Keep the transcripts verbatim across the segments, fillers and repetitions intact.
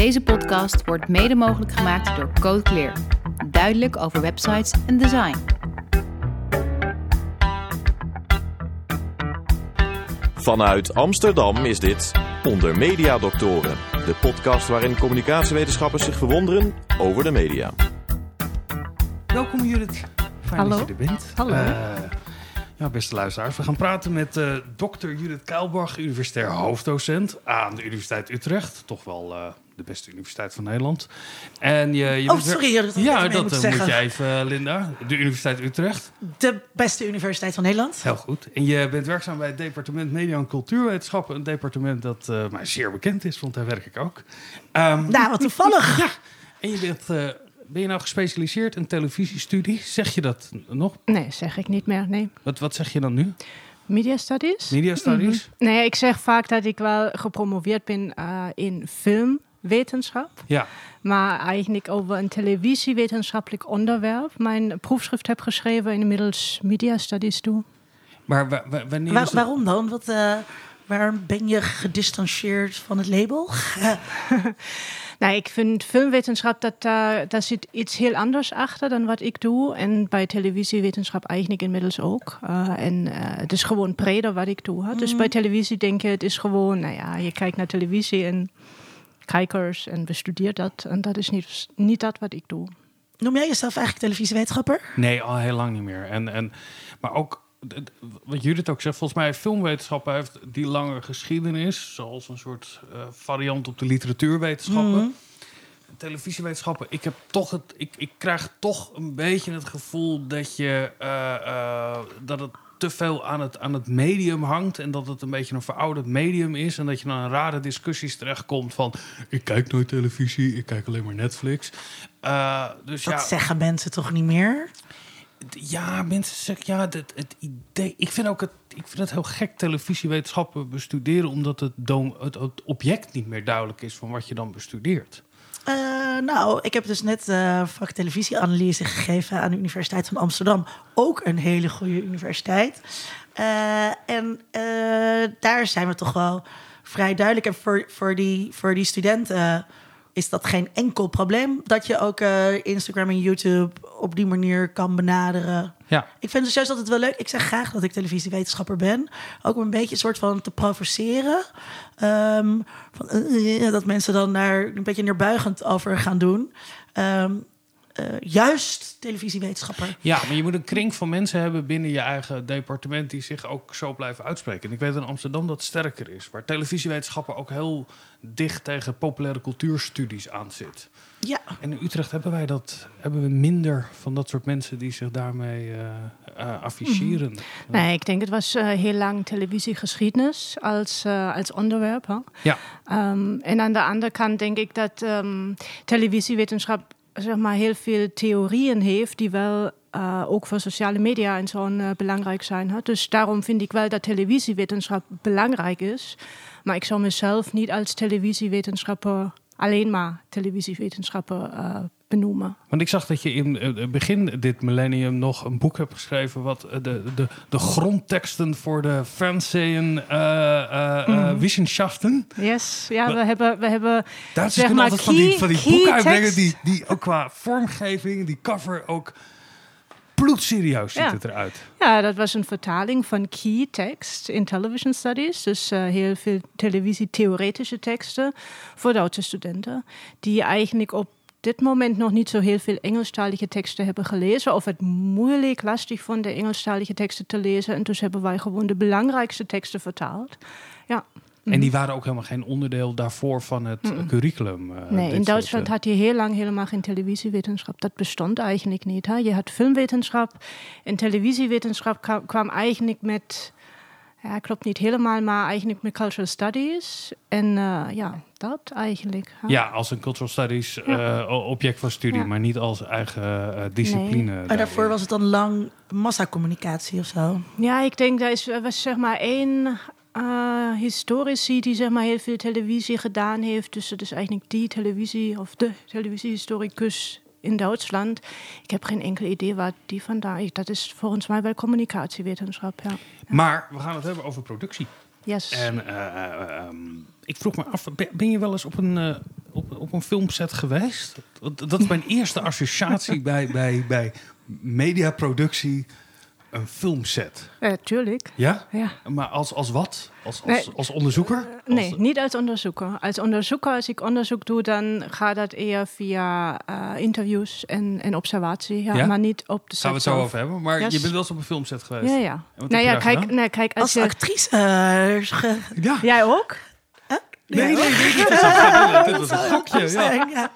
Deze podcast wordt mede mogelijk gemaakt door Code Clear. Duidelijk over websites en design. Vanuit Amsterdam is dit Onder Media Doctoren, de podcast waarin communicatiewetenschappers zich verwonderen over de media. Welkom Judith, fijn Hallo. dat je er bent. Hallo. Uh, ja, beste luisteraars, we gaan praten met uh, dokter Judith Kuilborg, universitair hoofddocent aan de Universiteit Utrecht. Toch wel uh, de beste universiteit van Nederland. En je, je oh, bent sorry. Dat ja, dat dat moet, uh, zeggen. moet je even, uh, Linda. De Universiteit Utrecht. De beste universiteit van Nederland. Heel goed. En je bent werkzaam bij het departement Media en Cultuurwetenschappen. Een departement dat uh, mij zeer bekend is, want daar werk ik ook. Um, nou, wat toevallig. Ja. En je bent... Uh, Ben je nou gespecialiseerd in televisiestudie? Zeg je dat nog? Nee, zeg ik niet meer, nee. Wat, wat zeg je dan nu? Media Studies? Media Studies? Mm-hmm. Nee, ik zeg vaak dat ik wel gepromoveerd ben uh, in filmwetenschap. Ja. Maar eigenlijk over een televisiewetenschappelijk onderwerp. Mijn proefschrift heb geschreven en inmiddels Media Studies doe. Maar wa- wa- wanneer Waar, is het... Waarom dan? Wat, uh, waarom ben je gedistanceerd van het label? Nou, ik vind filmwetenschap, dat, uh, daar zit iets heel anders achter dan wat ik doe. En bij televisiewetenschap eigenlijk inmiddels ook. Uh, en uh, het is gewoon breder wat ik doe. Hè? Mm. Dus bij televisie denk je, het is gewoon, nou ja, je kijkt naar televisie en kijkers en bestudeert dat. En dat is niet, niet dat wat ik doe. Noem jij jezelf eigenlijk televisiewetenschapper? Nee, al heel lang niet meer. En, en, maar ook, wat Judith ook zegt, volgens mij filmwetenschappen heeft die lange geschiedenis, zoals een soort uh, variant op de literatuurwetenschappen. Mm-hmm. Televisiewetenschappen, ik heb toch het, ik, ik krijg toch een beetje het gevoel dat je uh, uh, dat het te veel aan het, aan het medium hangt en dat het een beetje een verouderd medium is en dat je dan in rare discussies terechtkomt van ik kijk nooit televisie, ik kijk alleen maar Netflix. Uh, dus dat ja, zeggen mensen toch niet meer? Ja, mensen zeggen, ja, het, het idee... Ik vind ook het, ik vind het heel gek televisiewetenschappen bestuderen, omdat het, dom, het, het object niet meer duidelijk is van wat je dan bestudeert. Uh, nou, ik heb dus net uh, vak televisieanalyse gegeven aan de Universiteit van Amsterdam. Ook een hele goede universiteit. Uh, en uh, daar zijn we toch wel vrij duidelijk. En voor, voor, die, voor die studenten uh, is dat geen enkel probleem dat je ook uh, Instagram en YouTube op die manier kan benaderen. Ja. Ik vind het juist altijd wel leuk. Ik zeg graag dat ik televisiewetenschapper ben. Ook om een beetje een soort van te provoceren. Um, van, uh, dat mensen dan daar een beetje neerbuigend over gaan doen. Um, uh, juist televisiewetenschapper. Ja, maar je moet een kring van mensen hebben binnen je eigen departement die zich ook zo blijven uitspreken. En ik weet in Amsterdam dat het sterker is. Waar televisiewetenschappen ook heel dicht tegen populaire cultuurstudies aan zit. Ja. En in Utrecht hebben wij dat, hebben we minder van dat soort mensen die zich daarmee uh, uh, afficheren. Mm-hmm. Nee, ik denk het was uh, heel lang televisiegeschiedenis als, uh, als onderwerp. Hè? Ja. Um, en aan de andere kant denk ik dat um, televisiewetenschap zeg maar, heel veel theorieën heeft die wel uh, ook voor sociale media en zo uh, belangrijk zijn. Hè? Dus daarom vind ik wel dat televisiewetenschap belangrijk is. Maar ik zou mezelf niet als televisiewetenschapper alleen maar televisiewetenschapper uh, benoemen. Want ik zag dat je in het uh, begin dit millennium nog een boek hebt geschreven wat uh, de, de, de grondteksten voor de Fernsehen uh, uh, mm. uh, Wissenschaften. Yes, ja, we, we hebben, we hebben. Duitsers kunnen altijd van die, van die boeken uitbrengen die, die ook qua vormgeving, die cover ook bloedserieus ziet ja. het eruit. Ja, dat was een vertaling van key text in television studies. Dus uh, heel veel televisietheoretische teksten voor Duitse studenten. Die eigenlijk op dit moment nog niet zo heel veel Engelstalige teksten hebben gelezen. Of het moeilijk, lastig vonden Engelstalige teksten te lezen. En dus hebben wij gewoon de belangrijkste teksten vertaald. Ja. En die waren ook helemaal geen onderdeel daarvoor van het mm-mm. curriculum. Uh, nee, in Duitsland soort, uh... had je heel lang helemaal geen televisiewetenschap. Dat bestond eigenlijk niet. Hè? Je had filmwetenschap en televisiewetenschap kwam, kwam eigenlijk met... Ja, klopt niet helemaal, maar eigenlijk met cultural studies. En uh, ja, dat eigenlijk. Hè? Ja, als een cultural studies ja. uh, object van studie, ja. maar niet als eigen uh, discipline. Nee. Maar daarvoor was het dan lang massacommunicatie of zo? Ja, ik denk dat er was zeg maar één... Uh, historici die zeg maar heel veel televisie gedaan heeft. Dus het is eigenlijk die televisie of de televisiehistoricus in Duitsland. Ik heb geen enkel idee waar die vandaan is. Dat is volgens mij wel communicatiewetenschap, ja. ja. Maar we gaan het hebben over productie. Yes. En uh, uh, um, ik vroeg me af, ben je wel eens op een uh, op, op een filmset geweest? Dat, dat is mijn eerste associatie bij, bij, bij mediaproductie. Een filmset. Ja, tuurlijk. Ja? Ja. Maar als, als wat? Als, als, Nee. als onderzoeker? Nee, Als- niet als onderzoeker. Als onderzoeker, als ik onderzoek doe, dan gaat dat eher via uh, interviews en, en observatie. Ja, Ja? maar niet op de set. Gaan we het zo zelf. over hebben. Maar Yes. je bent wel eens op een filmset geweest. Ja, ja. wat Nou heb ja, je daar kijk, gedaan? nee, kijk, als Als je... actrice. eh, ge- Ja. Jij ook? Nee, nee, nee. Dit was een, dit was een gokje. Ja. zijn, ja.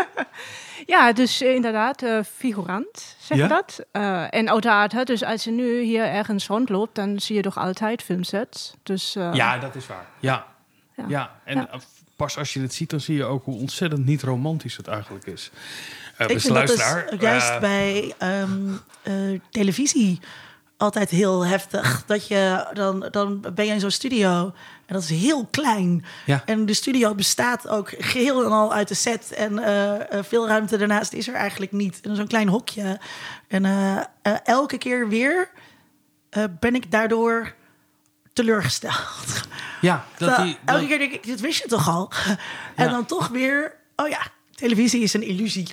Ja, dus uh, inderdaad, uh, figurant, zeg Ja? je dat? Uh, en uiteraard, hè, dus als je nu hier ergens rondloopt, dan zie je toch altijd filmsets. Dus, uh, Ja, dat is waar. Ja. Ja. Ja. En Ja. uh, pas als je het ziet, dan zie je ook hoe ontzettend niet romantisch het eigenlijk is. Uh, Ik beste vind dat dus luisteraar. juist uh, bij ehm, eh, televisie altijd heel heftig. Dat je dan, dan ben je in zo'n studio en dat is heel klein. Ja. En de studio bestaat ook geheel en al uit de set. En eh, eh, veel ruimte daarnaast is er eigenlijk niet. En zo'n klein hokje. En eh, eh, elke keer weer eh, ben ik daardoor teleurgesteld. Ja, dat Terwijl die, dat- elke keer denk ik, dit wist je toch al? En Ja. dan toch weer, oh ja, televisie is een illusie.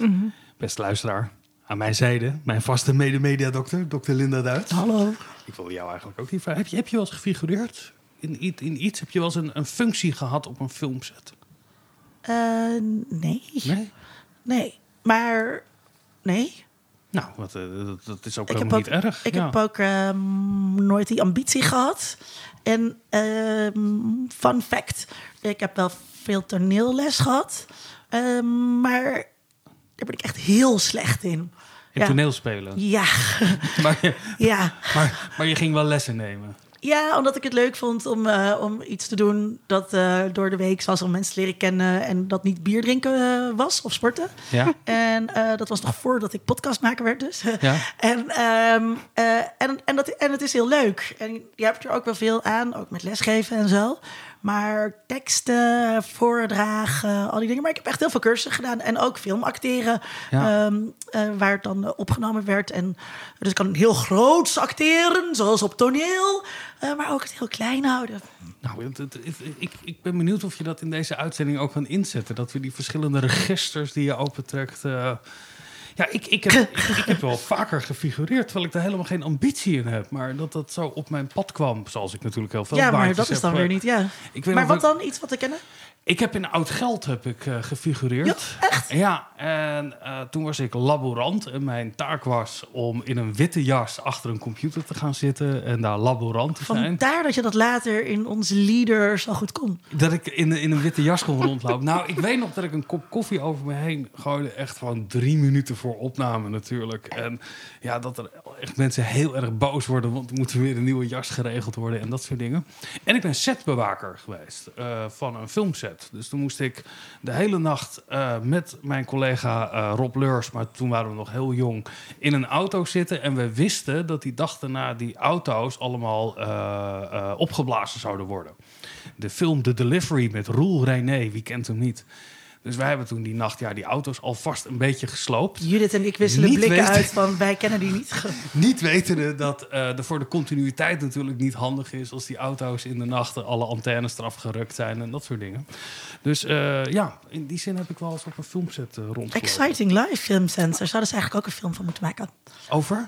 Beste luisteraar, aan mijn zijde, mijn vaste mede-mediadokter, dokter Linda Duits. Hallo. Ik wil jou eigenlijk ook niet vragen. Heb je, heb je wel eens gefigureerd in, i- in iets? Heb je wel eens een, een functie gehad op een filmset? Eh, nee. Nee? Nee. Maar, nee. Nou, wat, eh, dat, dat is ook Ik heb helemaal ook, niet erg. ik Ja. heb ook ehm, nooit die ambitie gehad. En ehm, fun fact, ik heb wel veel toneelles gehad. Ehm, maar daar ben ik echt heel slecht in. In ja. toneelspelen. Ja, Maar, je, ja. maar, maar je ging wel lessen nemen. Ja, omdat ik het leuk vond om, uh, om iets te doen dat uh, door de week zoals om mensen leren kennen en dat niet bier drinken uh, was of sporten. Ja? En uh, dat was nog voordat ik podcastmaker werd dus. Ja. en, um, uh, en, en, dat, en het is heel leuk. En je hebt er ook wel veel aan, ook met lesgeven en zo. Maar teksten, voordragen, al die dingen. Maar ik heb echt heel veel cursussen gedaan. En ook filmacteren, Ja. um, uh, waar het dan uh, opgenomen werd. En, dus ik kan heel groots acteren, zoals op toneel. Uh, maar ook het heel klein houden. Nou, het, het, het- ik, ik ben benieuwd of je dat in deze uitzending ook kan inzetten. Dat we die verschillende registers die je opentrekt... Uh, ja, ik, ik, heb, ik, ik heb wel vaker gefigureerd, terwijl ik daar helemaal geen ambitie in heb. Maar dat dat zo op mijn pad kwam, zoals ik natuurlijk heel veel Ja, maar baantjes dat is heb, dan uh, weer niet, ja. Ik weet Maar nog wat dat- dan? Iets wat te kennen? Ik heb in Oud Geld heb ik, uh, gefigureerd. Ja, echt? Ja, en uh, toen was ik laborant. En mijn taak was om in een witte jas achter een computer te gaan zitten en daar laborant te zijn. Vandaar dat je dat later in onze leader zo goed kon. Dat ik in, in een witte jas kon rondlopen. Nou, ik weet nog dat ik een kop koffie over me heen gooide. Echt gewoon drie minuten voor opname natuurlijk. En ja, dat er echt mensen heel erg boos worden. Want er moet weer een nieuwe jas geregeld worden en dat soort dingen. En ik ben setbewaker geweest uh, van een filmset. Dus toen moest ik de hele nacht uh, met mijn collega uh, Rob Leurs... maar toen waren we nog heel jong, in een auto zitten. En we wisten dat die dag daarna die auto's allemaal uh, uh, opgeblazen zouden worden. De film The Delivery met Roel René, wie kent hem niet? Dus wij hebben toen die nacht ja, die auto's alvast een beetje gesloopt. Judith en ik wisselen Niet blikken weten- uit van wij kennen die niet. Niet wetende dat uh, er voor de continuïteit natuurlijk niet handig is... als die auto's in de nacht alle antennes eraf gerukt zijn en dat soort dingen. Dus uh, ja, in die zin heb ik wel eens op een filmset uh, rondgelopen. Exciting Live Film Center. Zouden ze eigenlijk ook een film van moeten maken. Over?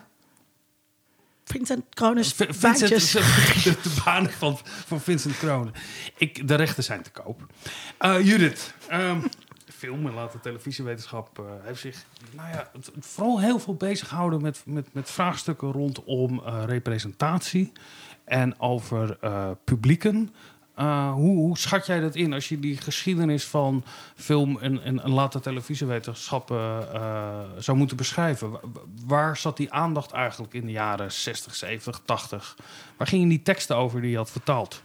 Vincent Krones V- Vincent, baantjes. de, de banen van, van Vincent Kronen. Ik, de rechten zijn te koop. Uh, Judith, um, film en later televisiewetenschap uh, heeft zich nou ja, het, het vooral heel veel bezighouden met, met, met vraagstukken rondom uh, representatie en over uh, publieken. Uh, hoe, hoe schat jij dat in als je die geschiedenis van film en, en, en later televisiewetenschappen uh, zou moeten beschrijven? Wa- Waar zat die aandacht eigenlijk in de jaren zestig, zeventig, tachtig? Waar gingen die teksten over die je had vertaald?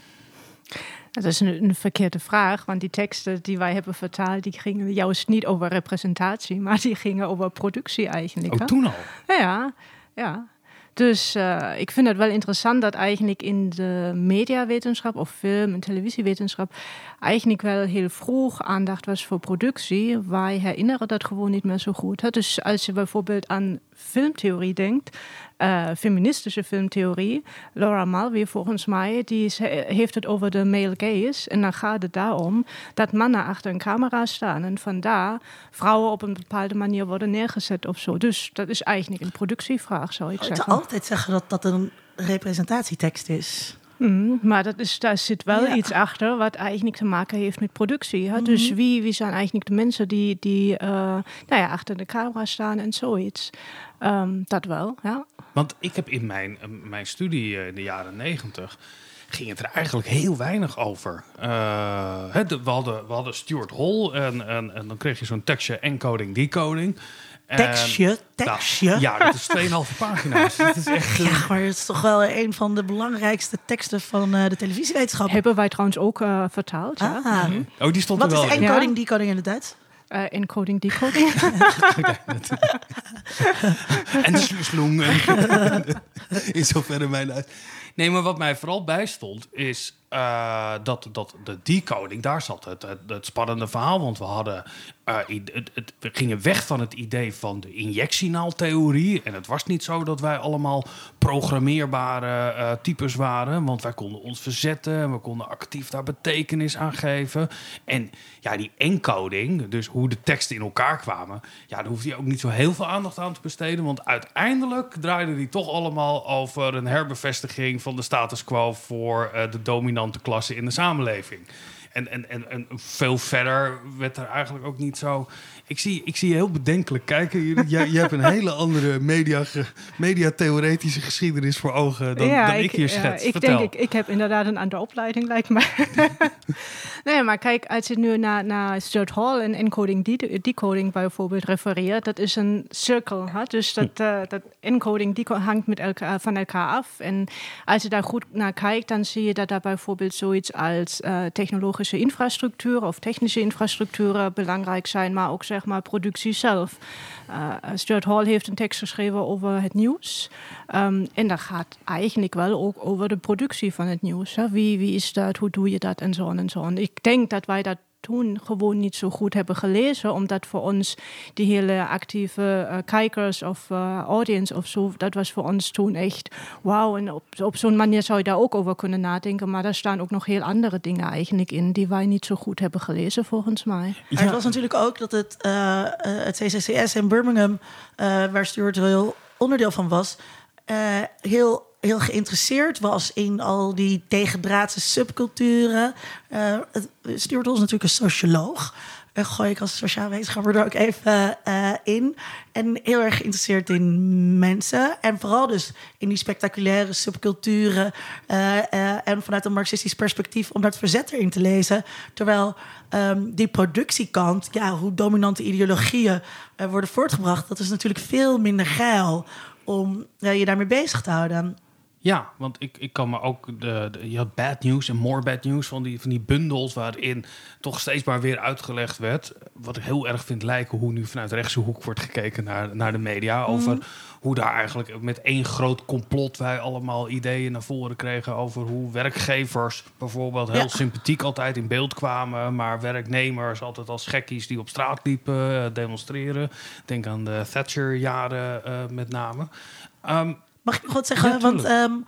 Dat is een, een verkeerde vraag, want die teksten die wij hebben vertaald, die gingen juist niet over representatie, maar die gingen over productie eigenlijk. Oh, hè? toen al? Ja, ja. Dus uh, ik vind het wel interessant dat eigenlijk in de mediawetenschap of film- en televisiewetenschap eigenlijk wel heel vroeg aandacht was voor productie. Wij herinneren dat gewoon niet meer zo goed. Hè? Dus als je bijvoorbeeld aan filmtheorie denkt, uh, feministische filmtheorie. Laura Mulvey, volgens mij, die is, heeft het over de male gaze. En dan gaat het daarom dat mannen achter een camera staan. En vandaar vrouwen op een bepaalde manier worden neergezet of zo. Dus dat is eigenlijk een productievraag, zou ik Ik zeggen. zou altijd zeggen dat dat een representatietekst is. Mm, maar dat is, daar zit wel Ja. iets achter wat eigenlijk te maken heeft met productie. Hè? Mm-hmm. Dus wie, wie zijn eigenlijk de mensen die, die uh, nou ja, achter de camera staan en zoiets. Um, dat wel, ja. Want ik heb in mijn, uh, mijn studie uh, in de jaren negentig... ging het er eigenlijk heel weinig over. Uh, hè, de, we, hadden, we hadden Stuart Hall en, en, en dan kreeg je zo'n tekstje encoding, decoding. Tekstje, tekstje. Nou, ja, dat is tweeënhalve pagina's. Dat is echt... Uh... Ja, maar het is toch wel een van de belangrijkste teksten van uh, de televisiewetenschap. Hebben wij trouwens ook uh, vertaald. Ja. Ah. Mm-hmm. Oh, die stond Wat er wel is in. encoding, Ja. decoding in het Duits? Uh, encoding, decoding. En de sloesloeng. In zoverre mijn uit. Nee, maar wat mij vooral bijstond is uh, dat, dat de decoding, daar zat het, het, het spannende verhaal. Want we hadden, uh, het, het, we gingen weg van het idee van de injectienaaltheorie. En het was niet zo dat wij allemaal programmeerbare uh, types waren. Want wij konden ons verzetten en we konden actief daar betekenis aan geven. En ja, die encoding, dus hoe de teksten in elkaar kwamen, ja, daar hoefde je ook niet zo heel veel aandacht aan te besteden. Want uiteindelijk draaiden die toch allemaal over een herbevestiging van de status quo voor uh, de dominante klasse in de samenleving. En, en, en, en veel verder werd er eigenlijk ook niet zo... Ik zie, ik zie je heel bedenkelijk kijken. Je, je, je hebt een hele andere media, mediatheoretische geschiedenis voor ogen dan, ja, dan ik, ik hier ja, schets. ik Vertel. denk, ik, ik heb inderdaad een andere opleiding, lijkt me. Nee, maar kijk, als je nu naar, naar Stuart Hall en encoding, decoding bijvoorbeeld refereert, dat is een cirkel. Hè? Dus dat, uh, dat encoding, decoding hangt met elkaar, van elkaar af. En als je daar goed naar kijkt, dan zie je dat daar bijvoorbeeld zoiets als uh, technologische infrastructuur of technische infrastructuren belangrijk zijn, maar ook zeg maar productie zelf. Uh, Stuart Hall heeft een tekst geschreven over het nieuws. Um, en dat gaat eigenlijk wel ook over de productie van het nieuws. Hè? Wie, wie is dat? Hoe doe je dat? En zo en zo. En ik denk dat wij dat toen gewoon niet zo goed hebben gelezen, omdat voor ons die hele actieve uh, kijkers of uh, audience of zo, dat was voor ons toen echt wauw. En op, op zo'n manier zou je daar ook over kunnen nadenken, maar daar staan ook nog heel andere dingen eigenlijk in, die wij niet zo goed hebben gelezen volgens mij. Ja. Maar het was natuurlijk ook dat het, uh, uh, het C C C S in Birmingham, uh, waar Stuart Hall onderdeel van was, uh, heel heel geïnteresseerd was in al die tegendraadse subculturen. Uh, Stuart Hall is natuurlijk een socioloog. Uh, gooi ik als sociaal wetenschapper er ook even uh, in. En heel erg geïnteresseerd in mensen. En vooral dus in die spectaculaire subculturen. Uh, uh, en vanuit een marxistisch perspectief om dat verzet erin te lezen. Terwijl um, die productiekant, ja, hoe dominante ideologieën uh, worden voortgebracht, dat is natuurlijk veel minder geil om uh, je daarmee bezig te houden. Ja, want ik, ik kan me ook... De, de, je had Bad News en More Bad News van die, van die bundels waarin toch steeds maar weer uitgelegd werd. Wat ik heel erg vind lijken hoe nu vanuit rechtse hoek wordt gekeken naar, naar de media. Mm. Over hoe daar eigenlijk met één groot complot wij allemaal ideeën naar voren kregen over hoe werkgevers bijvoorbeeld heel ja. sympathiek altijd in beeld kwamen, maar werknemers altijd als gekkies die op straat liepen, demonstreren. Denk aan de Thatcher-jaren uh, met name. Um, Mag ik nog wat zeggen? Ja, want um,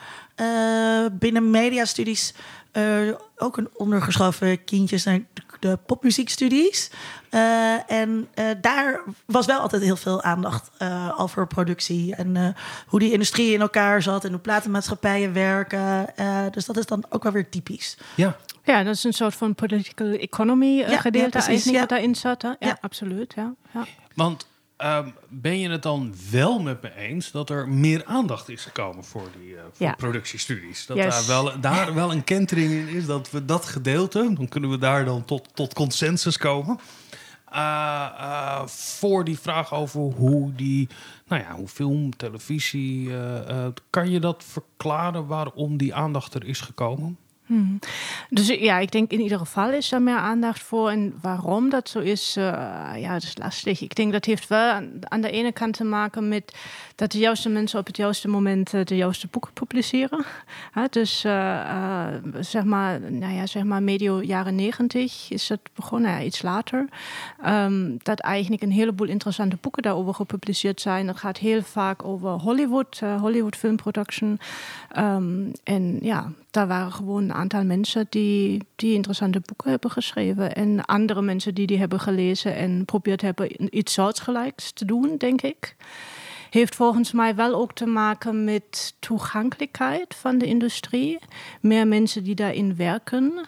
uh, binnen mediastudies uh, ook een ondergeschoven kindje zijn de popmuziekstudies. Uh, en uh, daar was wel altijd heel veel aandacht uh, over productie en uh, hoe die industrie in elkaar zat en hoe platenmaatschappijen werken. Uh, dus dat is dan ook wel weer typisch. Ja. Ja, dat is een soort van political economy uh, ja, gedeelte ja, precies, eigenlijk ja. wat daarin zat. Hè? Ja, ja, absoluut. Ja. Ja. Want Um, ben je het dan wel met me eens dat er meer aandacht is gekomen voor die uh, voor ja. productiestudies? Dat yes. daar, wel, daar wel een kentering in is, dat we dat gedeelte, dan kunnen we daar dan tot, tot consensus komen. Uh, uh, voor die vraag over hoe die, nou ja, hoe film, televisie, uh, uh, kan je dat verklaren waarom die aandacht er is gekomen? Hmm. Dus ja, ik denk in ieder geval is daar meer aandacht voor. En waarom dat zo is, uh, ja, dat is lastig. Ik denk dat heeft wel aan, aan de ene kant te maken met dat de juiste mensen op het juiste moment uh, de juiste boeken publiceren. Ja, dus uh, uh, zeg maar, nou ja, zeg maar medio jaren negentig is dat begonnen, ja, iets later. Um, dat eigenlijk een heleboel interessante boeken daarover gepubliceerd zijn. Dat gaat heel vaak over Hollywood, uh, Hollywood film production. Um, en ja, daar waren gewoon een aantal mensen die, die interessante boeken hebben geschreven. En andere mensen die die hebben gelezen en probeerd hebben iets soortgelijks te doen, denk ik. Heeft volgens mij wel ook te maken met toegankelijkheid van de industrie. Meer mensen die daarin werken.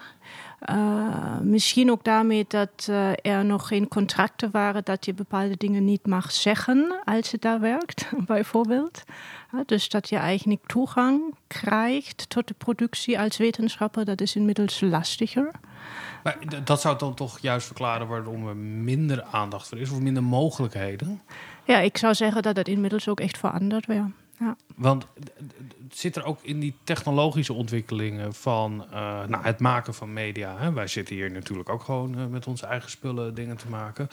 Uh, misschien ook daarmee dat uh, er nog geen contracten waren dat je bepaalde dingen niet mag zeggen als je daar werkt, bijvoorbeeld. Ja, dus dat je eigenlijk toegang krijgt tot de productie als wetenschapper, dat is inmiddels lastiger. Maar dat zou dan toch juist verklaren waarom er minder aandacht voor is of minder mogelijkheden? Ja, ik zou zeggen dat het inmiddels ook echt veranderd weer. Ja. Want zit er ook in die technologische ontwikkelingen van uh, nou, het maken van media. Hè? Wij zitten hier natuurlijk ook gewoon uh, met onze eigen spullen dingen te maken.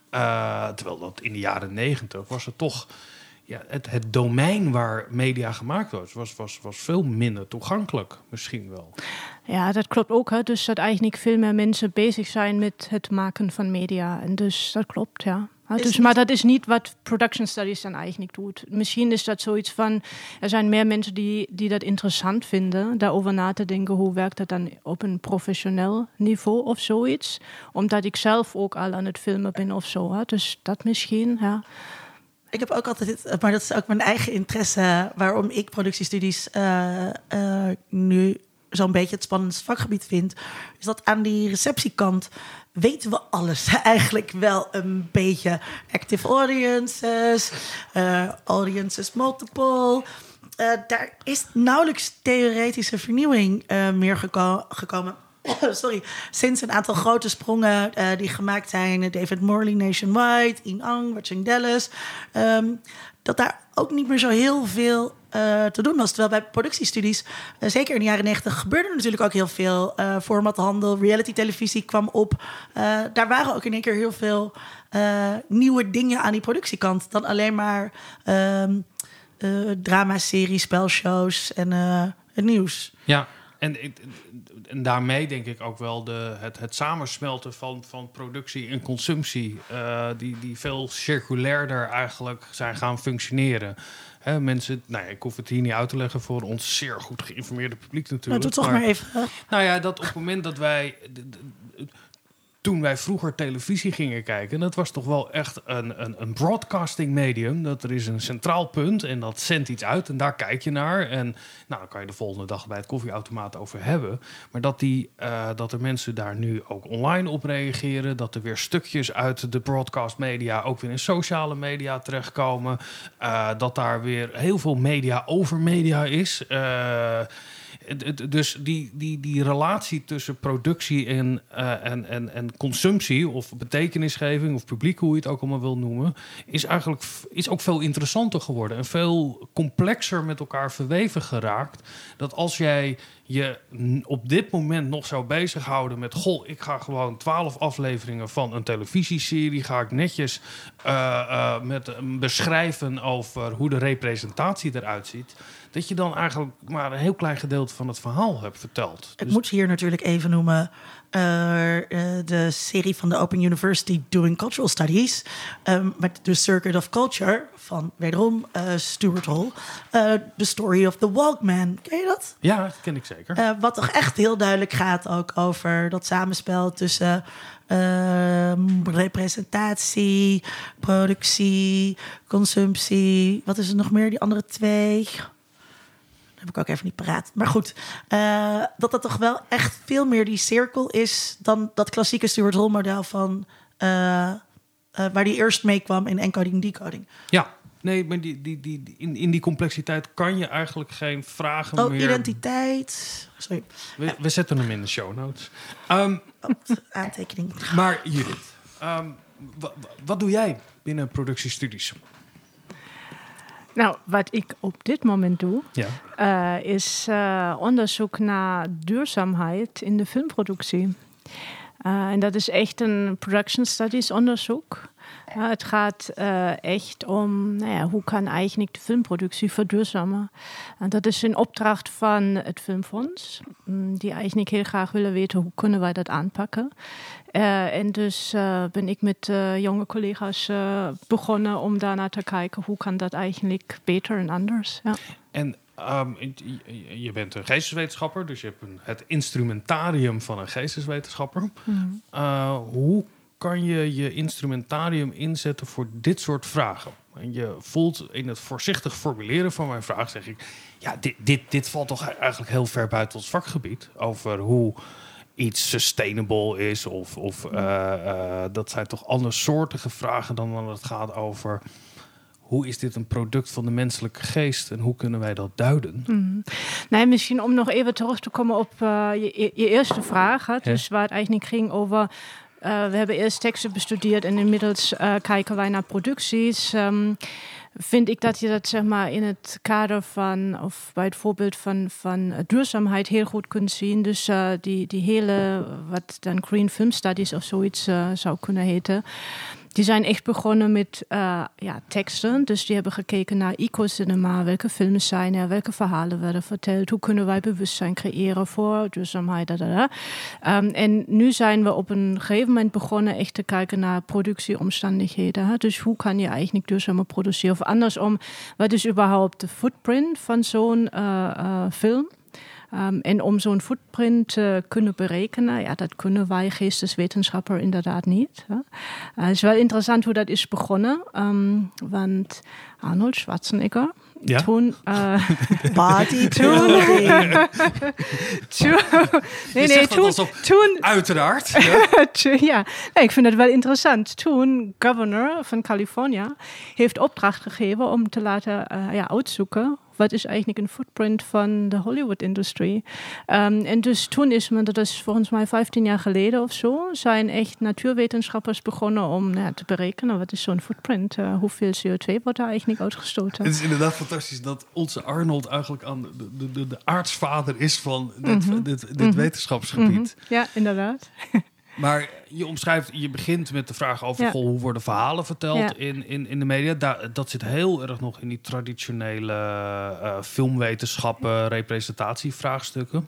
Uh, terwijl dat in de jaren negentig was het toch ja, het, het domein waar media gemaakt wordt, was, was, was veel minder toegankelijk misschien wel. Ja, dat klopt ook. Hè? Dus dat eigenlijk veel meer mensen bezig zijn met het maken van media. En dus dat klopt, ja. Ja, dus, maar dat is niet wat production studies dan eigenlijk doet. Misschien is dat zoiets van, er zijn meer mensen die, die dat interessant vinden, daarover na te denken, hoe werkt dat dan op een professioneel niveau of zoiets. Omdat ik zelf ook al aan het filmen ben of zo. Hè? Dus dat misschien, ja. Ik heb ook altijd, maar dat is ook mijn eigen interesse, waarom ik productiestudies uh, uh, nu zo'n beetje het spannendste vakgebied vind, is dat aan die receptiekant weten we alles eigenlijk wel een beetje. Active audiences, uh, audiences multiple. Uh, daar is nauwelijks theoretische vernieuwing uh, meer geko- gekomen. Sorry, sinds een aantal grote sprongen uh, die gemaakt zijn. David Morley Nationwide, In Ang, Watching Dallas. Um, dat daar ook niet meer zo heel veel uh, te doen was. Terwijl bij productiestudies, uh, zeker in de jaren negentig, gebeurde er natuurlijk ook heel veel. Uh, formathandel, reality televisie kwam op. Uh, daar waren ook in één keer heel veel uh, nieuwe dingen aan die productiekant dan alleen maar um, uh, drama-series, spelshows en uh, het nieuws. Ja. En, en daarmee denk ik ook wel de, het, het samensmelten van, van productie en consumptie, uh, die, die veel circulairder eigenlijk zijn gaan functioneren. He, mensen, nou ja, ik hoef het hier niet uit te leggen voor ons zeer goed geïnformeerde publiek natuurlijk. Nou, doe toch maar, maar even. Nou ja, dat op het moment dat wij, de, de, toen wij vroeger televisie gingen kijken, dat was toch wel echt een, een, een broadcasting medium. Dat er is een centraal punt en dat zendt iets uit en daar kijk je naar. En nou, dan kan je de volgende dag bij het koffieautomaat over hebben. Maar dat, die, uh, dat er mensen daar nu ook online op reageren. Dat er weer stukjes uit de broadcast media ook weer in sociale media terechtkomen. Uh, dat daar weer heel veel media over media is. Uh, Dus die, die, die relatie tussen productie en, uh, en, en, en consumptie, of betekenisgeving, of publiek, hoe je het ook allemaal wil noemen, is eigenlijk is ook veel interessanter geworden en veel complexer met elkaar verweven geraakt. Dat als jij je op dit moment nog zou bezighouden met, goh, ik ga gewoon twaalf afleveringen van een televisieserie, ga ik netjes uh, uh, met uh, beschrijven over hoe de representatie eruit ziet, dat je dan eigenlijk maar een heel klein gedeelte van het verhaal hebt verteld. Ik dus moet hier natuurlijk even noemen uh, uh, de serie van de Open University Doing Cultural Studies, um, met The Circuit of Culture van wederom uh, Stuart Hall. Uh, The Story of the Walkman. Ken je dat? Ja, dat ken ik zeker. Uh, wat toch echt heel duidelijk gaat ook over dat samenspel tussen Uh, representatie, productie, consumptie. Wat is er nog meer? Die andere twee. Dat heb ik ook even niet paraat. Maar goed, uh, dat dat toch wel echt veel meer die cirkel is dan dat klassieke Stuart Hall model van uh, uh, waar die eerst mee kwam in encoding en decoding. Ja. Nee, maar die, die, die, die, in, in die complexiteit kan je eigenlijk geen vragen oh, meer... Identiteit. Sorry. We, we zetten hem in de show notes. Um, oh, aantekening. Maar Judith, um, w- w- wat doe jij binnen productiestudies? Nou, wat ik op dit moment doe, Ja. uh, is uh, onderzoek naar duurzaamheid in de filmproductie. Uh, en dat is echt een production studies onderzoek. Uh, het gaat uh, echt om, nou ja, hoe kan eigenlijk de filmproductie verduurzamen. En dat is een opdracht van het Filmfonds, um, die eigenlijk heel graag willen weten hoe kunnen wij dat aanpakken. Uh, en dus uh, ben ik met uh, jonge collega's uh, begonnen om daarnaar te kijken hoe kan dat eigenlijk beter en anders. Ja. En um, je bent een geesteswetenschapper, dus je hebt een, het instrumentarium van een geesteswetenschapper. Mm-hmm. Uh, hoe kan je je instrumentarium inzetten voor dit soort vragen? En je voelt in het voorzichtig formuleren van mijn vraag, zeg ik, ja, dit, dit, dit valt toch eigenlijk heel ver buiten ons vakgebied over hoe iets sustainable is of, of uh, uh, dat zijn toch andersoortige vragen dan wanneer het gaat over hoe is dit een product van de menselijke geest en hoe kunnen wij dat duiden? Mm. Nee, misschien om nog even terug te komen op uh, je, je eerste vraag, hè, dus waar het eigenlijk ging over. Uh, we hebben eerst teksten bestudeerd en inmiddels uh, kijken wij naar producties. Um, vind ik dat je dat zeg maar in het kader van, of bij het voorbeeld van, van duurzaamheid heel goed kunt zien. Dus uh, die, die hele, wat dan Green Film Studies of zoiets uh, zou kunnen heten. Die zijn echt begonnen met uh, ja, teksten. Dus die hebben gekeken naar eco-cinema. Welke films zijn er? Welke verhalen werden verteld? Hoe kunnen wij bewustzijn creëren voor duurzaamheid? Da, da, da. Um, en nu zijn we op een gegeven moment begonnen echt te kijken naar productieomstandigheden. Hè? Dus hoe kan je eigenlijk duurzamer produceren? Of andersom, wat is überhaupt de footprint van zo'n uh, uh, film? Um, en om zo'n footprint te uh, kunnen berekenen, ja, dat kunnen wij geesteswetenschapper inderdaad niet. Hè. Uh, het is wel interessant hoe dat is begonnen, um, want Arnold Schwarzenegger, ja? toen... Uh, Party toen... toen nee, nee, toen, toen... Uiteraard. Ja, ja. Nee, ik vind het wel interessant. Toen governor van Californië heeft opdracht gegeven om te laten uh, ja, uitzoeken wat is eigenlijk een footprint van de Hollywood-industrie. Um, en dus toen is men, dat is volgens mij vijftien jaar geleden of zo, zijn echt natuurwetenschappers begonnen om nou, te berekenen wat is zo'n footprint, uh, hoeveel C O twee wordt daar eigenlijk uitgestoten. Het is inderdaad fantastisch dat onze Arnold eigenlijk aan de, de, de aartsvader is van dit, mm-hmm. dit, dit mm-hmm. wetenschapsgebied. Mm-hmm. Ja, inderdaad. Maar je omschrijft, je begint met de vraag over ja. goh, hoe worden verhalen verteld ja. in, in, in de media. Da, dat zit heel erg nog in die traditionele uh, filmwetenschappen, representatievraagstukken.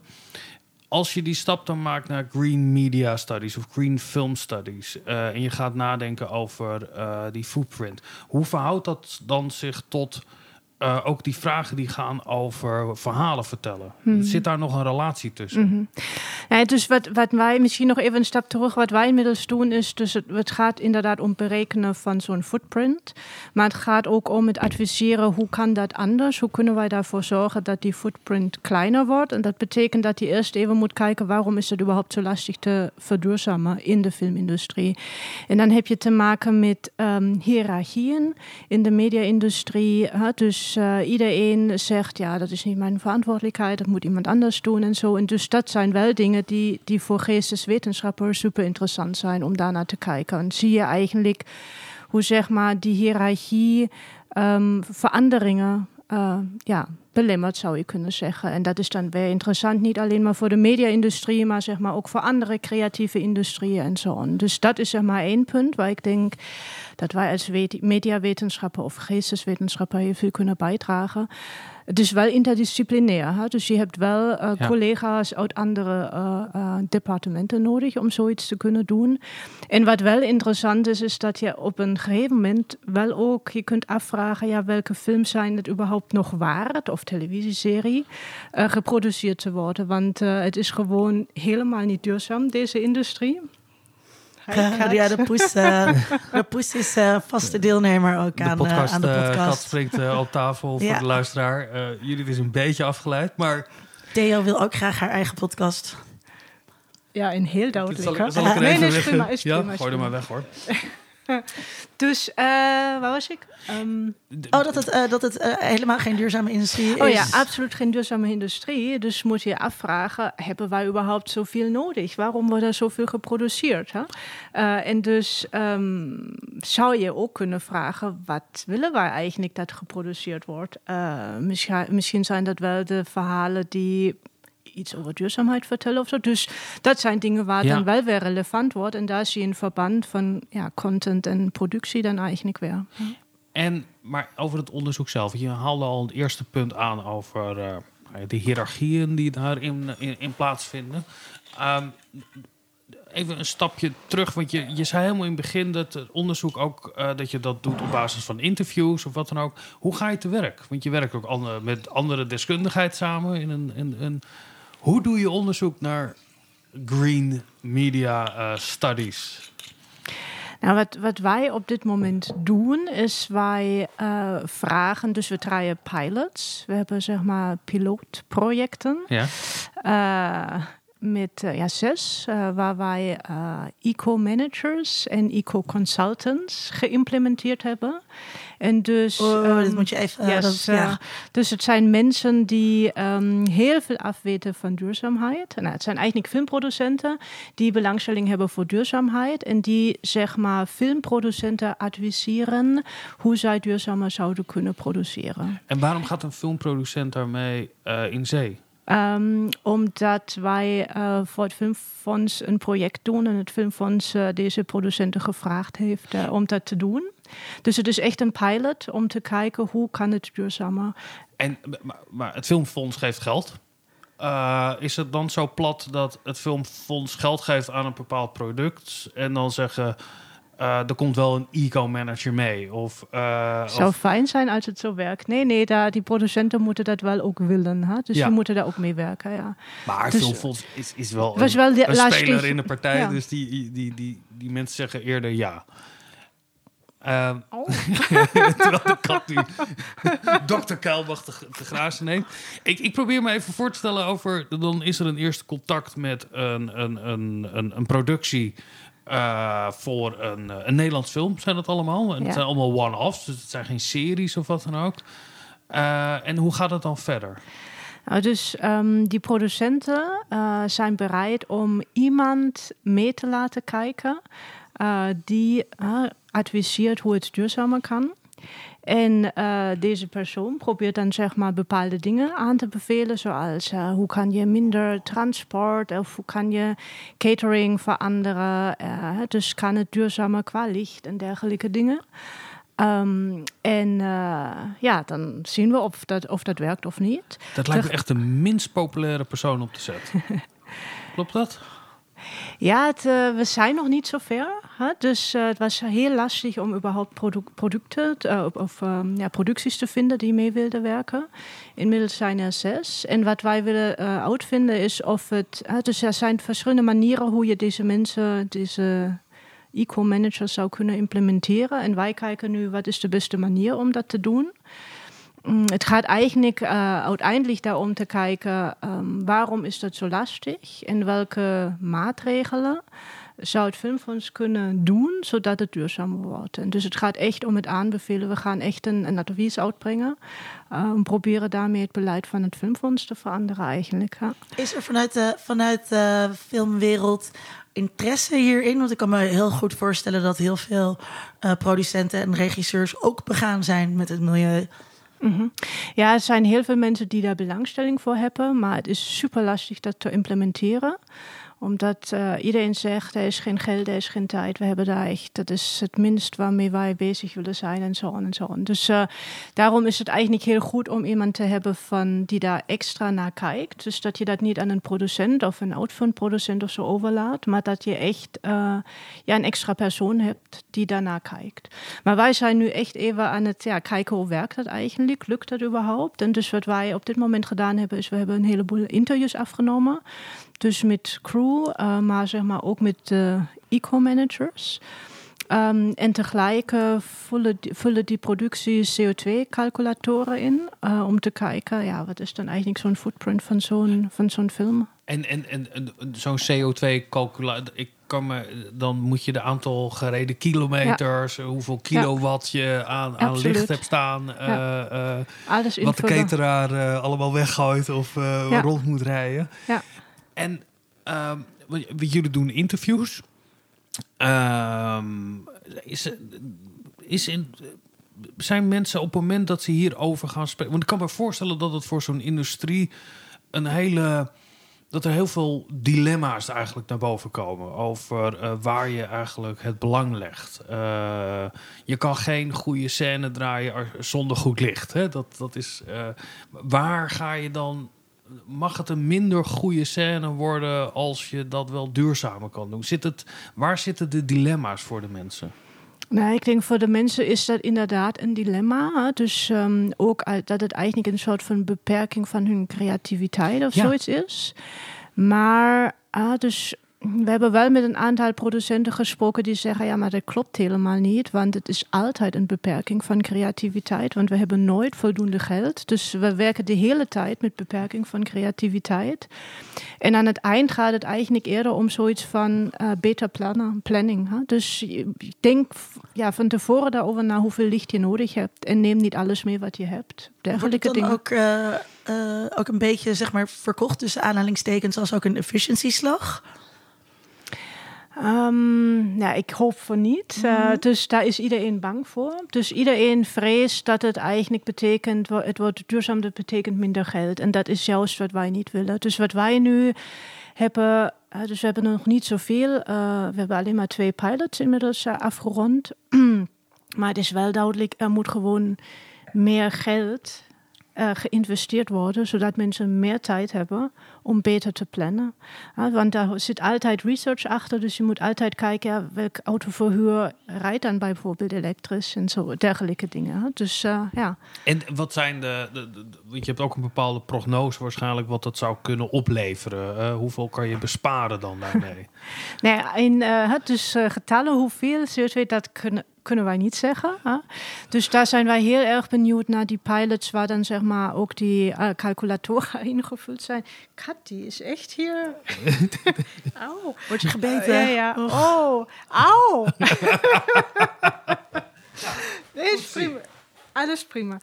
Als je die stap dan maakt naar Green Media Studies of Green Film Studies uh, en je gaat nadenken over uh, die footprint, hoe verhoudt dat dan zich tot Uh, ook die vragen die gaan over verhalen vertellen? Hmm. Zit daar nog een relatie tussen? Mm-hmm. Ja, dus wat, wat wij, misschien nog even een stap terug, wat wij inmiddels doen is, dus het, het gaat inderdaad om berekenen van zo'n footprint, maar het gaat ook om het adviseren, hoe kan dat anders? Hoe kunnen wij daarvoor zorgen dat die footprint kleiner wordt? En dat betekent dat je eerst even moet kijken, waarom is het überhaupt zo lastig te verduurzamen in de filmindustrie? En dan heb je te maken met um, hiërarchieën in de media-industrie. Huh? Dus Uh, iedereen zegt, ja, dat is niet mijn verantwoordelijkheid, dat moet iemand anders doen en zo. En dus dat zijn wel dingen die, die voor geesteswetenschappers super interessant zijn om daarnaar te kijken. En zie je eigenlijk hoe zeg maar die hiërarchie um, veranderingen uh, ja, belemmert, zou je kunnen zeggen. En dat is dan weer interessant, niet alleen maar voor de media-industrie, maar zeg maar ook voor andere creatieve industrieën en zo. Dus dat is zeg maar één punt waar ik denk dat wij als mediawetenschapper of geesteswetenschapper heel veel kunnen bijdragen. Het is wel interdisciplinair. Hè? Dus je hebt wel uh, ja. collega's uit andere uh, uh, departementen nodig om zoiets te kunnen doen. En wat wel interessant is, is dat je op een gegeven moment wel ook, je kunt afvragen, ja, welke films zijn het überhaupt nog waard, of televisieserie, uh, geproduceerd te worden. Want uh, het is gewoon helemaal niet duurzaam, deze industrie. Uh, ja, de poes, uh, de poes is uh, vaste deelnemer ook de aan, podcast, uh, aan de podcast. De kat springt uh, op tafel voor ja. de luisteraar. Uh, jullie is een beetje afgeleid, maar Theo wil ook graag haar eigen podcast. Ja, in heel duidelijk. Zal, zal ik er nee, even nee, weg? Prima, is ja, prima, gooi er maar weg hoor. Dus, uh, waar was ik? Um, oh, dat het, uh, dat het uh, helemaal geen duurzame industrie is. Oh ja, absoluut geen duurzame industrie. Dus moet je afvragen, hebben wij überhaupt zoveel nodig? Waarom wordt er zoveel geproduceerd? Hè? Uh, en dus um, zou je ook kunnen vragen, wat willen wij eigenlijk dat geproduceerd wordt? Uh, misschien, misschien zijn dat wel de verhalen die iets over duurzaamheid vertellen of zo. Dus dat zijn dingen waar ja. dan wel weer relevant wordt. En daar zie je een verband van ja, content en productie dan eigenlijk weer. Ja. En, maar over het onderzoek zelf. Je haalde al het eerste punt aan over uh, de hiërarchieën die daarin in, in plaatsvinden. Um, even een stapje terug, want je, je zei helemaal in het begin dat het onderzoek ook uh, dat je dat doet op basis van interviews of wat dan ook. Hoe ga je te werk? Want je werkt ook andere, met andere deskundigheid samen in een, in, een hoe doe je onderzoek naar green media uh, studies? Nou, wat, wat wij op dit moment doen, is wij uh, vragen, dus we draaien pilots. We hebben zeg maar pilootprojecten. Ja. Uh, met uh, ja, zes, uh, waar wij uh, eco-managers en eco-consultants geïmplementeerd hebben. En dus, oh, um, dat moet je even... Uh, yes, dat, ja. uh, dus het zijn mensen die um, heel veel afweten van duurzaamheid. Nou, het zijn eigenlijk filmproducenten die belangstelling hebben voor duurzaamheid. En die zeg maar filmproducenten adviseren hoe zij duurzamer zouden kunnen produceren. En waarom gaat een filmproducent daarmee uh, in zee? Um, omdat wij uh, voor het Filmfonds een project doen en het Filmfonds uh, deze producenten gevraagd heeft uh, om dat te doen. Dus het is echt een pilot om te kijken hoe kan het duurzamer. En, maar, maar het Filmfonds geeft geld. Uh, is het dan zo plat dat het Filmfonds geld geeft aan een bepaald product en dan zeggen... Uh, er komt wel een eco-manager mee. Of, uh, het zou of... fijn zijn als het zo werkt. Nee, nee, daar, die producenten moeten dat wel ook willen. Hè? Dus ja. die moeten daar ook mee werken, ja. Maar het dus, Filmfonds is, is wel was een, wel de, een lastig. speler in de partij. Ja. Dus die, die, die, die, die mensen zeggen eerder ja. Uh, oh. Terwijl de kat nu dokter Kuilbach te, te grazen neemt. Ik, ik probeer me even voor te stellen over... Dan is er een eerste contact met een, een, een, een, een productie... Uh, voor een, een Nederlands film zijn dat allemaal. En ja. Het zijn allemaal one-offs, dus het zijn geen series of wat dan ook. Uh, en hoe gaat het dan verder? Nou, dus um, die producenten uh, zijn bereid om iemand mee te laten kijken... Uh, die uh, adviseert hoe het duurzamer kan. En uh, deze persoon probeert dan zeg maar bepaalde dingen aan te bevelen, zoals uh, hoe kan je minder transport of hoe kan je catering veranderen. Uh, dus kan het duurzamer qua licht en dergelijke dingen. Um, en uh, ja, dan zien we of dat, of dat werkt of niet. Dat lijkt me echt de minst populaire persoon op de set. Klopt dat? Ja, het, uh, we zijn nog niet zo ver. Hè? Dus uh, het was heel lastig om überhaupt produ- producten uh, of um, ja, producties te vinden die mee wilden werken. Inmiddels zijn er zes. En wat wij willen uh, uitvinden is of het... Uh, dus er zijn verschillende manieren hoe je deze mensen, deze eco-managers zou kunnen implementeren. En wij kijken nu wat is de beste manier om dat te doen. Het gaat eigenlijk uh, uiteindelijk daarom te kijken um, waarom is dat zo lastig en welke maatregelen zou het Filmfonds kunnen doen zodat het duurzamer wordt. En dus het gaat echt om het aanbevelen. We gaan echt een, een advies uitbrengen. Uh, en proberen daarmee het beleid van het Filmfonds te veranderen eigenlijk. Ja. Is er vanuit de, vanuit de filmwereld interesse hierin? Want ik kan me heel goed voorstellen dat heel veel uh, producenten en regisseurs ook begaan zijn met het milieu. Mm-hmm. Ja, er zijn heel veel mensen die daar belangstelling voor hebben, maar het is super lastig dat te implementeren. Omdat uh, iedereen zegt, er is geen geld, er is geen tijd. We hebben daar echt, dat is het minst waarmee wij bezig willen zijn en zo en zo. Dus uh, daarom is het eigenlijk heel goed om iemand te hebben van, die daar extra naar kijkt. Dus dat je dat niet aan een producent of een outfilmproducent of zo overlaat, maar dat je echt uh, ja, een extra persoon hebt die daarnaar kijkt. Maar wij zijn nu echt even aan het ja, kijken hoe werkt dat eigenlijk, lukt dat überhaupt? En dus wat wij op dit moment gedaan hebben, is we hebben een heleboel interviews afgenomen. Dus met crew, uh, maar zeg maar ook met uh, eco-managers. Um, en tegelijk uh, vullen, die, vullen die productie C O twee calculatoren in. Uh, om te kijken, ja, wat is dan eigenlijk zo'n footprint van zo'n, van zo'n film? En, en, en, en zo'n C O twee calculator, ik kan me, dan moet je de aantal gereden kilometers, ja. hoeveel kilowatt ja. je aan, aan licht hebt staan, ja. uh, uh, Alles wat de cateraar uh, allemaal weggooit of uh, ja. rond moet rijden. Ja. En uh, jullie doen interviews. Uh, is, is in, zijn mensen op het moment dat ze hierover gaan spreken... Want ik kan me voorstellen dat het voor zo'n industrie een hele... dat er heel veel dilemma's eigenlijk naar boven komen over uh, waar je eigenlijk het belang legt. Uh, je kan geen goede scène draaien zonder goed licht. Hè? Dat, dat is, uh, waar ga je dan... Mag het een minder goede scène worden als je dat wel duurzamer kan doen? Zit het, waar zitten de dilemma's voor de mensen? Nou, ik denk voor de mensen is dat inderdaad een dilemma. Hè? Dus um, ook dat het eigenlijk een soort van beperking van hun creativiteit of ja. zoiets is. Maar uh, dus we hebben wel met een aantal producenten gesproken die zeggen, ja, maar dat klopt helemaal niet, want het is altijd een beperking van creativiteit, want we hebben nooit voldoende geld. Dus we werken de hele tijd met beperking van creativiteit. En aan het eind gaat het eigenlijk eerder om zoiets van uh, beter plannen, planning. Hè? Dus denk ja, van tevoren daarover na hoeveel licht je nodig hebt en neem niet alles mee wat je hebt. Dergelijke dingen. Ook, uh, uh, ook een beetje zeg maar verkocht tussen aanhalingstekens als ook een efficiency-slag? Um, ja, ik hoop voor niet. Mm-hmm. Uh, dus daar is iedereen bang voor. Dus iedereen vreest dat het eigenlijk betekent, het wordt duurzaam, dat betekent minder geld. En dat is juist wat wij niet willen. Dus wat wij nu hebben, uh, dus we hebben nog niet zoveel. Uh, we hebben alleen maar twee pilots inmiddels uh, afgerond. Maar het is wel duidelijk, er moet gewoon meer geld Uh, geïnvesteerd worden, zodat mensen meer tijd hebben om beter te plannen. Ja, want daar zit altijd research achter, dus je moet altijd kijken, ja, welk autoverhuur rijdt dan bijvoorbeeld elektrisch en zo, dergelijke dingen. Hè? Dus uh, ja. En wat zijn de, de, de, want je hebt ook een bepaalde prognose waarschijnlijk wat dat zou kunnen opleveren. Uh, hoeveel kan je besparen dan daarmee? nee, in, uh, dus uh, getallen hoeveel C O twee dat kunnen kunnen wij niet zeggen. Hè? Dus daar zijn wij heel erg benieuwd naar die pilots, waar dan zeg maar ook die uh, calculatoren ingevuld zijn. Kat, die is echt hier. Auw. Word je gebeten? Uh, ja, ja. Oh, auw. Nee, is prima. Alles prima.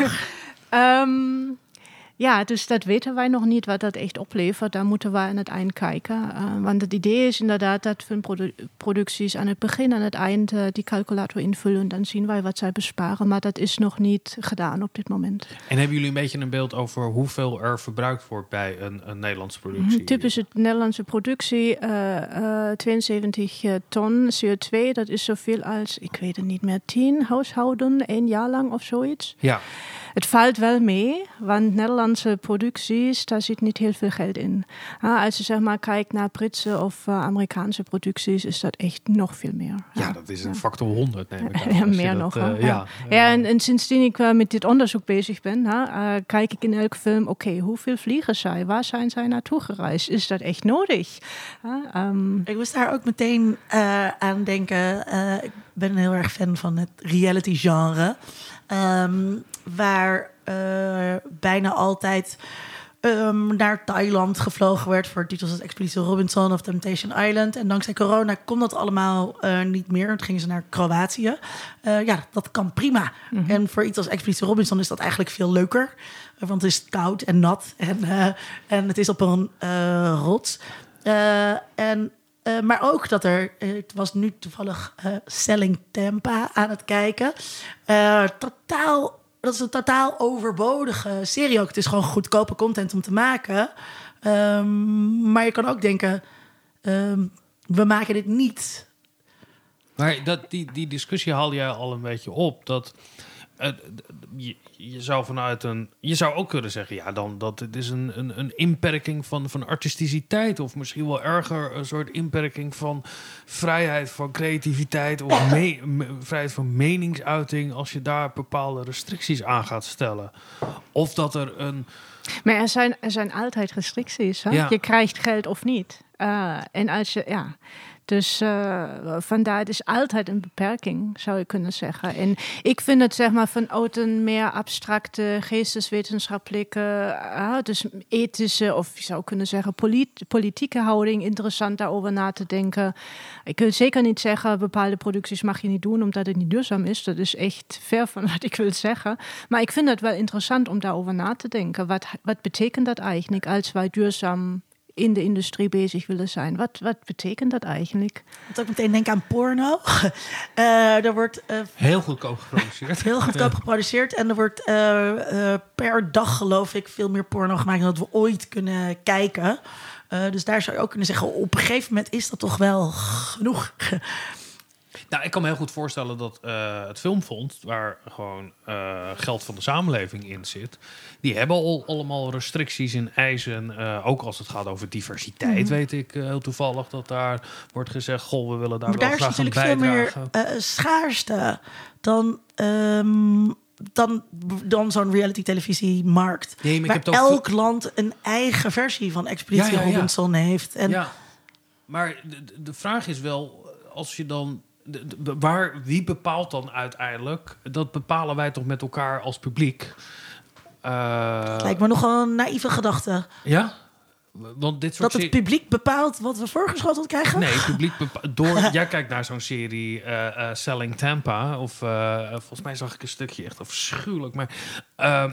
um, Ja, dus dat weten wij nog niet wat dat echt oplevert. Daar moeten we aan het eind kijken. Uh, want het idee is inderdaad dat filmproducties aan het begin en het eind uh, die calculator invullen. Dan zien wij wat zij besparen. Maar dat is nog niet gedaan op dit moment. En hebben jullie een beetje een beeld over hoeveel er verbruikt wordt bij een, een Nederlandse productie? Mm, typisch het Nederlandse productie, uh, uh, tweeënzeventig ton C O twee. Dat is zoveel als, ik weet het niet meer, tien huishouden, één jaar lang of zoiets. Ja. Het valt wel mee, want Nederlandse producties, daar zit niet heel veel geld in. Ja, als je zeg maar kijkt naar Britse of uh, Amerikaanse producties, is dat echt nog veel meer. Ja, ja dat is een ja. factor honderd, neem ik aan. Ja, meer dat, nog. Uh, ja. Ja. Ja, en, en sindsdien ik uh, met dit onderzoek bezig ben, uh, kijk ik in elke film, oké, okay, hoeveel vliegen zij? Waar zijn zij naartoe gereisd? Is dat echt nodig? Uh, um, ik moest daar ook meteen uh, aan denken. Uh, ik ben heel erg fan van het reality genre. Um, waar uh, bijna altijd um, naar Thailand gevlogen werd voor titels als Expeditie Robinson of Temptation Island. En dankzij corona kon dat allemaal uh, niet meer. Toen gingen ze naar Kroatië. Uh, ja, dat kan prima. Mm-hmm. En voor iets als Expeditie Robinson is dat eigenlijk veel leuker. Uh, want het is koud en nat en, uh, en het is op een uh, rots. Uh, en Uh, maar ook dat er, uh, het was nu toevallig uh, Selling Tampa aan het kijken. Uh, totaal, dat is een totaal overbodige serie ook. Het is gewoon goedkope content om te maken. Um, maar je kan ook denken, um, we maken dit niet. Maar dat, die, die discussie haalde jij al een beetje op. Dat uh, je, je zou vanuit een, je zou ook kunnen zeggen, ja, dan dat het is een, een, een inperking van, van artisticiteit, of misschien wel erger een soort inperking van vrijheid van creativiteit of me, me, vrijheid van meningsuiting als je daar bepaalde restricties aan gaat stellen. Of dat er een Maar er zijn, er zijn altijd restricties. Hè? Ja. Je krijgt geld of niet. Uh, en als je, ja. Dus uh, vandaar, het is altijd een beperking, zou je kunnen zeggen. En ik vind het, zeg maar, vanuit een meer abstracte, geesteswetenschappelijke, uh, dus ethische, of je zou kunnen zeggen, polit- politieke houding interessant daarover na te denken. Ik wil zeker niet zeggen, bepaalde producties mag je niet doen, omdat het niet duurzaam is. Dat is echt ver van wat ik wil zeggen. Maar ik vind het wel interessant om daarover na te denken. Wat, wat betekent dat eigenlijk, als wij duurzaam in de industrie bezig willen zijn? Wat, wat betekent dat eigenlijk? Ik moet ook meteen denken aan porno. Uh, er wordt uh, heel goedkoop geproduceerd. Heel goedkoop ja. geproduceerd. En er wordt uh, uh, per dag, geloof ik, veel meer porno gemaakt dan dat we ooit kunnen kijken. Uh, dus daar zou je ook kunnen zeggen, op een gegeven moment is dat toch wel genoeg. Nou, ik kan me heel goed voorstellen dat uh, het Filmfonds, waar gewoon uh, geld van de samenleving in zit, die hebben al allemaal restricties en eisen. Uh, ook als het gaat over diversiteit, mm. weet ik uh, heel toevallig dat daar wordt gezegd, goh, we willen daar maar wel daar graag aan bijdragen. Maar daar is natuurlijk veel meer uh, schaarste dan, um, dan, dan zo'n reality-televisiemarkt. Nee, maar waar elk veel... land een eigen versie van Expeditie ja, ja, ja. Robinson heeft. En ja, maar de, de vraag is wel, als je dan De, de, waar, wie bepaalt dan uiteindelijk? Dat bepalen wij toch met elkaar als publiek? Uh, Lijkt me nogal een naïeve gedachte. Ja? Want dit soort dat het publiek bepaalt wat we voorgeschoteld krijgen? Nee, het publiek bepaalt. Door, jij kijkt naar zo'n serie uh, uh, Selling Tampa. Of uh, volgens mij zag ik een stukje echt afschuwelijk. Maar uh,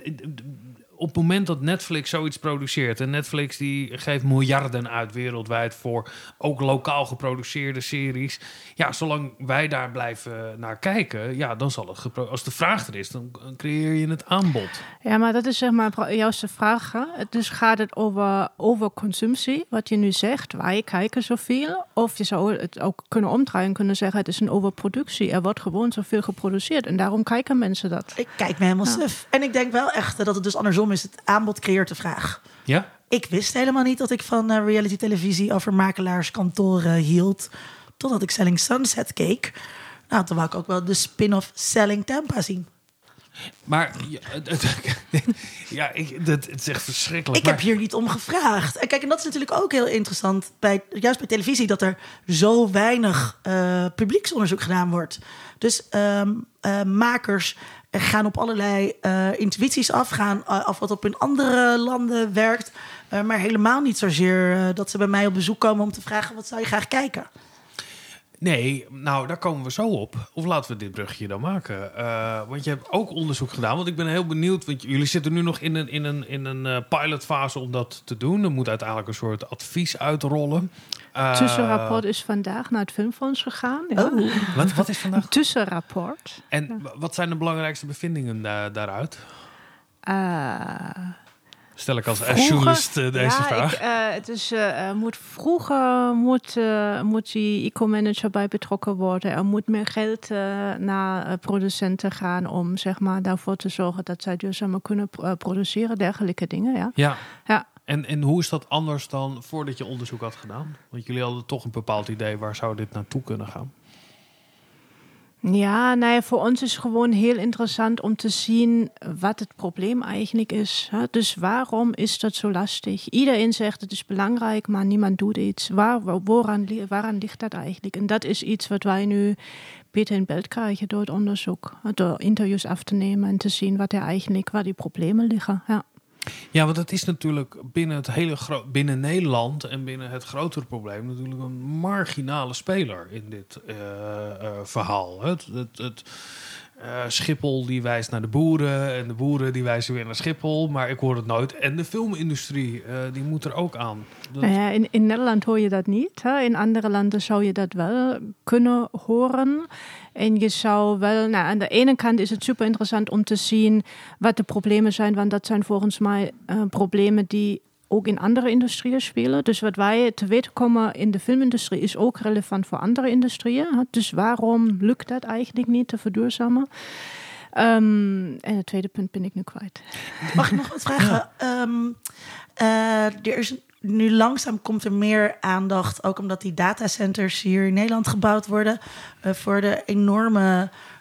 op het moment dat Netflix zoiets produceert, en Netflix die geeft miljarden uit wereldwijd voor ook lokaal geproduceerde series. Ja, zolang wij daar blijven naar kijken, ja, dan zal het gepro- als de vraag er is, dan creëer je het aanbod. Ja, maar dat is zeg maar juist de vraag. Hè? Dus gaat het over, over consumptie, wat je nu zegt, wij kijken zoveel, of je zou het ook kunnen omdraaien, kunnen zeggen, het is een overproductie. Er wordt gewoon zoveel geproduceerd en daarom kijken mensen dat. Ik kijk me helemaal ja. suf. En ik denk wel echt dat het dus andersom is. Het aanbod creëert de vraag. Ja? Ik wist helemaal niet dat ik van uh, reality televisie over makelaarskantoren hield. Totdat ik Selling Sunset keek. Nou, toen wou ik ook wel de spin-off Selling Tampa zien. Maar ja, ja ik, dat, het is echt verschrikkelijk. Ik maar... heb hier niet om gevraagd. En kijk, en dat is natuurlijk ook heel interessant, bij, juist bij televisie, dat er zo weinig uh, publieksonderzoek gedaan wordt. Dus um, uh, makers gaan op allerlei uh, intuïties af, gaan uh, af wat op in andere landen werkt. Uh, maar helemaal niet zozeer uh, dat ze bij mij op bezoek komen om te vragen, wat zou je graag kijken? Nee, nou, daar komen we zo op. Of laten we dit brugje dan maken. Uh, want je hebt ook onderzoek gedaan. Want ik ben heel benieuwd. Want jullie zitten nu nog in een, in een, in een uh, pilotfase om dat te doen. Er moet uiteindelijk een soort advies uitrollen. Uh, tussenrapport is vandaag naar het Filmfonds gegaan. Ja. Oh. Wat, wat is vandaag? Een tussenrapport. En ja. wat zijn de belangrijkste bevindingen da- daaruit? Uh, Stel ik als vroeger, journalist uh, deze ja, vraag. Ik, uh, het is, uh, moet vroeger moet, uh, moet die eco-manager bij betrokken worden. Er moet meer geld uh, naar uh, producenten gaan om zeg maar, daarvoor te zorgen dat zij duurzamer kunnen uh, produceren. Dergelijke dingen, ja. Ja. ja. En, en hoe is dat anders dan voordat je onderzoek had gedaan? Want jullie hadden toch een bepaald idee, waar zou dit naartoe kunnen gaan? Ja, nou ja, voor ons is gewoon heel interessant om te zien wat het probleem eigenlijk is. Dus waarom is dat zo lastig? Iedereen zegt het is belangrijk, maar niemand doet iets. Waar, waaraan, waaraan ligt dat eigenlijk? En dat is iets wat wij nu beter in beeld krijgen door het onderzoek. Door interviews af te nemen en te zien wat er eigenlijk, waar die problemen liggen. Ja. Ja, want het is natuurlijk binnen het hele gro- binnen Nederland en binnen het grotere probleem natuurlijk een marginale speler in dit uh, uh, verhaal. Het, het, het uh, Schiphol die wijst naar de boeren en de boeren die wijzen weer naar Schiphol, maar ik hoor het nooit. En de filmindustrie uh, die moet er ook aan. Dat... Nou ja, in, in Nederland hoor je dat niet. Hè? In andere landen zou je dat wel kunnen horen. En je zou wel, nou, aan de ene kant is het super interessant om te zien wat de problemen zijn, want dat zijn volgens mij uh, problemen die ook in andere industrieën spelen. Dus wat wij te weten komen in de filmindustrie is ook relevant voor andere industrieën. Hè? Dus waarom lukt dat eigenlijk niet te verduurzamen? Um, en het tweede punt ben ik nu kwijt. Mag ik nog wat vragen? Ja. Um, uh, er is Nu langzaam komt er meer aandacht, ook omdat die datacenters hier in Nederland gebouwd worden, uh, voor de enorme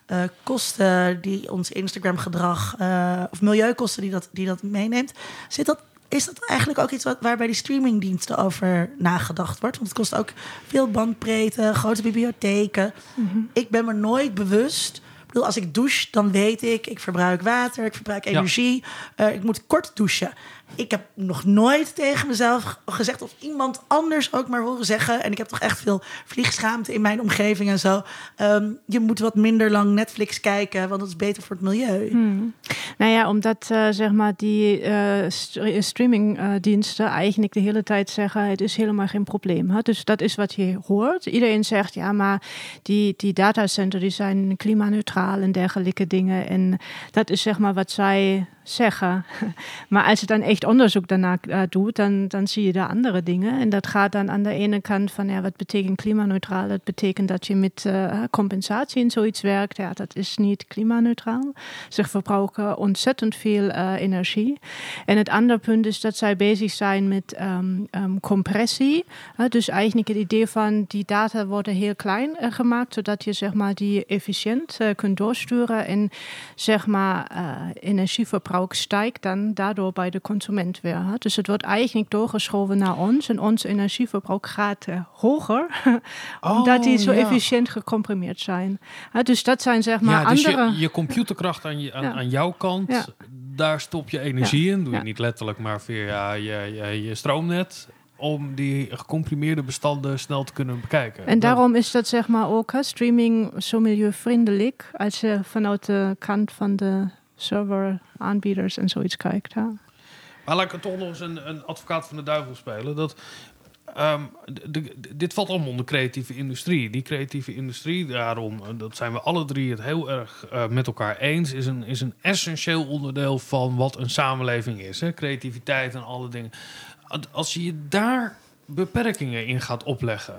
uh, kosten die ons Instagram-gedrag... Uh, of milieukosten die dat, die dat meeneemt... Zit dat, is dat eigenlijk ook iets wat, waar bij die streamingdiensten over nagedacht wordt? Want het kost ook veel bandbreedte, grote bibliotheken. Mm-hmm. Ik ben me nooit bewust... Ik bedoel, als ik douche, dan weet ik... ik verbruik water, ik verbruik energie. Ja. Uh, ik moet kort douchen. Ik heb nog nooit tegen mezelf gezegd... of iemand anders ook maar horen zeggen... en ik heb toch echt veel vliegschaamte in mijn omgeving en zo... Um, je moet wat minder lang Netflix kijken... want dat is beter voor het milieu. Hmm. Nou ja, omdat uh, zeg maar die uh, st- streamingdiensten... Uh, eigenlijk de hele tijd zeggen... het is helemaal geen probleem. Hè? Dus dat is wat je hoort. Iedereen zegt, ja, maar die, die datacenter... die zijn klimaatneutraal en dergelijke dingen. En dat is zeg maar wat zij... zeggen. Maar als je dan echt onderzoek daarna uh, doet, dan, dan zie je daar andere dingen. En dat gaat dan aan de ene kant van, ja, wat betekent klimaatneutraal? Dat betekent dat je met uh, compensatie in zoiets werkt. Ja, dat is niet klimaatneutraal. Ze verbruiken ontzettend veel uh, energie. En het andere punt is dat zij bezig zijn met um, um, compressie. Uh, dus eigenlijk het idee van, die data worden heel klein uh, gemaakt, zodat je zeg maar die efficiënt uh, kunt doorsturen en zeg maar uh, energieverbruik stijgt dan daardoor bij de consument weer. Hè? Dus het wordt eigenlijk doorgeschoven naar ons en ons energieverbruik gaat uh, hoger, omdat oh, die zo ja. efficiënt gecomprimeerd zijn. Hè? Dus dat zijn zeg maar ja, dus andere... Je, je computerkracht aan, je, aan, ja. aan jouw kant, ja. daar stop je energie ja. in. Doe je ja. niet letterlijk, maar via je, je, je stroomnet... om die gecomprimeerde bestanden snel te kunnen bekijken. En daarom is dat zeg maar ook hè, streaming zo milieuvriendelijk... als je vanuit de kant van de serveraanbieders en zoiets kijkt. Ja. Maar laat ik toch nog eens een, een advocaat van de duivel spelen. Dat, um, de, de, dit valt allemaal onder creatieve industrie. Die creatieve industrie, daarom, dat zijn we alle drie het heel erg uh, met elkaar eens... Is een, is een essentieel onderdeel van wat een samenleving is. Hè? Creativiteit en alle dingen. Als je je daar beperkingen in gaat opleggen...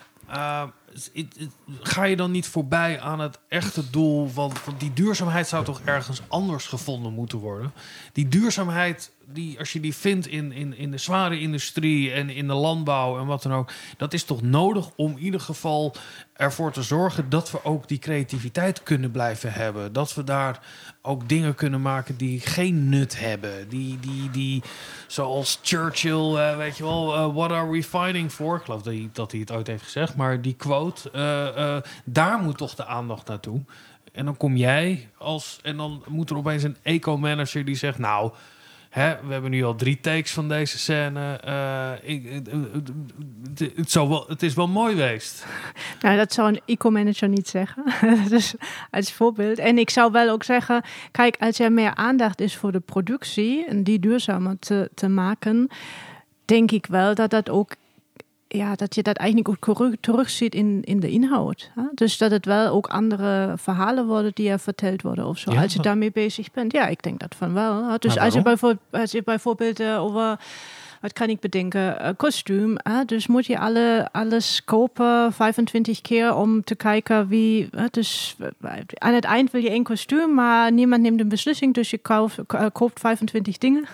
Uh, it, it, ga je dan niet voorbij aan het echte doel... Want, want die duurzaamheid zou toch ergens anders gevonden moeten worden. Die duurzaamheid, die, als je die vindt in, in, in de zware industrie... en in de landbouw en wat dan ook... dat is toch nodig om in ieder geval ervoor te zorgen... dat we ook die creativiteit kunnen blijven hebben. Dat we daar ook dingen kunnen maken die geen nut hebben. Die, die, die zoals Churchill, uh, weet je wel... Uh, what are we fighting for? Ik geloof dat hij, dat hij het ooit heeft gezegd. Maar die quote, uh, uh, daar moet toch de aandacht naartoe. En dan kom jij als... en dan moet er opeens een eco-manager die zegt... nou, hè, we hebben nu al drie takes van deze scène. Uh, ik, het, het, het, zou wel, het is wel mooi geweest. Nou, dat zou een eco-manager niet zeggen. Dus als voorbeeld. En ik zou wel ook zeggen... kijk, als er meer aandacht is voor de productie... en die duurzamer te, te maken... denk ik wel dat dat ook... ja, dat je dat eigenlijk ook terugziet in, in de inhoud. Hè? Dus dat het wel ook andere verhalen worden die er verteld worden of zo. Ja, als je daarmee bezig bent. Ja, ik denk dat van wel. Hè? Dus als je, bijvoorbeeld, als je bijvoorbeeld uh, over... wat kan ik bedenken? Uh, kostuum. Hè? Dus moet je alle, alles kopen vijfentwintig keer om te kijken wie... Hè? Dus aan het eind wil je één kostuum, maar niemand neemt een beslissing. Dus je koopt, uh, koopt vijfentwintig dingen.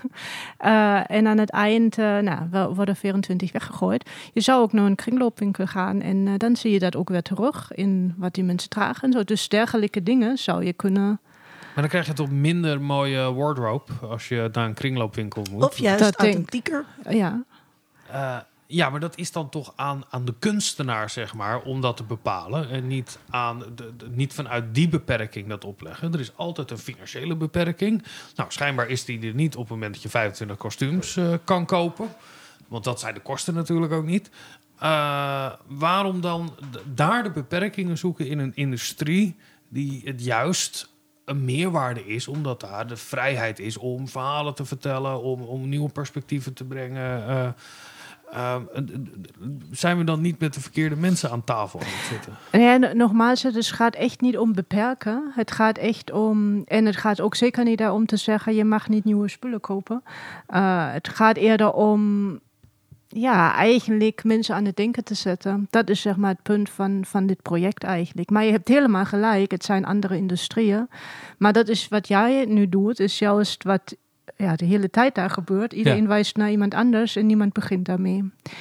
Uh, en aan het eind uh, nou, worden vierentwintig weggegooid. Je zou ook naar een kringloopwinkel gaan en uh, dan zie je dat ook weer terug in wat die mensen dragen. En zo. Dus dergelijke dingen zou je kunnen... Maar dan krijg je toch minder mooie wardrobe als je naar een kringloopwinkel moet. Of juist dat authentieker. Denk, ja. Uh, ja, maar dat is dan toch aan, aan de kunstenaar, zeg maar, om dat te bepalen. En niet, aan de, de, niet vanuit die beperking dat opleggen. Er is altijd een financiële beperking. Nou, schijnbaar is die er niet op het moment dat je vijfentwintig kostuums uh, kan kopen. Want dat zijn de kosten natuurlijk ook niet. Uh, waarom dan d- daar de beperkingen zoeken in een industrie die het juist... een meerwaarde is, omdat daar de vrijheid is om verhalen te vertellen, om, om nieuwe perspectieven te brengen. Uh, uh, zijn we dan niet met de verkeerde mensen aan tafel aan het zitten? Ja, nogmaals, het dus gaat echt niet om beperken. Het gaat echt om, en het gaat ook zeker niet om te zeggen, je mag niet nieuwe spullen kopen. Uh, het gaat eerder om... ja, eigenlijk mensen aan het denken te zetten. Dat is zeg maar het punt van, van dit project eigenlijk. Maar je hebt helemaal gelijk, het zijn andere industrieën. Maar dat is wat jij nu doet, is juist wat ja, de hele tijd daar gebeurt. Iedereen ja. wijst naar iemand anders en niemand begint daarmee.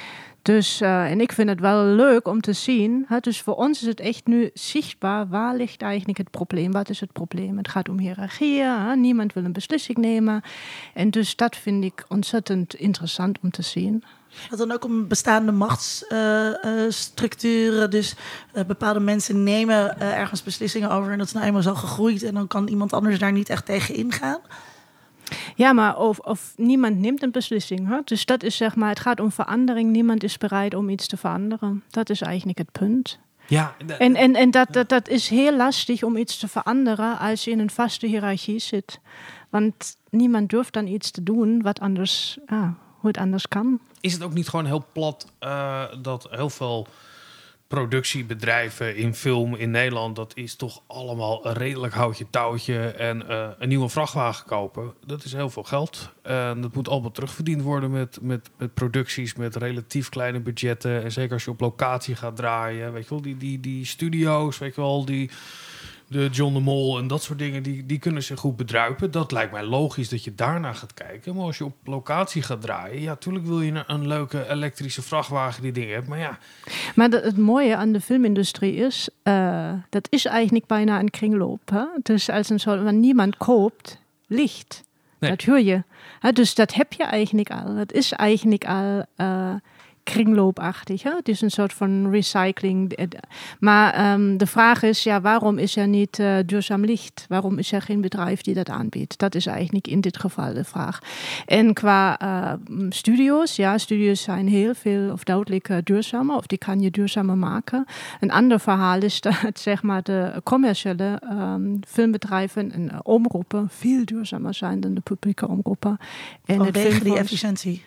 Dus, uh, en ik vind het wel leuk om te zien. Hè? Dus voor ons is het echt nu zichtbaar. Waar ligt eigenlijk het probleem? Wat is het probleem? Het gaat om hiërarchieën. Hè? Niemand wil een beslissing nemen. En dus dat vind ik ontzettend interessant om te zien. Dat dan ook om bestaande machtsstructuren. Uh, uh, dus uh, bepaalde mensen nemen uh, ergens beslissingen over. En dat is nou eenmaal zo gegroeid. En dan kan iemand anders daar niet echt tegen ingaan. Ja, maar of, of niemand neemt een beslissing. Hè? Dus dat is zeg maar, het gaat om verandering. Niemand is bereid om iets te veranderen. Dat is eigenlijk het punt. Ja, d- en en, en dat, dat, dat is heel lastig om iets te veranderen als je in een vaste hiërarchie zit. Want niemand durft dan iets te doen wat anders, ah, hoe het anders kan. Is het ook niet gewoon heel plat uh, dat heel veel productiebedrijven in film in Nederland, dat is toch allemaal een redelijk houtje touwtje en uh, een nieuwe vrachtwagen kopen. Dat is heel veel geld. En dat moet allemaal terugverdiend worden met, met, met producties, met relatief kleine budgetten. En zeker als je op locatie gaat draaien, weet je wel, die, die, die studio's, weet je wel, die de John de Mol en dat soort dingen, die, die kunnen zich goed bedruipen. Dat lijkt mij logisch dat je daarna gaat kijken. Maar als je op locatie gaat draaien, ja, natuurlijk wil je een, een leuke elektrische vrachtwagen die dingen hebt. Maar ja. Maar dat, het mooie aan de filmindustrie is, uh, dat is eigenlijk bijna een kringloop. Hè? Dus als een soort, want niemand koopt licht. Nee. Dat hoor je. Hè? Dus dat heb je eigenlijk al. Dat is eigenlijk al Uh, kringloopachtig. Hè? Het is een soort van recycling. Maar um, de vraag is, ja, waarom is er niet uh, duurzaam licht? Waarom is er geen bedrijf die dat aanbiedt? Dat is eigenlijk in dit geval de vraag. En qua uh, studio's, ja, studio's zijn heel veel of duidelijk uh, duurzamer, of die kan je duurzamer maken. Een ander verhaal is dat, zeg maar, de commerciële um, filmbedrijven en uh, omroepen veel duurzamer zijn dan de publieke omroepen. En vanwege die efficiëntie.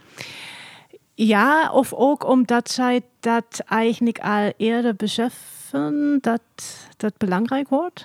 Ja, of ook omdat zij dat eigenlijk al eerder beseffen dat dat belangrijk wordt.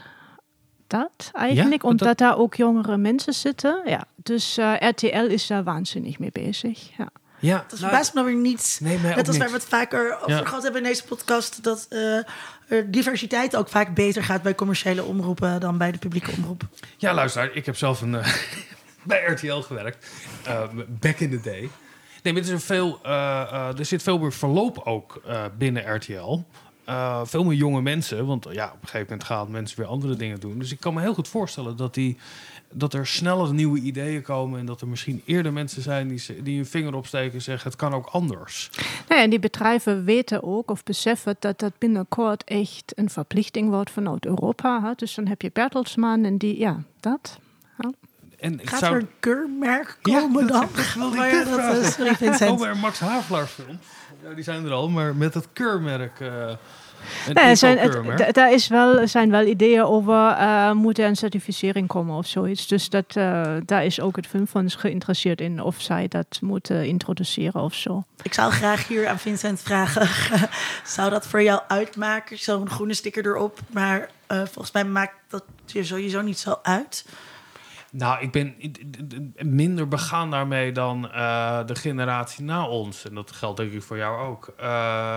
Dat eigenlijk, ja, omdat dat daar ook jongere mensen zitten. Ja, dus uh, R T L is daar waanzinnig mee bezig. Ja. Ja, dat verbaast me weer niet. Nee, net als waar we het vaker over ja. gehad hebben in deze podcast, dat uh, diversiteit ook vaak beter gaat bij commerciële omroepen dan bij de publieke omroep. Ja, luister, ik heb zelf een, uh, bij R T L gewerkt. Uh, back in the day. Nee, maar er, is een veel, uh, uh, er zit veel meer verloop ook uh, binnen R T L. Uh, veel meer jonge mensen, want ja, op een gegeven moment gaan mensen weer andere dingen doen. Dus ik kan me heel goed voorstellen dat, die, dat er sneller nieuwe ideeën komen en dat er misschien eerder mensen zijn die, die hun vinger opsteken en zeggen, het kan ook anders. Nou ja, en die bedrijven weten ook of beseffen dat dat binnenkort echt een verplichting wordt vanuit Europa. Hè? Dus dan heb je Bertelsmann en die, ja, dat. Ja. En Gaat zou... er een keurmerk komen ja, dan? Dat wil ik oh, ja, dat is sorry, Vincent. Oh, maar Max Havelaar film. Ja, die zijn er al, maar met het keurmerk. Uh, nee, zijn, het, daar is wel, zijn wel ideeën over, uh, moet er een certificering komen of zoiets. Dus dat, uh, daar is ook het Filmfonds geïnteresseerd in of zij dat moeten introduceren of zo. Ik zou graag hier aan Vincent vragen, zou dat voor jou uitmaken? Zo'n groene sticker erop, maar uh, volgens mij maakt dat je sowieso niet zo uit. Nou, ik ben minder begaan daarmee dan uh, de generatie na ons. En dat geldt denk ik voor jou ook. Uh,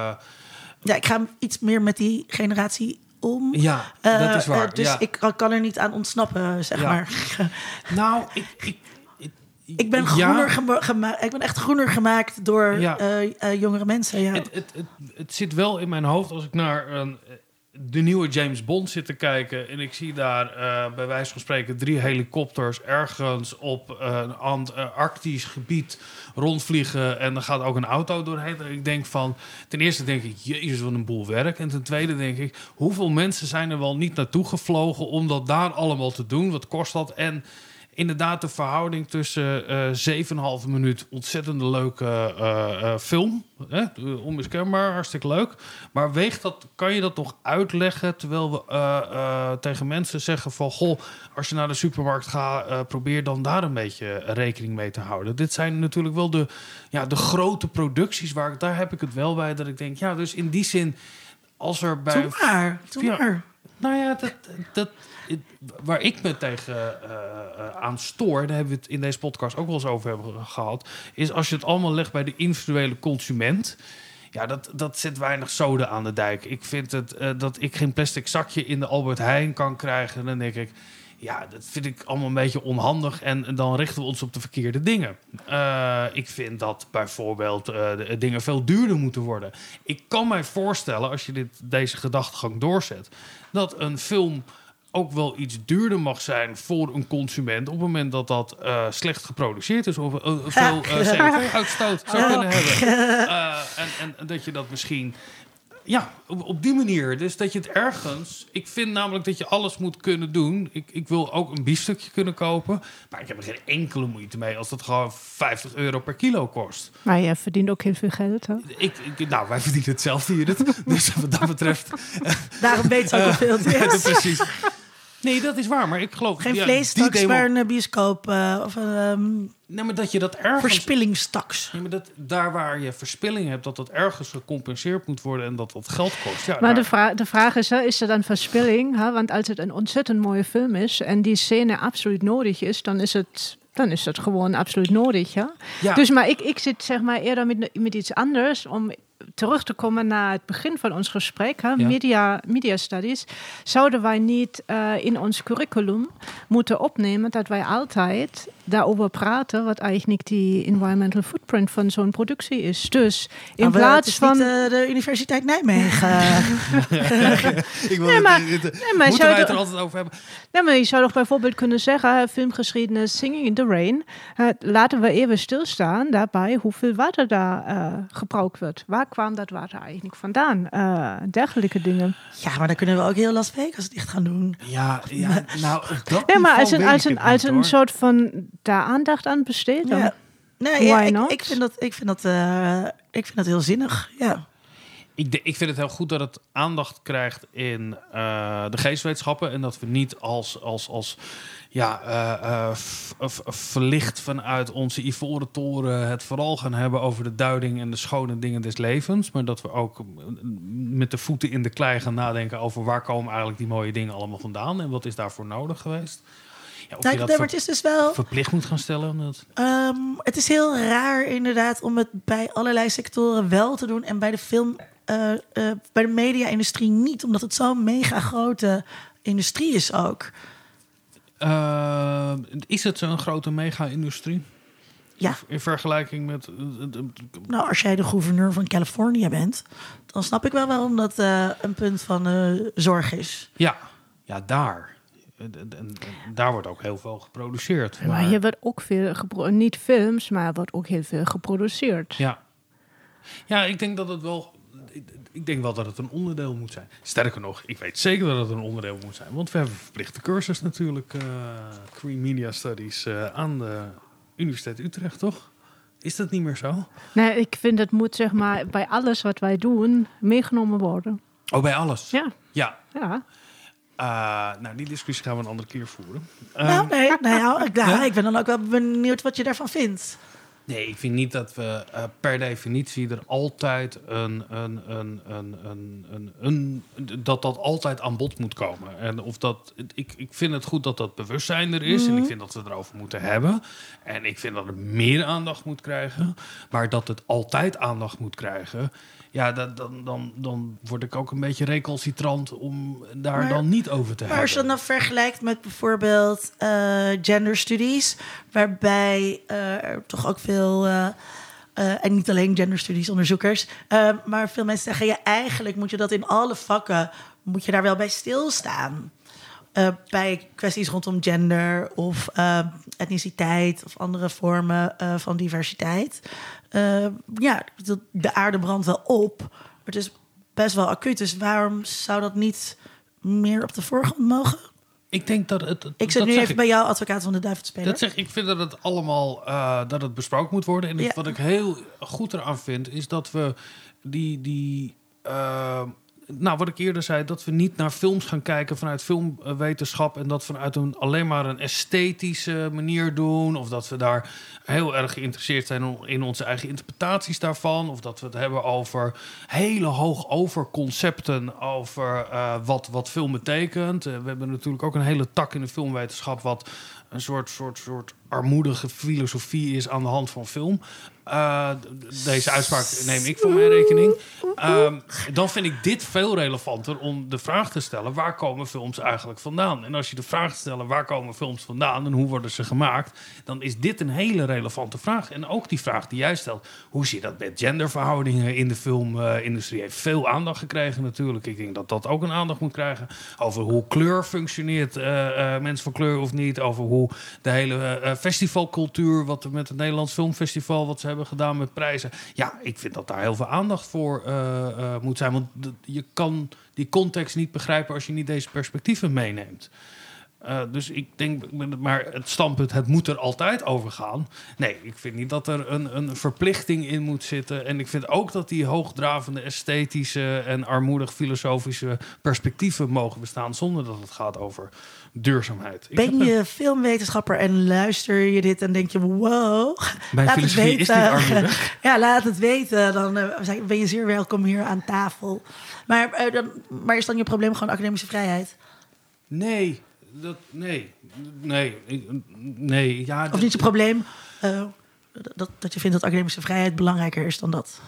ja, ik ga iets meer met die generatie om. Ja, uh, dat is waar. Uh, dus ja. ik kan er niet aan ontsnappen, zeg ja. maar. Nou, ik... ik Ik, ik, ben groener ja. gema- gema- ik ben echt groener gemaakt door ja. uh, uh, jongere mensen. Ja. Het, het, het, het zit wel in mijn hoofd als ik naar een, de nieuwe James Bond zit te kijken en ik zie daar uh, bij wijze van spreken drie helikopters ergens op uh, een Antarctisch gebied rondvliegen en er gaat ook een auto doorheen. En ik denk van, ten eerste denk ik, jezus, wat een boel werk. En ten tweede denk ik, hoeveel mensen zijn er wel niet naartoe gevlogen om dat daar allemaal te doen? Wat kost dat? En inderdaad, de verhouding tussen uh, zeven komma vijf minuut ontzettende leuke uh, uh, film. Hè? Onmiskenbaar, hartstikke leuk. Maar weegt dat, kan je dat nog uitleggen terwijl we uh, uh, tegen mensen zeggen van, goh, als je naar de supermarkt gaat, uh, probeer dan daar een beetje rekening mee te houden. Dit zijn natuurlijk wel de, ja, de grote producties, waar ik, daar heb ik het wel bij dat ik denk, ja, dus in die zin, als er bij... Doe maar, doe ja, maar. Nou ja, dat... dat waar ik me tegen uh, uh, aan stoor, daar hebben we het in deze podcast ook wel eens over hebben gehad, is als je het allemaal legt bij de individuele consument, ja, dat, dat zet weinig zoden aan de dijk. Ik vind het uh, dat ik geen plastic zakje in de Albert Heijn kan krijgen, dan denk ik, Ja, dat vind ik allemaal een beetje onhandig. En, en dan richten we ons op de verkeerde dingen. Uh, ik vind dat bijvoorbeeld uh, de dingen veel duurder moeten worden. Ik kan mij voorstellen, als je dit, deze gedachtegang doorzet, dat een film ook wel iets duurder mag zijn voor een consument op het moment dat dat uh, slecht geproduceerd is of uh, veel uh, C O twee-uitstoot zou kunnen hebben. Uh, en, en dat je dat misschien... Ja, op, op die manier. Dus dat je het ergens... Ik vind namelijk dat je alles moet kunnen doen. Ik, ik wil ook een biefstukje kunnen kopen. Maar ik heb er geen enkele moeite mee als dat gewoon vijftig euro per kilo kost. Maar je verdient ook heel veel geld, hè? Ik, ik, nou, wij verdienen hetzelfde hier. Dus wat dat betreft... Daarom weet ze ook hoeveel het is. Ja, precies. Nee, dat is waar, maar ik geloof... Geen ja, vleestaks, demo... maar een bioscoop uh, of een um, nee, maar dat je dat ergens... verspillingstaks. Nee, maar dat, daar waar je verspilling hebt, dat dat ergens gecompenseerd moet worden en dat dat geld kost. Ja, maar daar... de, vra- de vraag is, hè, is er dan verspilling? Hè? Want als het een ontzettend mooie film is en die scène absoluut nodig is, dan is het... Dan is dat gewoon absoluut nodig, ja. ja. Dus maar ik, ik zit zeg maar eerder met, met iets anders om terug te komen naar het begin van ons gesprek, hè? Ja. Media, media studies. Zouden wij niet uh, in ons curriculum moeten opnemen dat wij altijd daarover praten wat eigenlijk die environmental footprint van zo'n productie is. Dus in maar plaats het is van niet, uh, de Universiteit Nijmegen. Ik wil nee, maar, het, het, nee, maar moeten wij het er altijd over hebben? Nee, maar je zou toch bijvoorbeeld kunnen zeggen, filmgeschiedenis Singing in the Rain. Uh, laten we even stilstaan daarbij hoeveel water daar uh, gebruikt wordt. Waar kwam dat water eigenlijk vandaan? Uh, dergelijke dingen. Ja, maar dan kunnen we ook heel Las Vegas dicht gaan doen. Ja, ja nou... Dat nee, maar als een, als een, als een soort van daar aandacht aan besteden. Ja. Nee, ja, ik, ik vind dat, ik vind dat, uh, ik vind dat heel zinnig, ja. Ik, de, ik vind het heel goed dat het aandacht krijgt in uh, de geesteswetenschappen en dat we niet als, als, als ja, uh, uh, f, f, verlicht vanuit onze ivoren toren het vooral gaan hebben over de duiding en de schone dingen des levens, maar dat we ook met de voeten in de klei gaan nadenken over waar komen eigenlijk die mooie dingen allemaal vandaan en wat is daarvoor nodig geweest. Ja, of nou, je dat ver- ver- het is dus wel verplicht moet gaan stellen. Dat... Um, het is heel raar inderdaad om het bij allerlei sectoren wel te doen en bij de film, uh, uh, bij de media-industrie niet, omdat het zo'n mega grote industrie is ook. Uh, is het zo'n grote mega-industrie? Ja. In vergelijking met... Uh, uh, nou, als jij de gouverneur van Californië bent, dan snap ik wel waarom dat uh, een punt van uh, zorg is. Ja, ja, daar. En, en, en daar wordt ook heel veel geproduceerd. Maar, maar hier wordt ook veel gepro- niet films, maar er wordt ook heel veel geproduceerd. Ja, ja, ik denk dat het wel. Ik, ik denk wel dat het een onderdeel moet zijn. Sterker nog, ik weet zeker dat het een onderdeel moet zijn, want we hebben een verplichte cursus natuurlijk, uh, Green Media Studies uh, aan de Universiteit Utrecht, toch? Is dat niet meer zo? Nee, ik vind het moet zeg maar bij alles wat wij doen meegenomen worden. Oh, bij alles? Ja. Ja. Ja. Uh, nou, die discussie gaan we een andere keer voeren. Nou, Um, nee, nou, ik, nou, ja? ik ben dan ook wel benieuwd wat je daarvan vindt. Nee, ik vind niet dat we uh, per definitie er altijd een, een, een, een, een, een, een, dat dat altijd aan bod moet komen. En of dat, ik, ik vind het goed dat dat bewustzijn er is. Mm. En ik vind dat we het erover moeten hebben. En ik vind dat het meer aandacht moet krijgen. Maar dat het altijd aandacht moet krijgen. Ja, dat, dan, dan, dan word ik ook een beetje recalcitrant om daar maar, dan niet over te maar hebben. als je dat nou vergelijkt met bijvoorbeeld uh, gender studies, waarbij uh, er toch ook veel, uh, uh, en niet alleen gender studies onderzoekers, uh, maar veel mensen zeggen, ja, eigenlijk moet je dat in alle vakken, moet je daar wel bij stilstaan. Uh, bij kwesties rondom gender of uh, etniciteit of andere vormen uh, van diversiteit. Uh, ja, de aarde brandt wel op. Maar het is best wel acuut. Dus waarom zou dat niet meer op de voorgrond mogen? Ik denk dat het... Ik zit nu even ik. bij jou, advocaat van de duivel te spelen. Dat zeg ik. vind dat het allemaal uh, dat het besproken moet worden. En ja. wat ik heel goed eraan vind, is dat we die... die uh, nou, wat ik eerder zei, dat we niet naar films gaan kijken vanuit filmwetenschap en dat vanuit een alleen maar een esthetische manier doen, of dat we daar heel erg geïnteresseerd zijn in onze eigen interpretaties daarvan, of dat we het hebben over hele hoog over concepten over uh, wat, wat film betekent. Uh, we hebben natuurlijk ook een hele tak in de filmwetenschap wat een soort, soort, soort armoedige filosofie is aan de hand van film. Uh, deze uitspraak neem ik voor mijn rekening. Um, dan vind ik dit veel relevanter om de vraag te stellen... waar komen films eigenlijk vandaan? En als je de vraag stelt, waar komen films vandaan... en hoe worden ze gemaakt... dan is dit een hele relevante vraag. En ook die vraag die jij stelt... hoe zit dat met genderverhoudingen in de filmindustrie? Heeft veel aandacht gekregen natuurlijk. Ik denk dat dat ook een aandacht moet krijgen. Over hoe kleur functioneert, uh, uh, mensen van kleur of niet. Over hoe de hele uh, festivalcultuur... wat met het Nederlands Filmfestival... wat ze hebben gedaan met prijzen. Ja, ik vind dat daar heel veel aandacht voor uh, uh, moet zijn. Want d- je kan die context niet begrijpen... als je niet deze perspectieven meeneemt. Uh, dus ik denk, maar het standpunt, het moet er altijd over gaan. Nee, ik vind niet dat er een, een verplichting in moet zitten. En ik vind ook dat die hoogdravende, esthetische en armoedig filosofische perspectieven mogen bestaan, zonder dat het gaat over duurzaamheid. Ik ben je een... filmwetenschapper en luister je dit en denk je, wow. Mijn laat filosofie het weten. is niet armoedig. Ja, laat het weten. Dan uh, ben je zeer welkom hier aan tafel. Maar, uh, dan, maar is dan je probleem gewoon academische vrijheid? Nee. Dat, nee, nee, nee. Ja, of dat, niet je probleem uh, dat, dat je vindt dat academische vrijheid belangrijker is dan dat?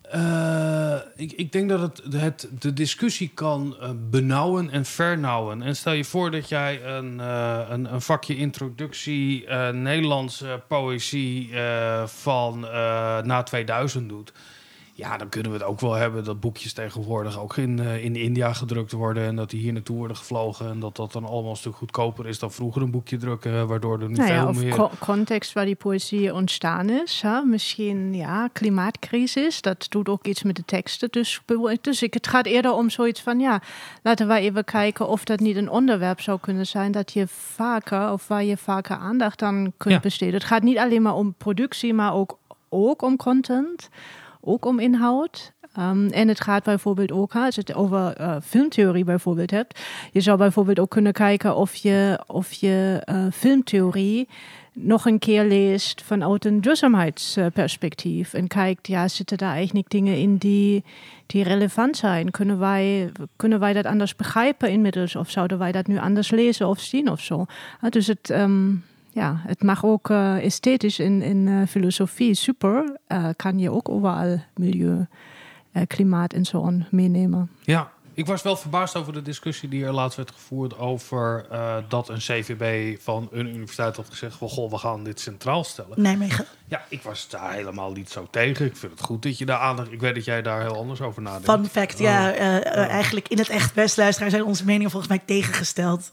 Uh, ik, ik denk dat het, het de discussie kan uh, benauwen en vernauwen. En stel je voor dat jij een, uh, een, een vakje introductie uh, Nederlandse poëzie uh, van uh, na tweeduizend doet. Ja, dan kunnen we het ook wel hebben dat boekjes tegenwoordig ook in, uh, in India gedrukt worden... en dat die hier naartoe worden gevlogen... en dat dat dan allemaal een stuk goedkoper is dan vroeger een boekje drukken... waardoor er nu nou ja, veel of meer... co- context waar die poëzie ontstaan is. Hè? Misschien, ja, klimaatcrisis, dat doet ook iets met de teksten. Dus, dus ik, het gaat eerder om zoiets van, ja, laten we even kijken... of dat niet een onderwerp zou kunnen zijn... dat je vaker, of waar je vaker aandacht aan kunt ja. besteden. Het gaat niet alleen maar om productie, maar ook, ook om content... ook om inhoud. Um, en het gaat bijvoorbeeld ook, als je het over uh, filmtheorie bijvoorbeeld hebt. Je zou bijvoorbeeld ook kunnen kijken of je, of je uh, filmtheorie nog een keer leest vanuit een duurzaamheidsperspectief. En kijkt, ja, zitten daar eigenlijk dingen in die, die relevant zijn? Kunnen wij, kunnen wij dat anders begrijpen inmiddels? Of zouden wij dat nu anders lezen of zien of zo? Uh, dus het... Um, Ja, het mag ook uh, esthetisch in, in uh, filosofie, super. Uh, kan je ook overal milieu, uh, klimaat en zo on meenemen. Ja, ik was wel verbaasd over de discussie die er laatst werd gevoerd... over uh, dat een C V B van een universiteit had gezegd... Well, goh, we gaan dit centraal stellen. Nijmegen. Ja, ik was daar helemaal niet zo tegen. Ik vind het goed dat je daar aandacht... Ik weet dat jij daar heel anders over nadenkt. Fun fact, oh. ja. Uh, uh, eigenlijk in het echt best, luisteraar, zijn onze meningen volgens mij tegengesteld.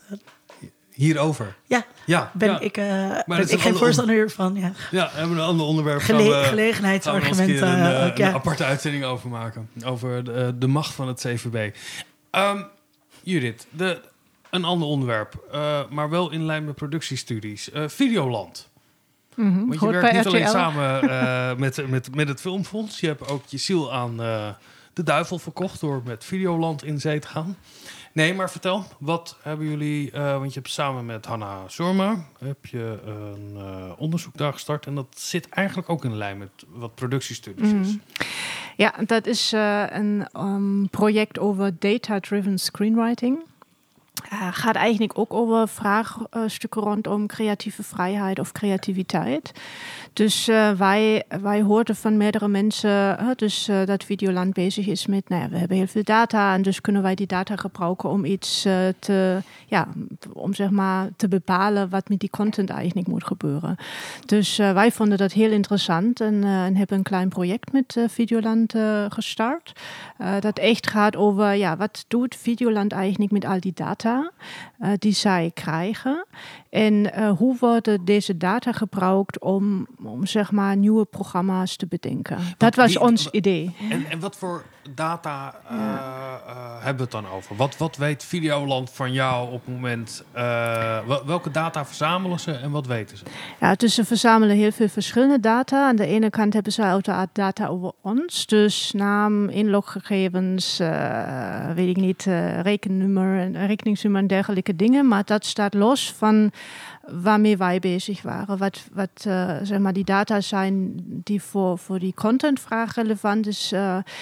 Hierover? Ja, ja ben ja. ik, uh, ben ik geen ander... voorstander van. Ja, ja hebben we een ander onderwerp. Gele- gaan we, gelegenheidsargumenten. Gaan we een, uh, ook, ja. een aparte uitzending over maken. Over de, de macht van het C V B. Um, Judith, de, een ander onderwerp. Uh, maar wel in lijn met productiestudies. Uh, Videoland. Mm-hmm. Want je Hoort werkt niet R T L. alleen samen uh, met, met, met het Filmfonds. Je hebt ook je ziel aan uh, de duivel verkocht... door met Videoland in zee te gaan. Nee, maar vertel, wat hebben jullie... Uh, want je hebt samen met Hanna Surma... heb je een uh, onderzoek daar gestart... en dat zit eigenlijk ook in lijn met wat productiestudies mm. is. Ja, dat is uh, een um, project over data-driven screenwriting. Uh, gaat eigenlijk ook over vraagstukken rondom creatieve vrijheid of creativiteit. Dus uh, wij, wij hoorden van meerdere mensen uh, dus, uh, dat Videoland bezig is met, nou ja, we hebben heel veel data en dus kunnen wij die data gebruiken om iets uh, te, ja, om zeg maar te bepalen wat met die content eigenlijk moet gebeuren. Dus uh, wij vonden dat heel interessant en, uh, en hebben een klein project met uh, Videoland uh, gestart. Uh, dat echt gaat over, ja, wat doet Videoland eigenlijk met al die data uh, die zij krijgen? En uh, hoe worden deze data gebruikt om, om zeg maar nieuwe programma's te bedenken? Want dat was wie, ons w- idee. En, en wat voor data uh, uh, hebben we het dan over? Wat, wat weet Videoland van jou op het moment? Uh, welke data verzamelen ze en wat weten ze? Ja, dus ze verzamelen heel veel verschillende data. Aan de ene kant hebben ze uiteraard data over ons. Dus naam, inloggegevens, uh, weet ik niet, uh, rekennummer en rekeningsnummer en dergelijke dingen. Maar dat staat los van waarmee wij bezig waren. Wat, wat uh, zeg maar die data zijn die voor, voor die contentvraag relevant is, uh, zijn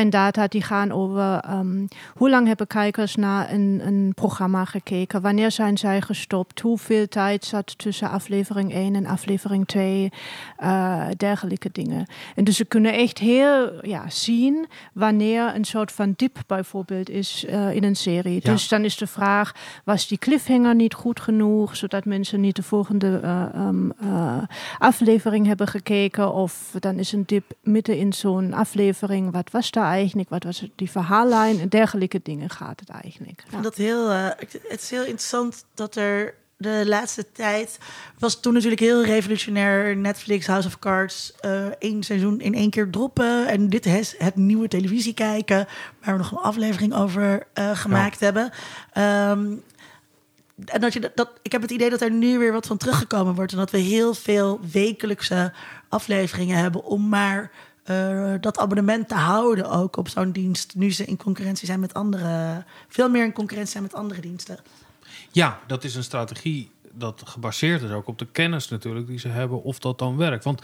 zijn data die gaan over um, hoe lang hebben kijkers naar een, een programma gekeken, wanneer zijn zij gestopt, hoeveel tijd zat tussen aflevering één en aflevering twee, uh, dergelijke dingen. En dus ze kunnen echt heel ja, zien wanneer een soort van dip bijvoorbeeld is uh, in een serie. Ja. Dus dan is de vraag, was die cliffhanger niet goed genoeg, zodat mensen niet de volgende uh, um, uh, aflevering hebben gekeken, of dan is een dip midden in zo'n aflevering, wat was daar eigenlijk, wat was die verhaallijn en dergelijke dingen gaat het eigenlijk. Ja. Dat heel, uh, het is heel interessant dat er de laatste tijd was toen natuurlijk heel revolutionair Netflix, House of Cards, uh, één seizoen in één keer droppen en dit is het nieuwe televisie kijken, waar we nog een aflevering over uh, gemaakt ja. hebben. Um, En dat je dat, dat, ik heb het idee dat er nu weer wat van teruggekomen wordt. En dat we heel veel wekelijkse afleveringen hebben om maar uh, dat abonnement te houden ook op zo'n dienst. Nu ze in concurrentie zijn met andere, veel meer in concurrentie zijn met andere diensten. Ja, dat is een strategie dat gebaseerd is ook op de kennis natuurlijk die ze hebben, of dat dan werkt. Want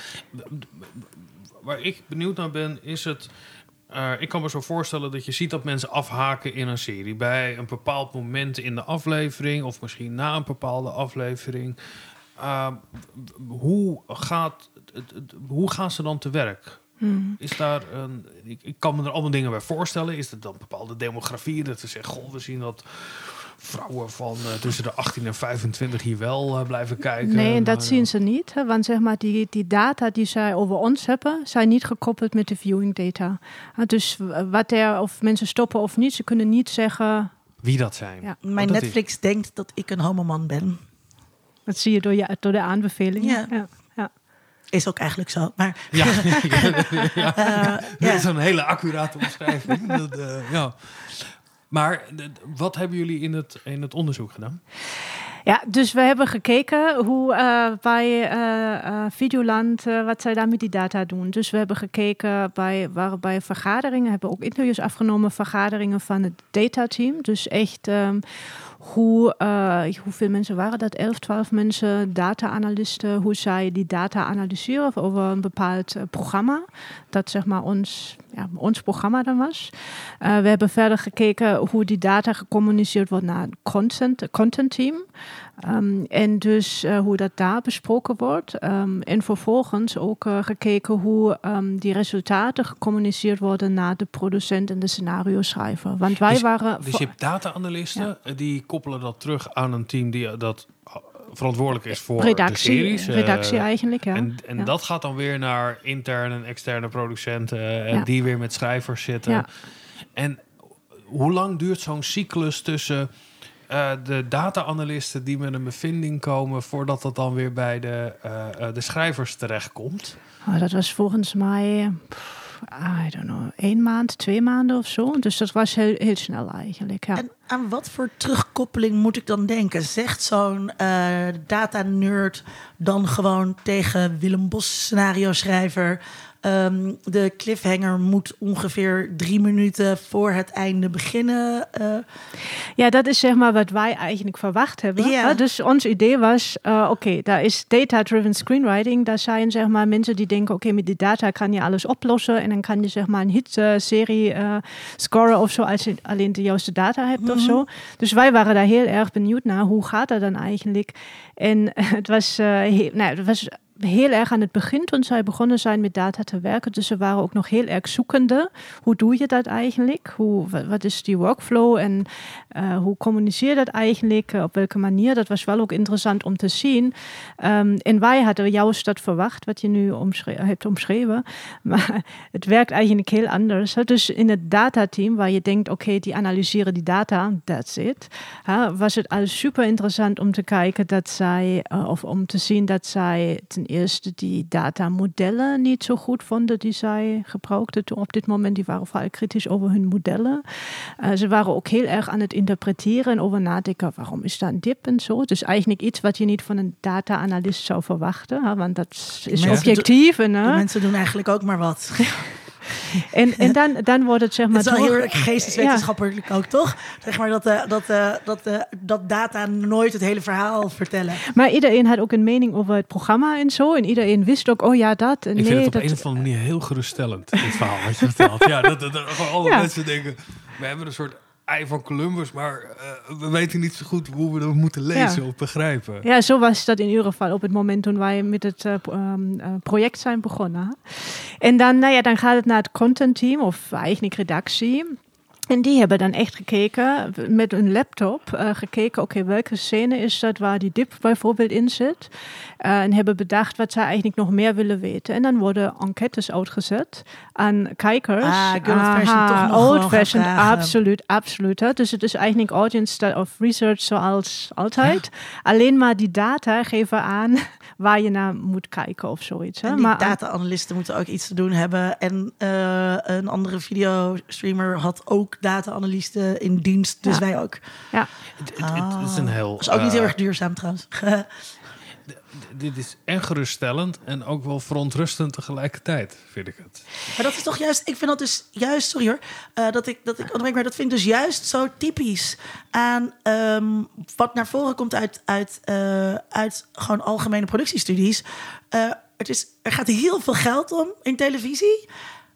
waar ik benieuwd naar ben, is het... Uh, ik kan me zo voorstellen dat je ziet dat mensen afhaken in een serie. Bij een bepaald moment in de aflevering, of misschien na een bepaalde aflevering. Uh, hoe, gaat, hoe gaan ze dan te werk? Hmm. Is daar een, ik, ik kan me er allemaal dingen bij voorstellen. Is er dan bepaalde demografie dat ze zeggen, goh, we zien dat vrouwen van uh, tussen de achttien en vijfentwintig hier wel uh, blijven kijken. Nee, en dat maar, zien ze niet. Hè? Want zeg maar, die, die data die zij over ons hebben, zijn niet gekoppeld met de viewing data. Uh, dus wat er, of mensen stoppen of niet, ze kunnen niet zeggen wie dat zijn. Ja. Mijn dat Netflix is. denkt dat ik een homoman ben. Dat zie je door, je, door de aanbeveling. Ja. Ja. Ja. Is ook eigenlijk zo. Maar ja, ja, ja. Uh, dat is een hele accurate omschrijving. dat, uh, ja. Maar wat hebben jullie in het, in het onderzoek gedaan? Ja, dus we hebben gekeken hoe uh, bij uh, uh, Videoland, uh, wat zij daar met die data doen. Dus we hebben gekeken bij, waren bij vergaderingen, hebben ook interviews afgenomen, vergaderingen van het datateam. Dus echt um, hoe, uh, hoeveel mensen waren dat? elf, twaalf mensen, data-analysten, hoe zij die data analyseren over een bepaald uh, programma. Dat zeg maar ons, ja, ons programma dan was. Uh, we hebben verder gekeken hoe die data gecommuniceerd wordt naar het content, content team. Um, en dus uh, hoe dat daar besproken wordt. Um, en vervolgens ook uh, gekeken hoe um, die resultaten gecommuniceerd worden naar de producent en de scenario schrijver. Want wij dus, waren... Dus je hebt data-analysten, ja. die koppelen dat terug aan een team die dat verantwoordelijk is voor redactie, de series. Redactie uh, eigenlijk, ja. En, en ja. dat gaat dan weer naar interne en externe producenten en ja. die weer met schrijvers zitten. Ja. En hoe lang duurt zo'n cyclus tussen uh, de data-analysten die met een bevinding komen voordat dat dan weer bij de, uh, uh, de schrijvers terechtkomt? Oh, dat was volgens mij, pff, I don't know, één maand, twee maanden of zo. Dus dat was heel, heel snel eigenlijk. Ja. En aan wat voor terugkoppeling moet ik dan denken? Zegt zo'n uh, data-nerd dan gewoon tegen Willem Bos, scenario-schrijver, Um, de cliffhanger moet ongeveer drie minuten voor het einde beginnen. Uh. Ja, dat is zeg maar wat wij eigenlijk verwacht hebben. Yeah. Dus ons idee was, uh, oké, okay, daar is data-driven screenwriting. Daar zijn zeg maar mensen die denken, oké, okay, met die data kan je alles oplossen. En dan kan je zeg maar een hit-serie uh, scoren of zo, als je alleen de juiste data hebt mm-hmm. of zo. Dus wij waren daar heel erg benieuwd naar, hoe gaat dat dan eigenlijk? En uh, het was, uh, heel, nou, het was heel erg aan het begin toen zij begonnen zijn met data te werken. Dus ze waren ook nog heel erg zoekende. Hoe doe je dat eigenlijk? Hoe, wat is die workflow? En uh, hoe communiceer je dat eigenlijk? Uh, op welke manier? Dat was wel ook interessant om te zien. Um, en wij hadden juist dat verwacht, wat je nu omschre- hebt omschreven. Maar het werkt eigenlijk heel anders. Hè? Dus in het datateam, waar je denkt, oké, okay, die analyseren die data, that's it. Uh, was het al super interessant om te kijken dat zij, uh, of om te zien dat zij ten eerste die datamodellen niet zo goed vonden die zij gebruikten toen op dit moment. Die waren vooral kritisch over hun modellen. Uh, ze waren ook heel erg aan het interpreteren en over nadenken, waarom is daar een dip en zo. Dus eigenlijk iets wat je niet van een data-analyst zou verwachten, hè? Want dat is mensen objectief. Do- en, uh, mensen doen eigenlijk ook maar wat. En, en dan, dan wordt het zeg maar... Het is wel door- heel erg geesteswetenschappelijk ook, toch? Zeg maar dat, uh, dat, uh, dat, uh, dat data nooit het hele verhaal vertellen. Maar iedereen had ook een mening over het programma en zo. En iedereen wist ook, oh ja, dat. En Ik nee, vind het op dat, een of andere manier heel geruststellend, dit verhaal wat je vertelt. Ja, dat, dat, dat gewoon alle Ja. mensen denken, we hebben een soort ei van Columbus, maar uh, we weten niet zo goed hoe we dat moeten lezen Ja. of begrijpen. Ja, zo was dat in ieder geval op het moment toen wij met het uh, um, uh, project zijn begonnen. En dan, nou ja, dan gaat het naar het contentteam of eigenlijk redactie. En die hebben dan echt gekeken, met een laptop, uh, gekeken, oké, okay, welke scène is dat waar die dip bijvoorbeeld in zit. Uh, en hebben bedacht wat zij eigenlijk nog meer willen weten. En dan worden enquêtes uitgezet aan kijkers. Ah, good old-fashioned toch nog old gewoon fashioned, gaan vragen. absoluut, absoluut. Hè? Dus het is eigenlijk audience of research zoals altijd. Alleen maar die data geven aan waar je naar moet kijken of zoiets. Hè? En die maar data-analysten moeten ook iets te doen hebben. En uh, een andere videostreamer had ook data-analysten in dienst. Dus Ja. wij ook. ja. Het, het, het is een heel... Dat is ook niet uh, heel erg duurzaam trouwens. Dit is en geruststellend en ook wel verontrustend tegelijkertijd, vind ik het. Maar dat is toch juist, ik vind dat dus juist, sorry hoor, uh, dat ik dat ik onderbreek, maar dat vind ik dus juist zo typisch aan um, wat naar voren komt uit, uit, uh, uit gewoon algemene productiestudies. Uh, het is, er gaat heel veel geld om in televisie.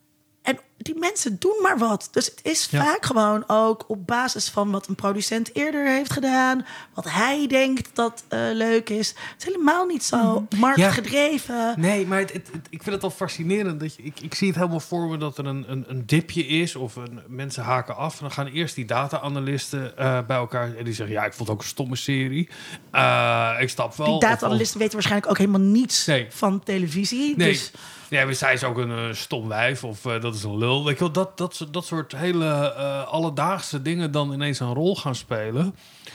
En die mensen doen maar wat. Dus het is Ja. vaak gewoon ook op basis van wat een producent eerder heeft gedaan. Wat hij denkt dat uh, leuk is. Het is helemaal niet zo marktgedreven. Nee, maar het, het, het- ik vind het al fascinerend. Dat je, ik, ik zie het helemaal voor me dat er een, een, een dipje is. Of een, mensen haken af. En dan gaan eerst die data-analysten uh, bij elkaar. En die zeggen, ja, ik vond het ook een stomme serie. Uh, ik stap wel. Die Of- of- data-analysten weten waarschijnlijk ook helemaal niets Nee. van televisie. Nee. Dus Ja, maar zij is ook een uh, stom wijf of uh, dat is een lul. Weet je wel, dat, dat, soort- dat soort hele uh, alledaagse dingen dan ineens een rol gaan spelen.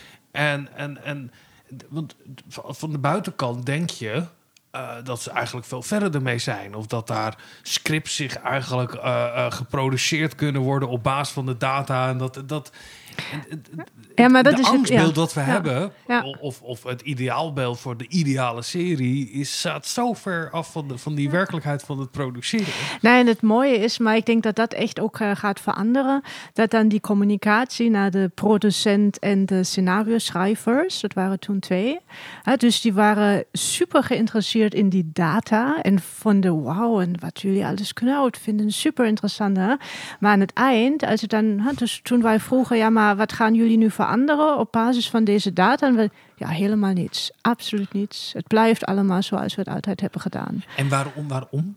En, en, en want van de buitenkant denk je uh, dat ze eigenlijk veel verder ermee zijn. Of dat daar scripts zich eigenlijk uh, uh, geproduceerd kunnen worden op basis van de data. En dat... dat en, en, Ja, maar dat de is het, angstbeeld ja. dat we Ja. hebben, Ja. of, of het ideaalbeeld voor de ideale serie, is, staat zo ver af van, de, van die werkelijkheid van het produceren. Nee, en het mooie is, maar ik denk dat dat echt ook uh, gaat veranderen, dat dan die communicatie naar de producent en de scenario-schrijvers, dat waren toen twee, hè, dus die waren super geïnteresseerd in die data en vonden, wauw, en wat jullie alles kunnen uitvinden, super interessant. Hè? Maar aan het eind, als het dan, hè, dus toen wij vroegen, ja, maar wat gaan jullie nu veranderen op basis van deze data? En we, ja, helemaal niets, absoluut niets. Het blijft allemaal zoals we het altijd hebben gedaan. En waarom? waarom?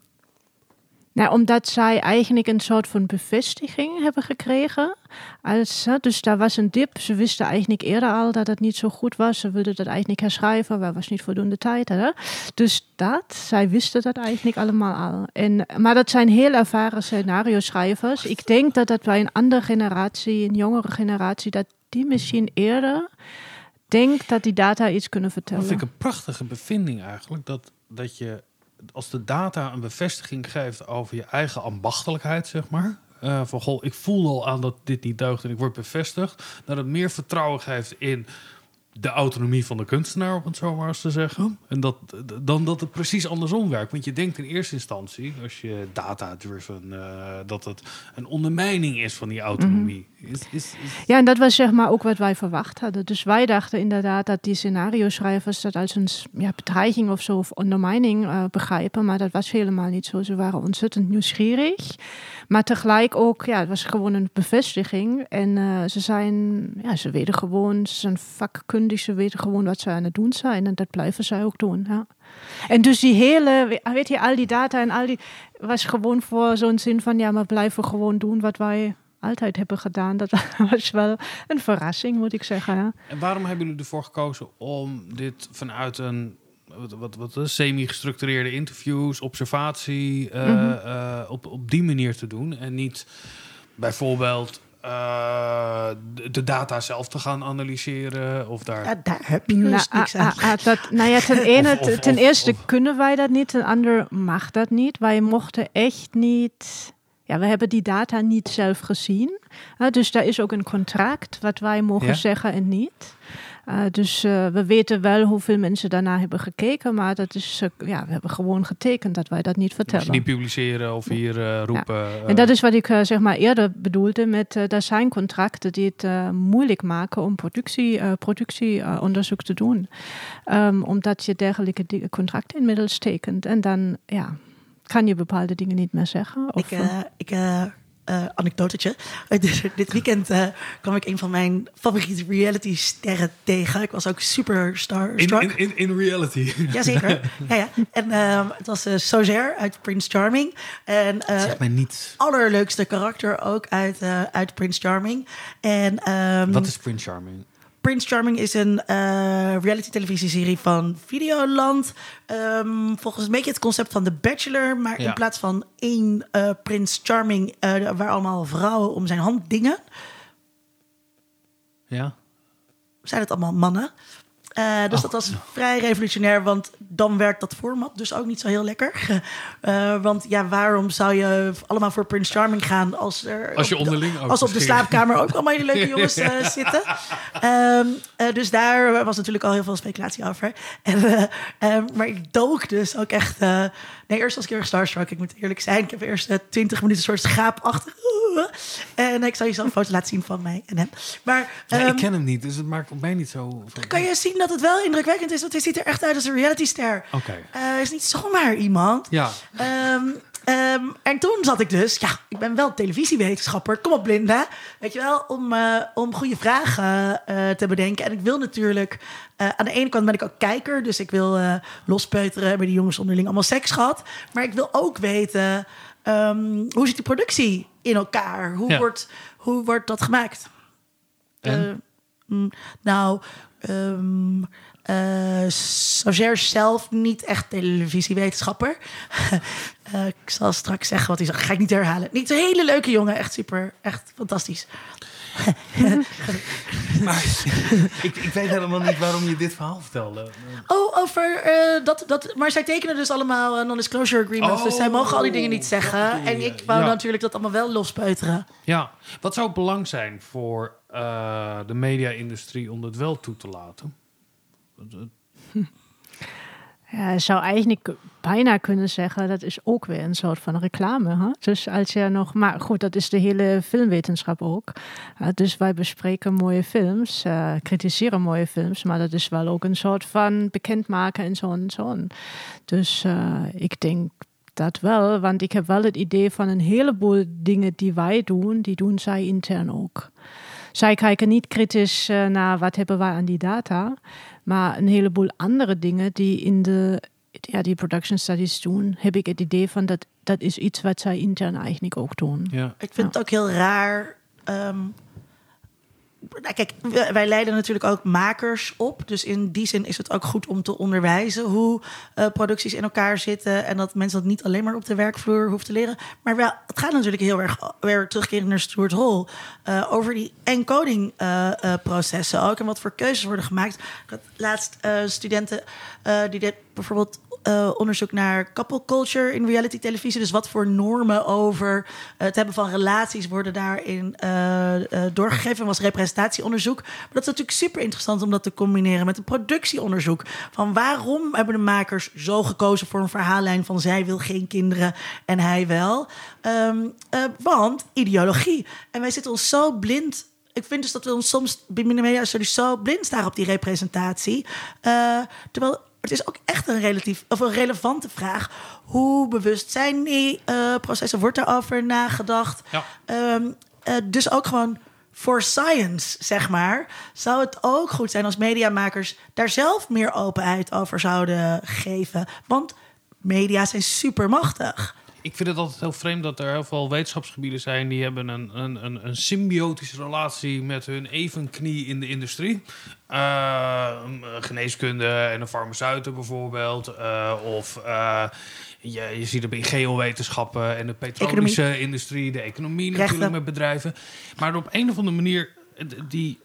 Nou, omdat zij eigenlijk een soort van bevestiging hebben gekregen. Als, dus daar was een dip. Ze wisten eigenlijk eerder al dat het niet zo goed was. Ze wilden dat eigenlijk herschrijven, maar er was niet voldoende tijd. Hè? Dus dat, zij wisten dat eigenlijk allemaal al. En, maar dat zijn heel ervaren scenario-schrijvers. Ik denk dat dat bij een andere generatie, een jongere generatie, dat die misschien eerder denkt dat die data iets kunnen vertellen. Dat vind ik een prachtige bevinding eigenlijk. Dat, dat je, als de data een bevestiging geeft over je eigen ambachtelijkheid, zeg maar. Uh, van, goh, ik voel al aan dat dit niet deugt en ik word bevestigd. Dat het meer vertrouwen geeft in de autonomie van de kunstenaar, om het zo maar eens te zeggen. En dat, dan dat het precies andersom werkt. Want je denkt in eerste instantie, als je data-driven, uh, dat het een ondermijning is van die autonomie. Mm-hmm. Is, is, is... Ja, en dat was zeg maar ook wat wij verwacht hadden. Dus wij dachten inderdaad dat die scenario-schrijvers dat als een ja, bedreiging of zo, of ondermijning uh, begrijpen. Maar dat was helemaal niet zo. Ze waren ontzettend nieuwsgierig. Maar tegelijk ook, ja, het was gewoon een bevestiging. En uh, ze zijn, ja, ze weten gewoon, ze zijn vakkundig, ze weten gewoon wat ze aan het doen zijn. En dat blijven zij ook doen, ja. En dus die hele, weet je, al die data en al die, was gewoon voor zo'n zin van, ja, maar blijven gewoon doen wat wij altijd hebben gedaan. Dat was wel een verrassing, moet ik zeggen. Ja. En waarom hebben jullie ervoor gekozen om dit vanuit een wat, wat, wat semi-gestructureerde interviews, observatie, uh, mm-hmm. uh, op, op die manier te doen en niet bijvoorbeeld uh, de, de data zelf te gaan analyseren of daar... Ja, daar heb je dus nou, niks aan. Ah, ah, dat, nou ja, ten, ene, Of- of- ten of- eerste of- kunnen wij dat niet, ten andere mag dat niet. Wij mochten echt niet... Ja, we hebben die data niet zelf gezien. Uh, dus daar is ook een contract wat wij mogen Ja? zeggen en niet. Uh, dus uh, we weten wel hoeveel mensen daarna hebben gekeken, maar dat is, uh, ja, we hebben gewoon getekend dat wij dat niet vertellen. Dus niet publiceren of hier uh, roepen. Ja. Uh, en dat is wat ik uh, zeg maar eerder bedoelde met, uh, daar zijn contracten die het uh, moeilijk maken om productie, uh, productieonderzoek uh, te doen. Um, omdat je dergelijke die- contracten inmiddels tekent en dan, ja, kan je bepaalde dingen niet meer zeggen. Of, ik, uh, ik uh, uh, anekdotetje. dit, dit weekend uh, kwam ik een van mijn favoriete reality sterren tegen. Ik was ook super starstruck. In, in, in reality. Jazeker. ja, ja. En uh, het was uh, Sauzère uit Prince Charming. En, uh, zeg mij niets. Allerleukste karakter ook uit, uh, uit Prince Charming. En, um, Wat is Prince Charming? Prince Charming is een uh, reality-televisieserie van Videoland. Um, volgens een beetje het concept van The Bachelor. Maar ja. in plaats van één uh, Prince Charming... Uh, waar allemaal vrouwen om zijn hand dingen... Ja. zijn het allemaal mannen. Uh, dus oh. dat was vrij revolutionair, want dan werkt dat format dus ook niet zo heel lekker. Uh, want ja, waarom zou je allemaal voor Prince Charming gaan als er als je op, onderling ook als op de slaapkamer ook allemaal hele leuke jongens uh, zitten? Um, uh, dus daar was natuurlijk al heel veel speculatie over. En, uh, um, maar ik dook dus ook echt. Uh, nee, eerst was ik heel erg starstruck. Ik moet eerlijk zijn. Ik heb eerst uh, twintig minuten een soort schaapachtig. En ik zal je zo een foto laten zien van mij en hem. Maar um, ja, ik ken hem niet, dus het maakt op mij niet zo... zo... kan je zien dat het wel indrukwekkend is, want hij ziet er echt uit als een realityster. Oké. Okay. Uh, hij is niet zomaar iemand. Ja. Um, um, en toen zat ik dus, ja, ik ben wel televisiewetenschapper. Kom op, Linda. Weet je wel, om, uh, om goede vragen uh, te bedenken. En ik wil natuurlijk, uh, aan de ene kant ben ik ook kijker, dus ik wil uh, lospeuteren, hebben die jongens onderling allemaal seks gehad. Maar ik wil ook weten, um, hoe zit die productie in elkaar? Hoe, ja. wordt, hoe wordt dat gemaakt? En? Uh, mm, nou, um, uh, Sauzère zelf niet echt televisiewetenschapper. uh, ik zal straks zeggen wat hij zegt. Ga ik niet herhalen. Niet een hele leuke jongen. Echt super. Echt fantastisch. maar ik, ik weet helemaal niet waarom je dit verhaal vertelde. Oh, over uh, dat, dat... Maar zij tekenen dus allemaal uh, non-disclosure agreements. Oh, dus zij mogen al die dingen niet zeggen. En ik wou ja. natuurlijk dat allemaal wel lospeuteren. Ja. Wat zou het belang zijn voor uh, de media-industrie om het wel toe te laten? Hm. Ja, je zou eigenlijk bijna kunnen zeggen, dat is ook weer een soort van reclame. Hè? Dus als je nog, maar goed, dat is de hele filmwetenschap ook. Uh, dus wij bespreken mooie films, uh, kritiseren mooie films, maar dat is wel ook een soort van bekendmaken en zo en zo. Dus uh, ik denk dat wel, want ik heb wel het idee van een heleboel dingen die wij doen, die doen zij intern ook. Zij kijken niet kritisch uh, naar wat hebben wij aan die data, maar een heleboel andere dingen die in de ja, die production studies doen, heb ik het idee van dat dat is iets wat zij intern eigenlijk ook doen. Ja. Ik vind ja. het ook heel raar. Um, nou, kijk, wij leiden natuurlijk ook makers op. Dus in die zin is het ook goed om te onderwijzen hoe uh, producties in elkaar zitten. En dat mensen dat niet alleen maar op de werkvloer hoeven te leren. Maar wel, het gaat natuurlijk heel erg weer terugkeren naar Stuart Hall. Uh, over die encoding uh, uh, processen ook. En wat voor keuzes worden gemaakt. Dat laatst uh, studenten uh, die dit bijvoorbeeld Uh, onderzoek naar couple culture in reality televisie. Dus wat voor normen over uh, het hebben van relaties worden daarin uh, uh, doorgegeven. Was representatieonderzoek. Maar dat is natuurlijk super interessant om dat te combineren met een productieonderzoek. Van waarom hebben de makers zo gekozen voor een verhaallijn van zij wil geen kinderen en hij wel. Um, uh, want ideologie. En wij zitten ons zo blind. Ik vind dus dat we ons soms binnen de media zo blind staan op die representatie. Uh, terwijl het is ook echt een relatief of een relevante vraag. Hoe bewust zijn die uh, processen? Wordt daarover nagedacht? Ja. Um, uh, dus ook gewoon voor science, zeg maar. Zou het ook goed zijn als mediamakers daar zelf meer openheid over zouden geven? Want media zijn supermachtig. Ik vind het altijd heel vreemd dat er heel veel wetenschapsgebieden zijn die hebben een, een, een, een symbiotische relatie met hun evenknie in de industrie. Uh, geneeskunde en de farmaceuten bijvoorbeeld. Uh, of uh, je, je ziet het in geowetenschappen en de petrolemische economie. industrie, de economie natuurlijk Rechten. met bedrijven. Maar op een of andere manier, die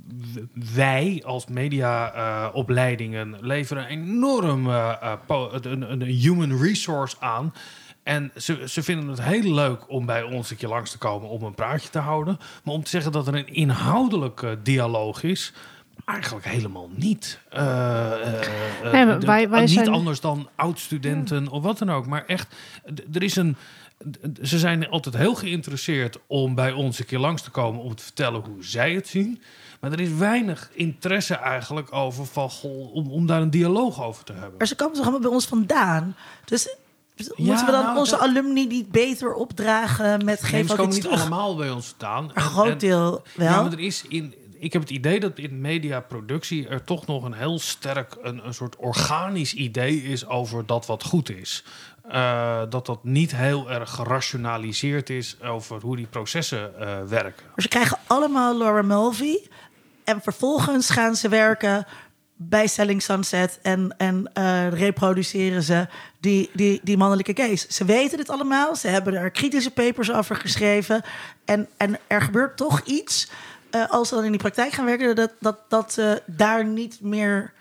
wij als mediaopleidingen uh, leveren een enorm uh, po- een, een human resource aan. En ze, ze vinden het heel leuk om bij ons een keer langs te komen om een praatje te houden. Maar om te zeggen dat er een inhoudelijke dialoog is, Eigenlijk helemaal niet. Uh, uh, uh, nee, maar wij, wij niet zijn... anders dan oud-studenten ja. of wat dan ook. Maar echt, d- er is een... D- ze zijn altijd heel geïnteresseerd om bij ons een keer langs te komen om te vertellen hoe zij het zien. Maar er is weinig interesse eigenlijk over van, goh, om, om daar een dialoog over te hebben. Maar ze komen toch allemaal bij ons vandaan? Dus ja, moeten we dan nou, onze dat... alumni niet beter opdragen met nee, geef ook iets niet terug? allemaal bij ons staan. Een groot en, deel wel. Ja, maar er is in... Ik heb het idee dat in mediaproductie er toch nog een heel sterk een, een soort organisch idee is over dat wat goed is. Uh, dat dat niet heel erg gerationaliseerd is over hoe die processen uh, werken. Maar ze krijgen allemaal Laura Mulvey en vervolgens gaan ze werken bij Selling Sunset en, en uh, reproduceren ze die, die, die mannelijke gays. Ze weten dit allemaal, ze hebben er kritische papers over geschreven en, en er gebeurt toch iets... Uh, als ze dan in die praktijk gaan werken, dat, dat, dat uh, daar niet meer...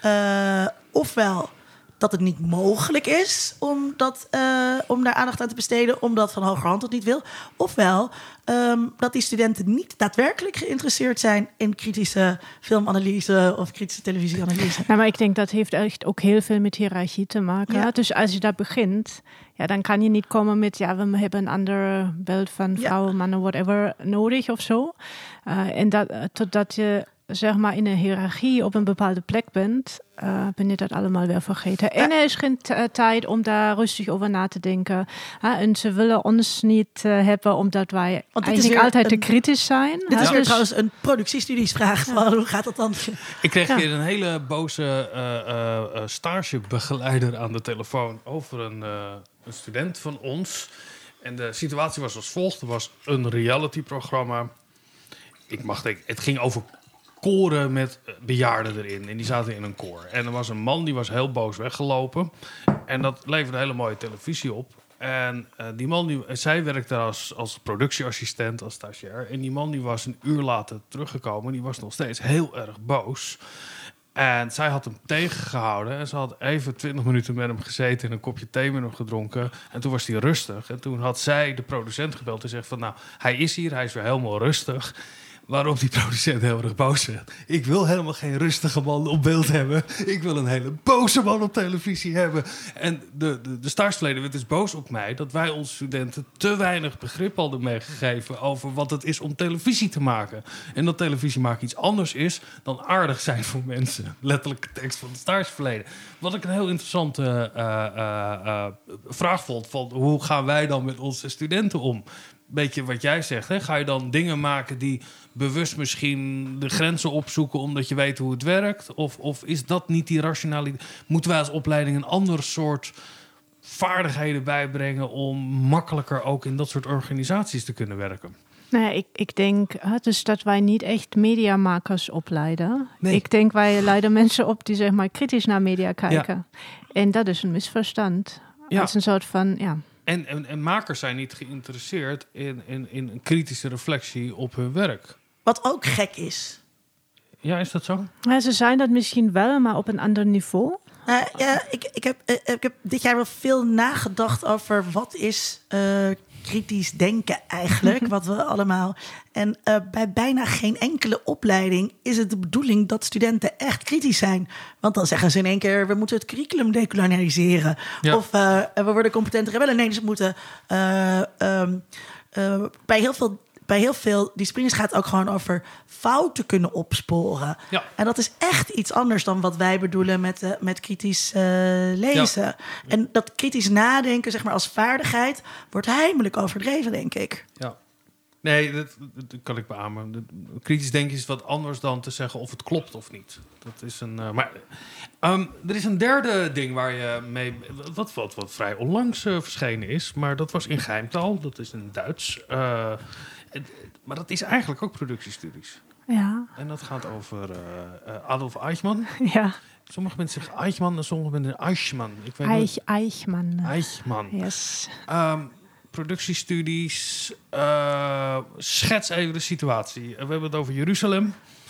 Uh, ofwel dat het niet mogelijk is om, dat, uh, om daar aandacht aan te besteden... omdat van hogerhand het niet wil. Ofwel um, dat die studenten niet daadwerkelijk geïnteresseerd zijn... in kritische filmanalyse of kritische televisieanalyse. Nou, maar ik denk dat heeft echt ook heel veel met hiërarchie te maken. Ja. Dus als je daar begint... Ja, dan kan je niet komen met, ja, we hebben een ander beeld van vrouwen, ja. mannen, whatever nodig of zo. Uh, en dat, totdat je, zeg maar, in een hiërarchie op een bepaalde plek bent, uh, ben je dat allemaal weer vergeten. Ja. En er is geen t- uh, tijd om daar rustig over na te denken. Uh, en ze willen ons niet uh, hebben, omdat wij eigenlijk altijd te kritisch zijn. Dit uh, is weer dus... trouwens een productiestudiesvraag. Ja. Hoe gaat dat dan? Ik kreeg ja. hier een hele boze uh, uh, stagebegeleider aan de telefoon over een... Uh, Een student van ons. En de situatie was als volgt. Er was een reality-programma. Ik mag denken, het ging over koren met bejaarden erin. En die zaten in een koor. En er was een man die was heel boos weggelopen. En dat leverde hele mooie televisie op. En uh, die man, die, zij werkte als, als productieassistent, als stagiair. En die man die was een uur later teruggekomen. Die was nog steeds heel erg boos. En zij had hem tegengehouden. En ze had even twintig minuten met hem gezeten en een kopje thee met hem gedronken. En toen was hij rustig. En toen had zij de producent gebeld en zegt van... nou, hij is hier, hij is weer helemaal rustig. Waarop die producent heel erg boos werd. Ik wil helemaal geen rustige man op beeld hebben. Ik wil een hele boze man op televisie hebben. En de, de, de stageverlener werd dus boos op mij... dat wij onze studenten te weinig begrip hadden meegegeven... over wat het is om televisie te maken. En dat televisie maken iets anders is... dan aardig zijn voor mensen. Letterlijke tekst van de stageverlener. Wat ik een heel interessante uh, uh, uh, vraag vond... van hoe gaan wij dan met onze studenten om... Beetje wat jij zegt, hè? Ga je dan dingen maken die bewust misschien de grenzen opzoeken omdat je weet hoe het werkt? Of, of is dat niet die rationaliteit? Moeten wij als opleiding een ander soort vaardigheden bijbrengen om makkelijker ook in dat soort organisaties te kunnen werken? Nou ja, ik, ik denk dus dat wij niet echt mediamakers opleiden. Nee. Ik denk wij leiden mensen op die zeg maar kritisch naar media kijken. Ja. En dat is een misverstand. Ja. Het is een soort van, ja... En, en, en makers zijn niet geïnteresseerd in, in, in een kritische reflectie op hun werk. Wat ook gek is. Ja, is dat zo? Ja, ze zijn dat misschien wel, maar op een ander niveau. Uh, ja, ik, ik, heb, uh, ik heb dit jaar wel veel nagedacht over wat is uh, kritisch denken eigenlijk. Wat we allemaal... En uh, bij bijna geen enkele opleiding is het de bedoeling dat studenten echt kritisch zijn. Want dan zeggen ze in één keer, we moeten het curriculum decolonialiseren. Ja. Of uh, we worden competente rebellen. Nee, ze moeten uh, um, uh, bij heel veel... Bij heel veel disciplines gaat het ook gewoon over fouten kunnen opsporen. Ja. En dat is echt iets anders dan wat wij bedoelen met, uh, met kritisch uh, lezen. Ja. En dat kritisch nadenken, zeg maar als vaardigheid, wordt heimelijk overdreven, denk ik. Ja. Nee, dat, dat kan ik beamen. Kritisch denken is wat anders dan te zeggen of het klopt of niet. Dat is een. Uh, maar um, er is een derde ding waar je mee. Wat, wat, wat vrij onlangs uh, verschenen is, maar dat was in geheimtaal. Dat is in Duits. Uh, Maar dat is eigenlijk ook productiestudies. Ja. En dat gaat over uh, uh, Adolf Eichmann. Ja. Sommige mensen zeggen Eichmann en sommige mensen Eichmann. Ik weet Eich, Eichmann. Eichmann. Yes. Um, productiestudies. Uh, schets even de situatie. We hebben het over Jeruzalem.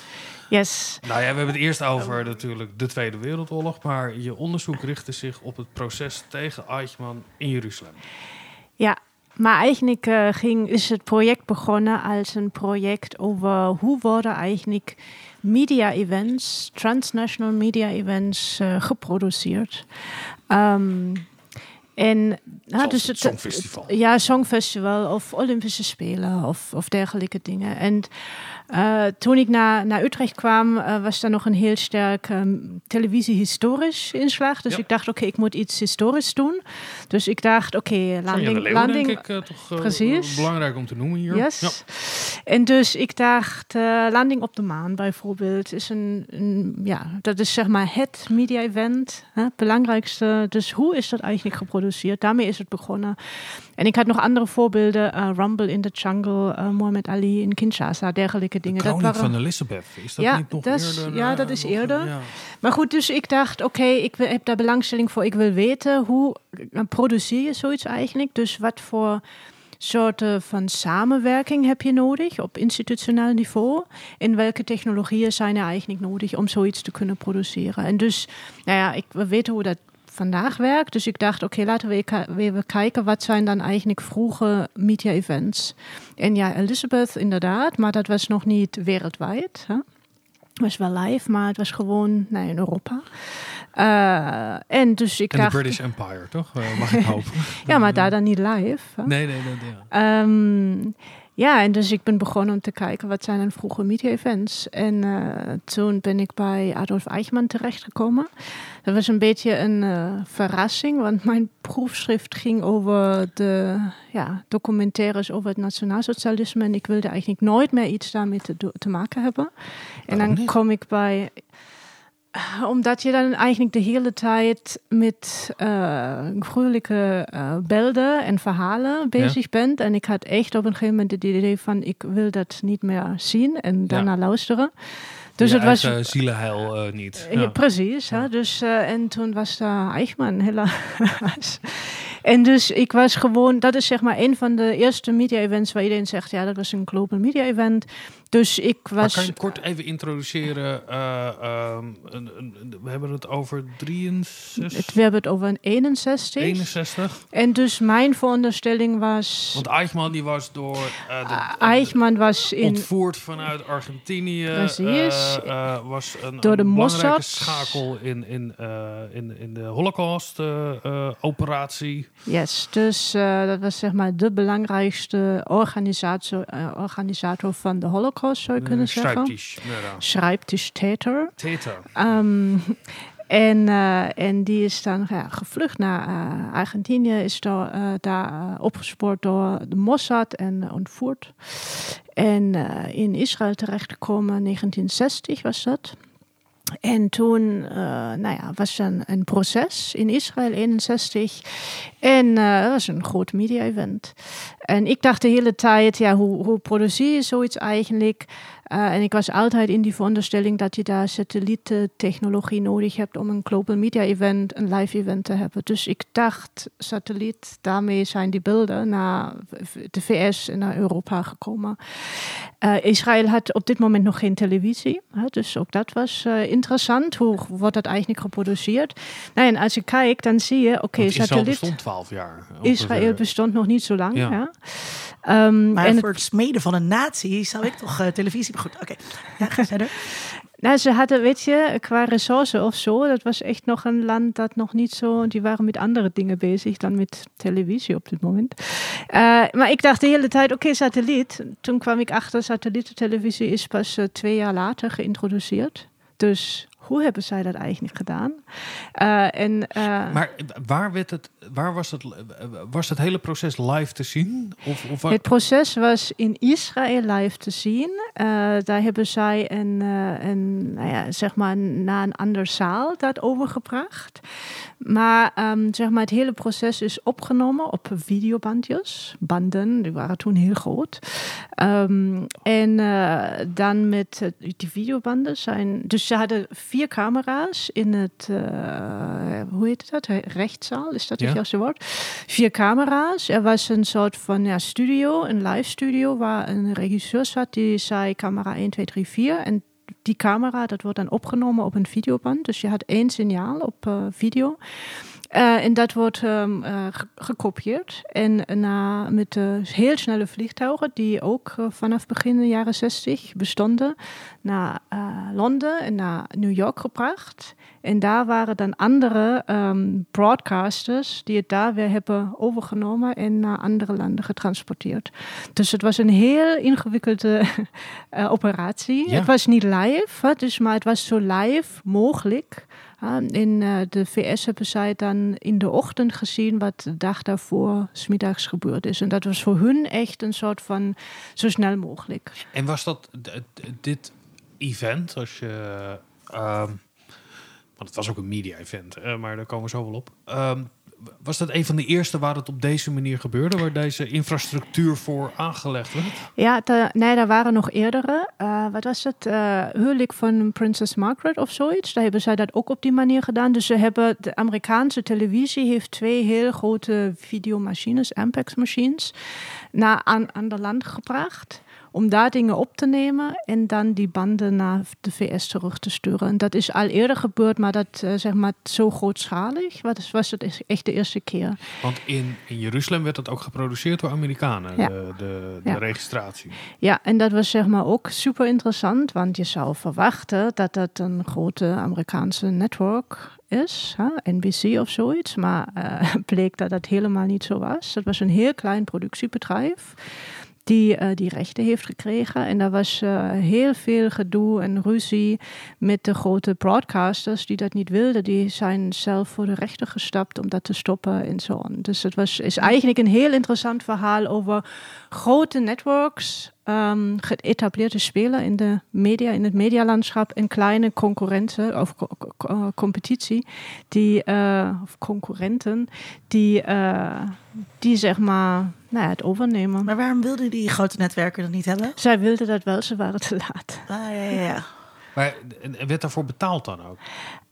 Yes. Nou ja, we hebben het eerst over natuurlijk de Tweede Wereldoorlog. Maar je onderzoek richtte zich op het proces tegen Eichmann in Jeruzalem. Ja. maar eigenlijk uh, ging, is het project begonnen als een project over hoe worden eigenlijk media-events, transnational media-events uh, geproduceerd. Um, En, ja, dus het Songfestival. Ja, Songfestival of Olympische Spelen of, of dergelijke dingen. En uh, toen ik naar, naar Utrecht kwam, uh, was er nog een heel sterk um, televisiehistorisch inslag. Dus ja. ik dacht, oké, okay, ik moet iets historisch doen. Dus ik dacht, oké, okay, landing... Leeuwen, landing denk ik uh, toch uh, precies. belangrijk om te noemen hier. Yes. Ja. En dus ik dacht, uh, landing op de maan bijvoorbeeld is een, een ja, dat is zeg maar het media-event, het belangrijkste. Dus hoe is dat eigenlijk geproduceerd? Daarmee is het begonnen. En ik had nog andere voorbeelden. Uh, Rumble in the Jungle, uh, Muhammad Ali in Kinshasa, dergelijke dingen. De dat waren... van Elizabeth, is dat ja, niet nog dat is, eerder? Ja, uh, dat is nog, eerder. Ja. Maar goed, dus ik dacht, oké, okay, ik heb daar belangstelling voor. Ik wil weten, hoe uh, produceer je zoiets eigenlijk? Dus wat voor soorten van samenwerking heb je nodig op institutioneel niveau? En welke technologieën zijn er eigenlijk nodig om zoiets te kunnen produceren? En dus, nou ja, ik, we weten hoe dat vandaag werkt. Dus ik dacht, oké, okay, laten we even kijken, wat zijn dan eigenlijk vroege media-events? En ja, Elizabeth inderdaad, maar dat was nog niet wereldwijd. Hè? Het was wel live, maar het was gewoon nee, in Europa. Uh, en dus ik en dacht... de British Empire, toch? Uh, mag ik hopen. ja, maar daar dan niet live. Hè? Nee, nee, nee. nee. Um, Ja, en dus ik ben begonnen om te kijken wat zijn dan vroege media-events. En uh, toen ben ik bij Adolf Eichmann terechtgekomen. Dat was een beetje een uh, verrassing, want mijn proefschrift ging over de ja, documentaires over het nationaalsocialisme. En ik wilde eigenlijk nooit meer iets daarmee te, te maken hebben. En dan niet? kom ik bij... Omdat je dan eigenlijk de hele tijd met uh, gruwelijke uh, beelden en verhalen bezig ja. bent. En ik had echt op een gegeven moment het idee van, ik wil dat niet meer zien en daarna ja. luisteren. Dus je het was uh, zielenheil uh, niet. Ja. Ja. Precies. Ja. Hè? Dus, uh, en toen was daar Eichmann helaas. En dus ik was gewoon, dat is zeg maar een van de eerste media-events waar iedereen zegt, ja, dat was een global media-event. Dus ik was... Maar kan je kort even introduceren? Uh, um, een, een, we hebben het over drieënzestig? We hebben het over een eenenzestig. eenenzestig. En dus mijn veronderstelling was... Want Eichmann die was door... Uh, de, uh, Eichmann was in... Ontvoerd vanuit Argentinië. Precies. Uh, uh, was een, door de een belangrijke Mossad. schakel in, in, uh, in, in de Holocaust-operatie. Uh, uh, yes, dus uh, dat was zeg maar de belangrijkste organisator, uh, organisator van de Holocaust. Zou je kunnen uh, zeggen. Schreibtisch. Schreibtisch-täter. Täter. Um, en, uh, en die is dan ja, gevlucht naar uh, Argentinië, is door, uh, daar uh, opgespoord door de Mossad en uh, ontvoerd. En uh, in Israël terechtgekomen, negentien zestig was dat. En toen uh, nou ja, was er een, een proces in Israël, eenenzestig. En uh, dat was een groot media-event. En ik dacht de hele tijd, ja, hoe, hoe produceer je zoiets eigenlijk? Uh, en ik was altijd in die veronderstelling dat je daar satelliettechnologie nodig hebt om een global media event, een live event te hebben. Dus ik dacht, satelliet, daarmee zijn die beelden naar de V S en naar Europa gekomen. Uh, Israël had op dit moment nog geen televisie, hè, dus ook dat was uh, interessant. Hoe wordt dat eigenlijk geproduceerd? Nou, en als je kijkt, dan zie je, oké, okay, satelliet... Israël bestond twaalf jaar. Israël bestond nog niet zo lang, ja. ja. Um, maar en voor het smeden van een natie zou ik toch uh, televisie... Goed, oké. Okay. Ja, ga verder. Nou, ze hadden, weet je, qua resources of zo, dat was echt nog een land dat nog niet zo... Die waren met andere dingen bezig dan met televisie op dit moment. Uh, maar ik dacht de hele tijd, oké, okay, satelliet. Toen kwam ik achter, satelliettelevisie is pas uh, twee jaar later geïntroduceerd. Dus... Hoe hebben zij dat eigenlijk gedaan? Uh, en, uh, maar waar, werd het, waar was, het, was het hele proces live te zien? Of, of waar... Het proces was in Israël live te zien. Uh, daar hebben zij een, uh, een, nou ja, zeg maar naar een ander zaal dat overgebracht. Maar um, zeg maar, het hele proces is opgenomen op videobandjes. Banden, die waren toen heel groot. Um, en uh, dan met uh, die videobanden zijn... Dus ze hadden vier camera's in het... Uh, hoe heet dat? Rechtszaal, is dat het ja. juiste woord? Vier camera's. Er was een soort van ja, studio, een live studio... waar een regisseur zat die zei camera één, twee, drie, vier... En die camera, dat wordt dan opgenomen op een videoband. Dus je had één signaal op uh, video. Uh, en dat wordt um, uh, gekopieerd. En na, met uh, heel snelle vliegtuigen, die ook uh, vanaf begin de jaren zestig bestonden, naar uh, Londen en naar New York gebracht. En daar waren dan andere um, broadcasters die het daar weer hebben overgenomen en naar andere landen getransporteerd. Dus het was een heel ingewikkelde uh, operatie. Ja. Het was niet live, hè, dus, maar het was zo live mogelijk. Uh, in uh, de V S hebben zij dan in de ochtend gezien wat de dag daarvoor 's middags gebeurd is. En dat was voor hun echt een soort van zo snel mogelijk. En was dat d- d- dit event, als je... Uh, want het was ook een media-event, uh, maar daar komen we zo wel op. Um, was dat een van de eerste waar het op deze manier gebeurde, waar deze infrastructuur voor aangelegd werd? Ja, da, nee, daar waren nog eerdere. Uh, wat was het? Uh, huwelijk van Prinses Margaret of zoiets. Daar hebben zij dat ook op die manier gedaan. Dus ze hebben, de Amerikaanse televisie heeft twee heel grote videomachines, Ampex-machines, naar aan, aan de land gebracht. Om daar dingen op te nemen en dan die banden naar de V S terug te sturen. En dat is al eerder gebeurd, maar dat uh, zeg maar zo grootschalig was, was het echt de eerste keer. Want in, in Jeruzalem werd dat ook geproduceerd door Amerikanen, ja. de, de, de ja. registratie. Ja, en dat was zeg maar ook super interessant, want je zou verwachten dat dat een grote Amerikaanse netwerk is, hè? N B C of zoiets. Maar uh, bleek dat dat helemaal niet zo was. Het was een heel klein productiebedrijf die uh, die rechten heeft gekregen. En daar was uh, heel veel gedoe en ruzie met de grote broadcasters die dat niet wilden. Die zijn zelf voor de rechter gestapt om dat te stoppen en zo. Dus het was, is eigenlijk een heel interessant verhaal over grote networks, um, geëtableerde spelers in de media, in het medialandschap en kleine concurrenten of co- co- competitie, die uh, of concurrenten die, uh, die zeg maar nou ja, het overnemen. Maar waarom wilden die grote netwerken dat niet hebben? Zij wilden dat wel, ze waren te laat. Ah, ja, ja, ja. Maar en werd daarvoor betaald dan ook?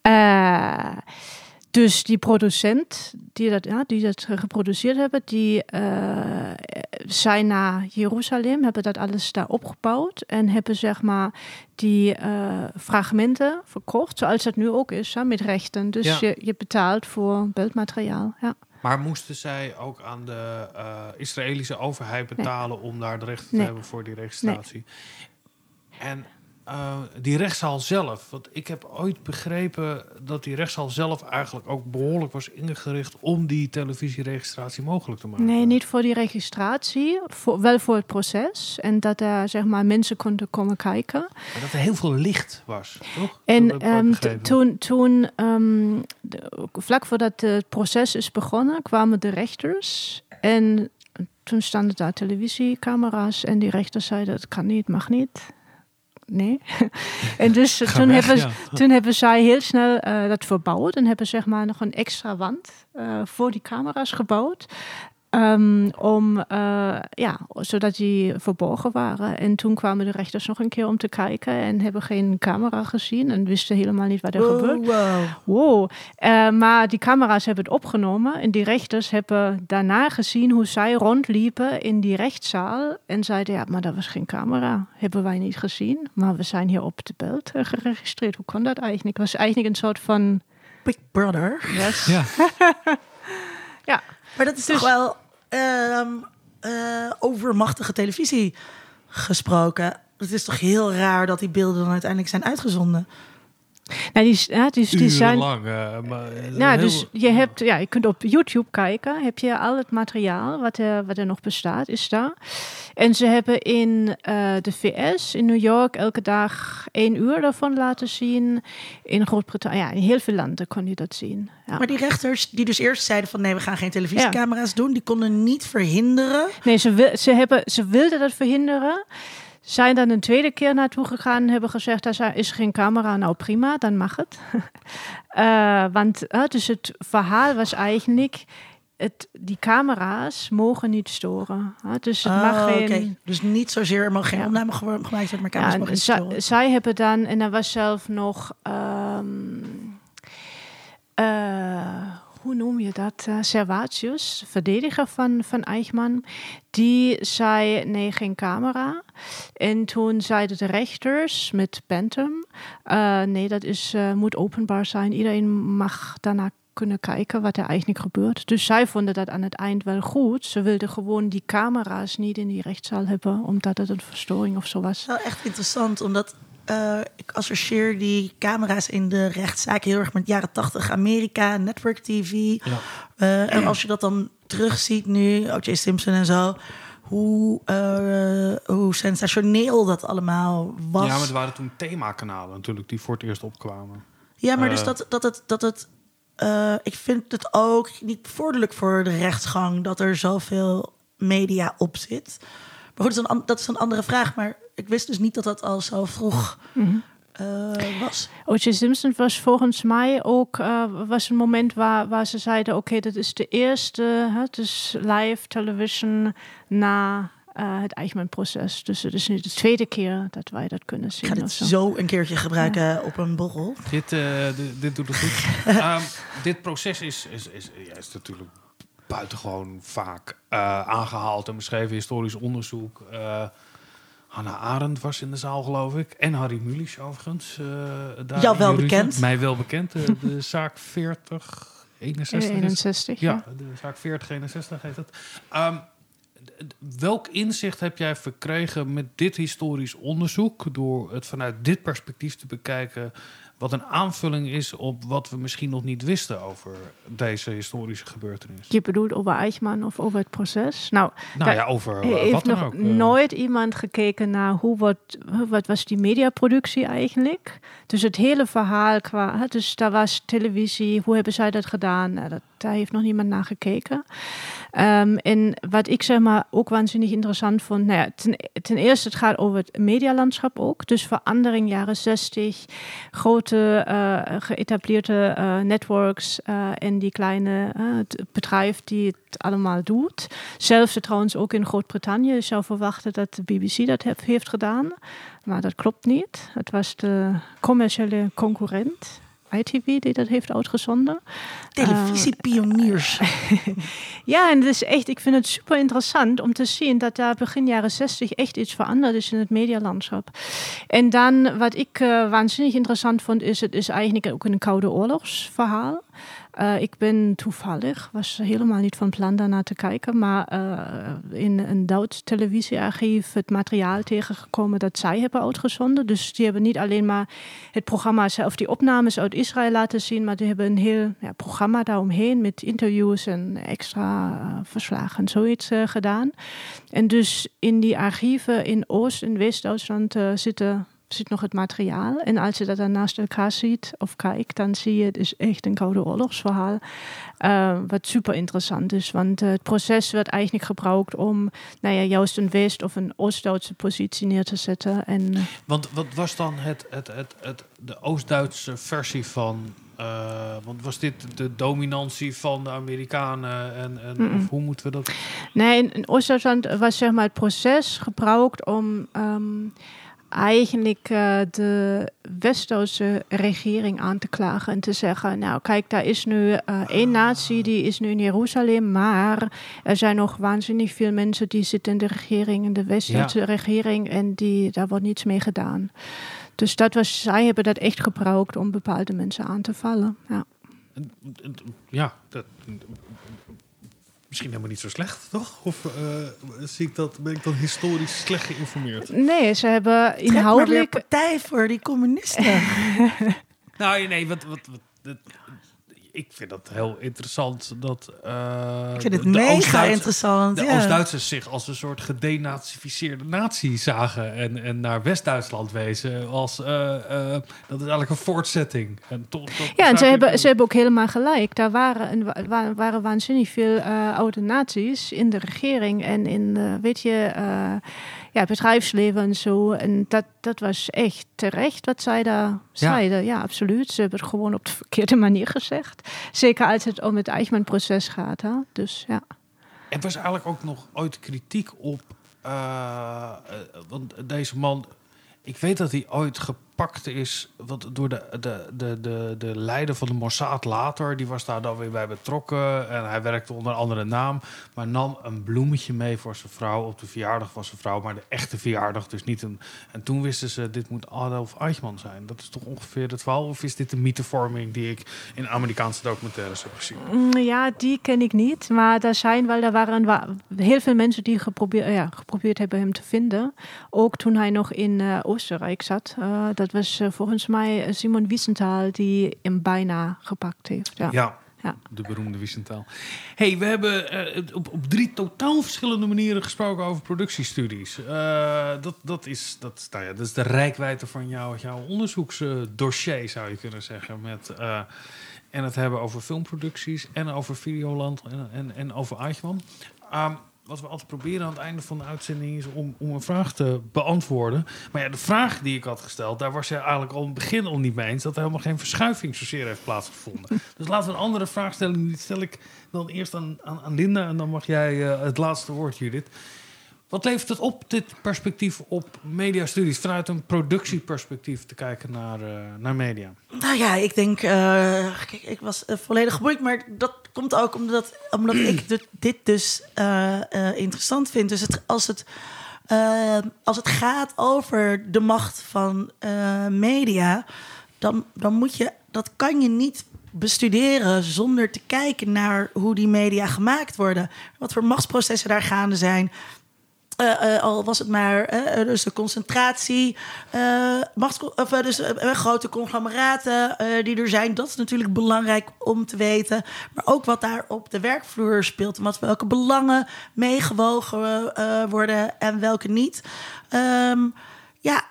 Uh, dus die producent die dat, ja, die dat geproduceerd hebben, die uh, zijn naar Jeruzalem, hebben dat alles daar opgebouwd en hebben zeg maar die uh, fragmenten verkocht, zoals dat nu ook is, hè, met rechten. Dus ja. je, je betaalt voor beeldmateriaal, ja. Maar moesten zij ook aan de uh, Israëlische overheid betalen nee. om daar de rechten te nee. hebben voor die registratie? Nee. En uh, die rechtszaal zelf, want ik heb ooit begrepen dat die rechtszaal zelf eigenlijk ook behoorlijk was ingericht om die televisieregistratie mogelijk te maken. Nee, niet voor die registratie, voor, wel voor het proces. En dat er zeg maar mensen konden komen kijken. Maar dat er heel veel licht was, toch? En um, t- toen, toen um, de, vlak voordat het proces is begonnen, kwamen de rechters en toen stonden daar televisiecamera's en die rechters zeiden, dat kan niet, mag niet. Nee. En dus toen, weg, hebben, ja. toen hebben zij heel snel uh, dat verbouwd en hebben zeg maar nog een extra wand uh, voor die camera's gebouwd. Um, om, uh, ja, zodat die verborgen waren. En toen kwamen de rechters nog een keer om te kijken en hebben geen camera gezien en wisten helemaal niet wat er wow, gebeurde. Wow. Wow. Uh, maar die camera's hebben het opgenomen en die rechters hebben daarna gezien hoe zij rondliepen in die rechtszaal en zeiden, ja, maar dat was geen camera. Hebben wij niet gezien, maar we zijn hier op het beeld uh, geregistreerd. Hoe kon dat eigenlijk? Het was eigenlijk een soort van Big Brother. Yes. Ja. Ja. Maar dat is dus toch wel uh, uh, overmachtige televisie gesproken. Het is toch heel raar dat die beelden dan uiteindelijk zijn uitgezonden. Nou, die, ja, dus die zijn lang. Uh, maar, ja, heel, dus je hebt, ja, je kunt op YouTube kijken. Heb je al het materiaal wat er, wat er nog bestaat, is daar. En ze hebben in uh, de V S, in New York, elke dag één uur daarvan laten zien. In Groot-Brittannië, ja, in heel veel landen kon je dat zien. Ja. Maar die rechters die dus eerst zeiden van nee, we gaan geen televisiecamera's ja. doen, die konden niet verhinderen. Nee, ze, wil, ze, hebben, ze wilden dat verhinderen. Zijn dan een tweede keer naartoe gegaan en hebben gezegd, er is geen camera, nou prima, dan mag het. uh, want uh, dus het verhaal was eigenlijk, het, die camera's mogen niet storen. Uh, dus het oh, mag geen... Okay. Dus niet zozeer, er mag geen ja. opname gemaakt worden, maar camera's ja, mogen niet storen. Z- zij hebben dan, en er was zelf nog... Um, uh, hoe noem je dat? Uh, Servatius, verdediger van, van Eichmann, die zei, nee, geen camera. En toen zeiden de rechters met Bantam, uh, nee, dat is, uh, moet openbaar zijn. Iedereen mag daarna kunnen kijken wat er eigenlijk gebeurt. Dus zij vonden dat aan het eind wel goed. Ze wilden gewoon die camera's niet in die rechtszaal hebben, omdat het een verstoring of zo was. Wel echt interessant, omdat uh, ik associeer die camera's in de rechtszaak heel erg met jaren tachtig Amerika, network T V. Ja. Uh, en als je dat dan terugziet nu, O J Simpson en zo, hoe, uh, hoe sensationeel dat allemaal was. Ja, maar het waren toen themakanalen natuurlijk die voor het eerst opkwamen. Ja, maar uh, dus dat, dat het... Dat het uh, ik vind het ook niet bevorderlijk voor de rechtsgang dat er zoveel media op zit. Maar goed, dat is een, dat is een andere vraag. Maar ik wist dus niet dat dat al zo vroeg mm-hmm. uh, was. O J Simpson was volgens mij ook uh, was een moment waar, waar ze zeiden, oké, okay, dat is de eerste, hè, dus live television na uh, het Eichmann-proces. Dus het is nu de tweede keer dat wij dat kunnen zien. Ik ga dit zo. zo een keertje gebruiken ja. op een borrel. Dit, uh, dit, dit doet het goed. um, dit proces is, is, is, ja, is natuurlijk buitengewoon vaak uh, aangehaald en beschreven historisch onderzoek. Uh, Hannah Arendt was in de zaal, geloof ik. En Harry Mulisch, overigens. Uh, daar Jou wel bekend. Mij wel bekend. Uh, de zaak veertig eenenzestig. eenenzestig, ja. ja. De zaak veertig eenenzestig heet het. Um, welk inzicht heb jij verkregen met dit historisch onderzoek, door het vanuit dit perspectief te bekijken, wat een aanvulling is op wat we misschien nog niet wisten over deze historische gebeurtenis? Je bedoelt over Eichmann of over het proces? Nou, nou ja, over uh, heeft wat dan nog ook. Uh. nooit iemand gekeken naar hoe wordt, wat was die mediaproductie eigenlijk? Dus het hele verhaal qua, dus daar was televisie, hoe hebben zij dat gedaan? Nou, dat, daar heeft nog niemand naar gekeken. Um, en wat ik zeg maar ook waanzinnig interessant vond, nou ja, ten, ten eerste het gaat over het medialandschap ook. Dus verandering jaren zestig, grote uh, geëtableerde uh, networks uh, en die kleine uh, het bedrijf die het allemaal doet. Zelfs trouwens ook in Groot-Brittannië. Je zou verwachten dat de B B C dat heeft, heeft gedaan, maar dat klopt niet. Het was de commerciële concurrent I T V die dat heeft uitgezonden. Televisiepioniers. Uh, ja, en het is echt, ik vind het super interessant om te zien dat daar begin jaren zestig echt iets veranderd is in het medialandschap. En dan, wat ik uh, waanzinnig interessant vond, is het is eigenlijk ook een Koude Oorlogsverhaal. Uh, ik ben toevallig, was helemaal niet van plan daarnaar te kijken, maar uh, in een Duits televisiearchief het materiaal tegengekomen dat zij hebben uitgezonden. Dus die hebben niet alleen maar het programma zelf, die opnames uit Israël laten zien, maar die hebben een heel ja, programma daaromheen met interviews en extra uh, verslagen en zoiets uh, gedaan. En dus in die archieven in Oost- en West-Duitsland uh, zitten zit nog het materiaal. En als je dat dan naast elkaar ziet of kijkt, dan zie je, het is echt een Koude Oorlogsverhaal. Uh, wat super interessant is, want uh, het proces werd eigenlijk gebruikt om, nou ja, juist een West- of een Oost-Duitse positie neer te zetten. En, uh, want wat was dan het, het, het, het, de Oost-Duitse versie van, uh, want was dit de dominantie van de Amerikanen en, en of hoe moeten we dat? Nee, in, in Oost-Duitsland was zeg maar het proces gebruikt om Um, eigenlijk uh, de West-Duitse regering aan te klagen en te zeggen, nou kijk, daar is nu uh, één natie, die is nu in Jeruzalem, maar er zijn nog waanzinnig veel mensen die zitten in de regering, in de West-Duitse ja. regering, en die, daar wordt niets mee gedaan. Dus dat was, zij hebben dat echt gebruikt om bepaalde mensen aan te vallen. Ja, ja dat... Misschien helemaal niet zo slecht, toch? Of uh, zie ik dat, ben ik dan historisch slecht geïnformeerd? Nee, ze hebben inhoudelijk... Trek maar weer partij voor die communisten. nou, nee, wat... wat, wat dat, ik vind dat heel interessant. Dat, uh, ik vind het mega interessant. De ja. Oost-Duitsers zich als een soort gedenazificeerde natie zagen. En, en naar West-Duitsland wezen. Als, uh, uh, dat is eigenlijk een voortzetting. En toch, ja, en ze hebben, ze hebben ook helemaal gelijk. Daar waren, een, waren, waren waanzinnig veel uh, oude naties in de regering. En in, uh, weet je... Uh, ja, bedrijfsleven en zo. En dat, dat was echt terecht wat zij daar ja. zeiden. Ja, absoluut. Ze hebben het gewoon op de verkeerde manier gezegd. Zeker als het om het Eichmann-proces gaat. Hè? Dus ja. Er was eigenlijk ook nog ooit kritiek op... Uh, uh, want deze man... Ik weet dat hij ooit gepakt is wat, door de, de, de, de, de leider van de Mossad later. Die was daar dan weer bij betrokken. En hij werkte onder een andere naam. Maar nam een bloemetje mee voor zijn vrouw. Op de verjaardag van zijn vrouw. Maar de echte verjaardag dus niet. Een, en toen wisten ze, dit moet Adolf Eichmann zijn. Dat is toch ongeveer het verhaal? Of is dit de mythevorming die ik in Amerikaanse documentaires heb gezien? Ja, die ken ik niet. Maar er zijn wel, er waren wa- heel veel mensen die geprobeerd, ja, geprobeerd hebben hem te vinden. Ook toen hij nog in uh, Oostenrijk zat. Uh, dat was uh, volgens mij Simon Wiesenthal die hem bijna gepakt heeft. Ja. Ja. Ja. De beroemde Wiesenthal. Hey, we hebben uh, op, op drie totaal verschillende manieren gesproken over productiestudies. Uh, dat, dat, is, dat, nou ja, dat is de reikwijdte van jou, jouw onderzoeksdossier, zou je kunnen zeggen. Met, uh, en het hebben over filmproducties en over Videoland en, en, en over Eichmann. Um, wat we altijd proberen aan het einde van de uitzending is om, om een vraag te beantwoorden. Maar ja, de vraag die ik had gesteld, daar was je eigenlijk al in het begin al niet mee eens, dat er helemaal geen verschuiving zozeer heeft plaatsgevonden. Dus laten we een andere vraag stellen. Die stel ik dan eerst aan, aan, aan Linda en dan mag jij uh, het laatste woord, Judith. Wat levert het op, dit perspectief op mediastudies, vanuit een productieperspectief te kijken naar, uh, naar media? Nou ja, ik denk, uh, kijk, ik was uh, volledig geboeid, maar dat komt ook omdat, omdat ik dit, dit dus uh, uh, interessant vind. Dus het, als, het, uh, als het gaat over de macht van uh, media, dan, dan moet je, dat kan je niet bestuderen zonder te kijken naar hoe die media gemaakt worden. Wat voor machtsprocessen daar gaande zijn. Uh, uh, al was het maar uh, dus de concentratie, uh, machts, of, uh, dus, uh, grote conglomeraten uh, die er zijn. Dat is natuurlijk belangrijk om te weten. Maar ook wat daar op de werkvloer speelt. En wat, welke belangen meegewogen uh, worden en welke niet. Um, ja,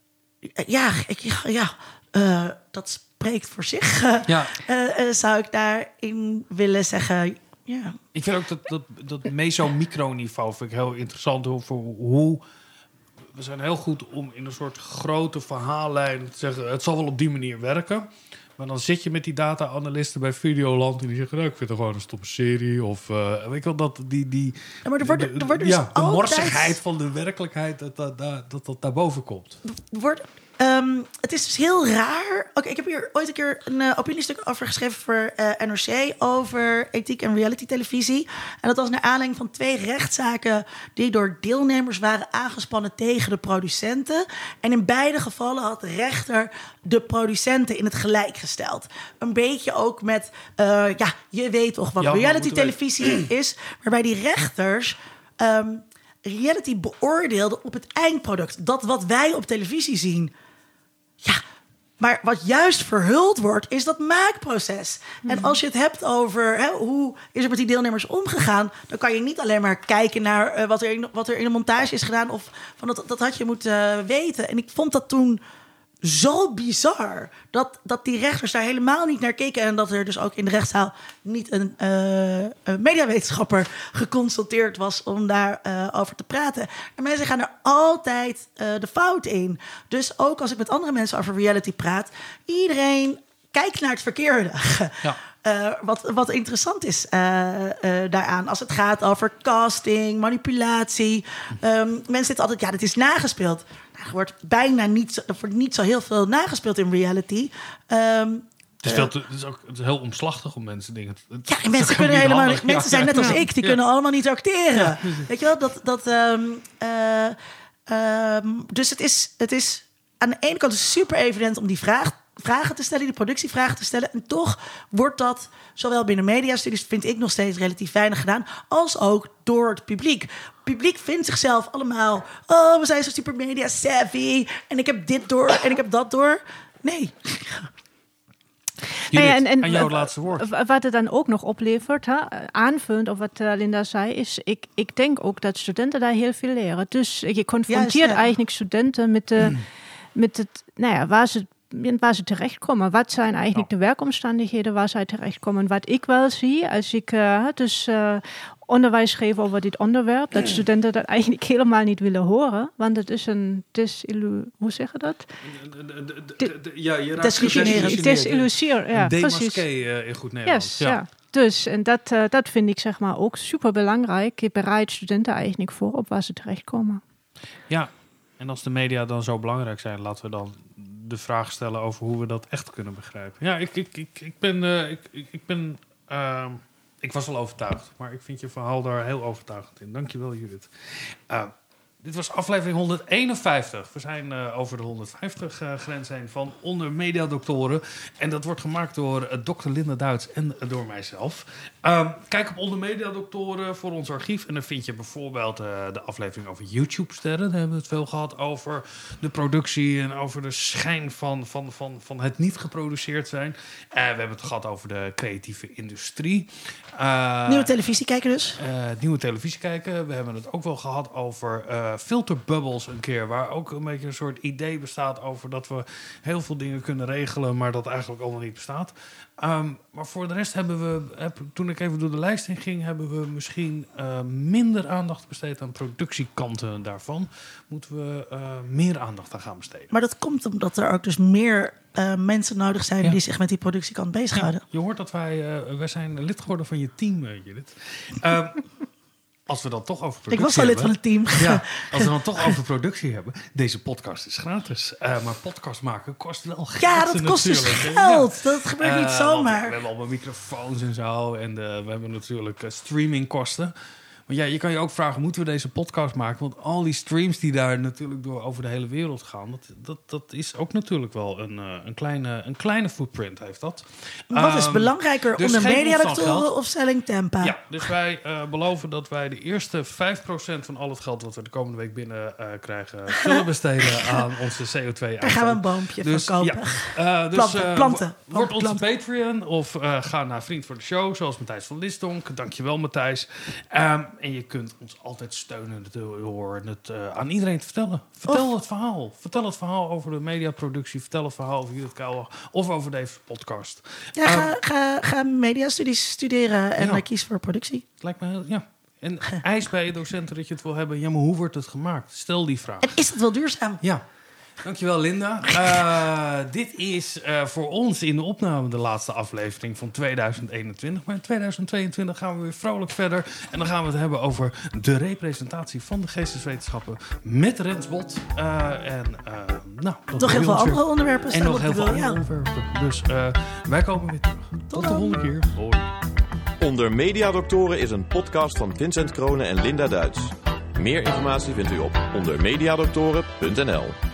ja, ik, ja uh, dat spreekt voor zich. Uh, ja. uh, uh, zou ik daarin willen zeggen. Ja. Ik vind ook dat, dat, dat meso-microniveau vind ik heel interessant. Over hoe, we zijn heel goed om in een soort grote verhaallijn te zeggen, het zal wel op die manier werken. Maar dan zit je met die data-analisten bij Videoland en die zeggen, nou, ik vind het gewoon een stomme serie. Of uh, weet je wel, dat die, die ja, maar er wordt, er wordt dus ja, de altijd morsigheid van de werkelijkheid, dat dat, dat, dat, dat daarboven komt. Er wordt... Um, het is dus heel raar. Oké, okay, ik heb hier ooit een keer een uh, opiniestuk over geschreven voor uh, N R C over ethiek en reality-televisie. En dat was naar aanleiding van twee rechtszaken die door deelnemers waren aangespannen tegen de producenten. En in beide gevallen had de rechter de producenten in het gelijk gesteld. Een beetje ook met, uh, ja, je weet toch wat reality-televisie is. Waarbij die rechters Um, reality beoordeelden op het eindproduct. Dat wat wij op televisie zien. Ja, maar wat juist verhuld wordt, is dat maakproces. Mm-hmm. En als je het hebt over hè, hoe is er met die deelnemers omgegaan, dan kan je niet alleen maar kijken naar uh, wat, er in, wat er in de montage is gedaan. Of van dat, dat had je moeten uh, weten. En ik vond dat toen zo bizar dat, dat die rechters daar helemaal niet naar keken. En dat er dus ook in de rechtszaal niet een, uh, een mediawetenschapper geconsulteerd was om daarover uh, over te praten. En mensen gaan er altijd uh, de fout in. Dus ook als ik met andere mensen over reality praat, iedereen kijkt naar het verkeerde. Ja. Uh, wat, wat interessant is uh, uh, daaraan. Als het gaat over casting, manipulatie. Um, mensen zitten altijd, ja, dit is nagespeeld. Nou, er wordt bijna niet, er wordt niet zo heel veel nagespeeld in reality. Um, het, is veel te, het is ook het is heel omslachtig om mensen dingen te... Ja, en mensen kunnen helemaal handig. Mensen ja, zijn net als ja, ik, die ja. kunnen allemaal niet acteren. Ja. Weet je wel, dat... dat um, uh, um, dus het is, het is aan de ene kant super evident om die vraag vragen te stellen, die productievragen te stellen. En toch wordt dat zowel binnen mediastudies, vind ik nog steeds relatief weinig gedaan, als ook door het publiek. Het publiek vindt zichzelf allemaal, oh, we zijn zo super media savvy en ik heb dit door en ik heb dat door. Nee. Judith, nou ja, en, en, aan jouw laatste woord. Wat het dan ook nog oplevert, hè, aanvullend op wat uh, Linda zei, is ik, ik denk ook dat studenten daar heel veel leren. Dus je confronteert ja, eigenlijk studenten met, de, mm. met het, nou ja, waar ze waar ze terechtkomen. Wat zijn eigenlijk de werkomstandigheden waar zij terechtkomen? Wat ik wel zie, als ik uh, dus uh, onderwijs geef over dit onderwerp, dat studenten dat eigenlijk helemaal niet willen horen, want het is een desillu... Hoe zeg je dat? Ja, je raakt desillusier, ja, precies. Uh, in goed Nederlands. Yes, ja. ja. Dus, en dat, uh, dat vind ik zeg maar ook super belangrijk. Je bereidt studenten eigenlijk voor op waar ze terechtkomen. Ja, en als de media dan zo belangrijk zijn, laten we dan de vraag stellen over hoe we dat echt kunnen begrijpen. Ja, ik, ik, ik, ik ben... Uh, ik, ik, ik ben uh, ik was al overtuigd, maar ik vind je verhaal daar heel overtuigend in. Dankjewel, Judith. Uh, Dit was aflevering honderdeenenvijftig. We zijn uh, over de honderdvijftig uh, grens heen van Onder Mediadoktoren. En dat wordt gemaakt door uh, dokter Linda Duits en uh, door mijzelf. Uh, kijk op Onder Mediadoktoren voor ons archief. En dan vind je bijvoorbeeld uh, de aflevering over YouTube-sterren. Daar hebben we het veel gehad over de productie en over de schijn van, van, van, van het niet geproduceerd zijn. Uh, we hebben het gehad over de creatieve industrie. Uh, nieuwe televisie kijken dus. Uh, nieuwe televisie kijken. We hebben het ook wel gehad over... Uh, filterbubbles een keer, waar ook een beetje een soort idee bestaat over dat we heel veel dingen kunnen regelen, maar dat eigenlijk allemaal niet bestaat. Um, maar voor de rest hebben we, heb, toen ik even door de lijst heen ging, hebben we misschien uh, minder aandacht besteed aan productiekanten daarvan. Moeten we uh, meer aandacht aan gaan besteden. Maar dat komt omdat er ook dus meer uh, mensen nodig zijn ja. die zich met die productiekant bezighouden. Ja, je hoort dat wij, uh, wij zijn lid geworden van je team, uh, Judith. Um, Als we dan toch over productie Ik was al lid hebben, van het team. Ja, als we dan toch over productie hebben. Deze podcast is gratis. Uh, maar podcast maken kost wel geld. Ja, dat kost dus geld. Ja. Dat gebeurt uh, niet zomaar. We hebben allemaal microfoons en zo. En de, we hebben natuurlijk uh, streamingkosten. Maar ja, je kan je ook vragen, moeten we deze podcast maken? Want al die streams die daar natuurlijk door over de hele wereld gaan... dat, dat, dat is ook natuurlijk wel een, uh, een, kleine, een kleine footprint heeft dat. Wat is um, belangrijker, dus Onder Mediadoktoren of Selling Tampa? Ja, dus wij uh, beloven dat wij de eerste vijf procent van al het geld... wat we de komende week binnen uh, krijgen... zullen besteden aan onze C O twee uitstoot. Daar gaan we een boompje dus, van kopen. Ja, uh, dus, planten, uh, planten. Word onze planten. Patreon of uh, ga naar Vriend voor de Show... zoals Matthijs van Lisdonk. Dankjewel, Matthijs. Um, En je kunt ons altijd steunen door het uh, aan iedereen te vertellen. Vertel of, het verhaal. Vertel het verhaal over de mediaproductie. Vertel het verhaal over Judith Kuijer of over deze podcast. Ja, uh, ga, ga, ga mediastudies studeren en ja. kies voor productie. Het lijkt me heel... Ja. En eis bij je docenten dat je het wil hebben. Ja, maar hoe wordt het gemaakt? Stel die vraag. En is het wel duurzaam? Ja. Dankjewel, Linda. Uh, dit is uh, voor ons in de opname de laatste aflevering van tweeduizend eenentwintig. Maar in tweeduizend tweeëntwintig gaan we weer vrolijk verder. En dan gaan we het hebben over de representatie van de geesteswetenschappen met Rens Bot. Uh, en uh, nou, nog heel veel andere onderwerpen. En nog heel veel andere ja. onderwerpen. Dus uh, wij komen weer terug. Tot, Tot de volgende keer. Hoi. Onder Mediadoktoren is een podcast van Vincent Kronen en Linda Duits. Meer informatie vindt u op onder mediadoktoren punt n l.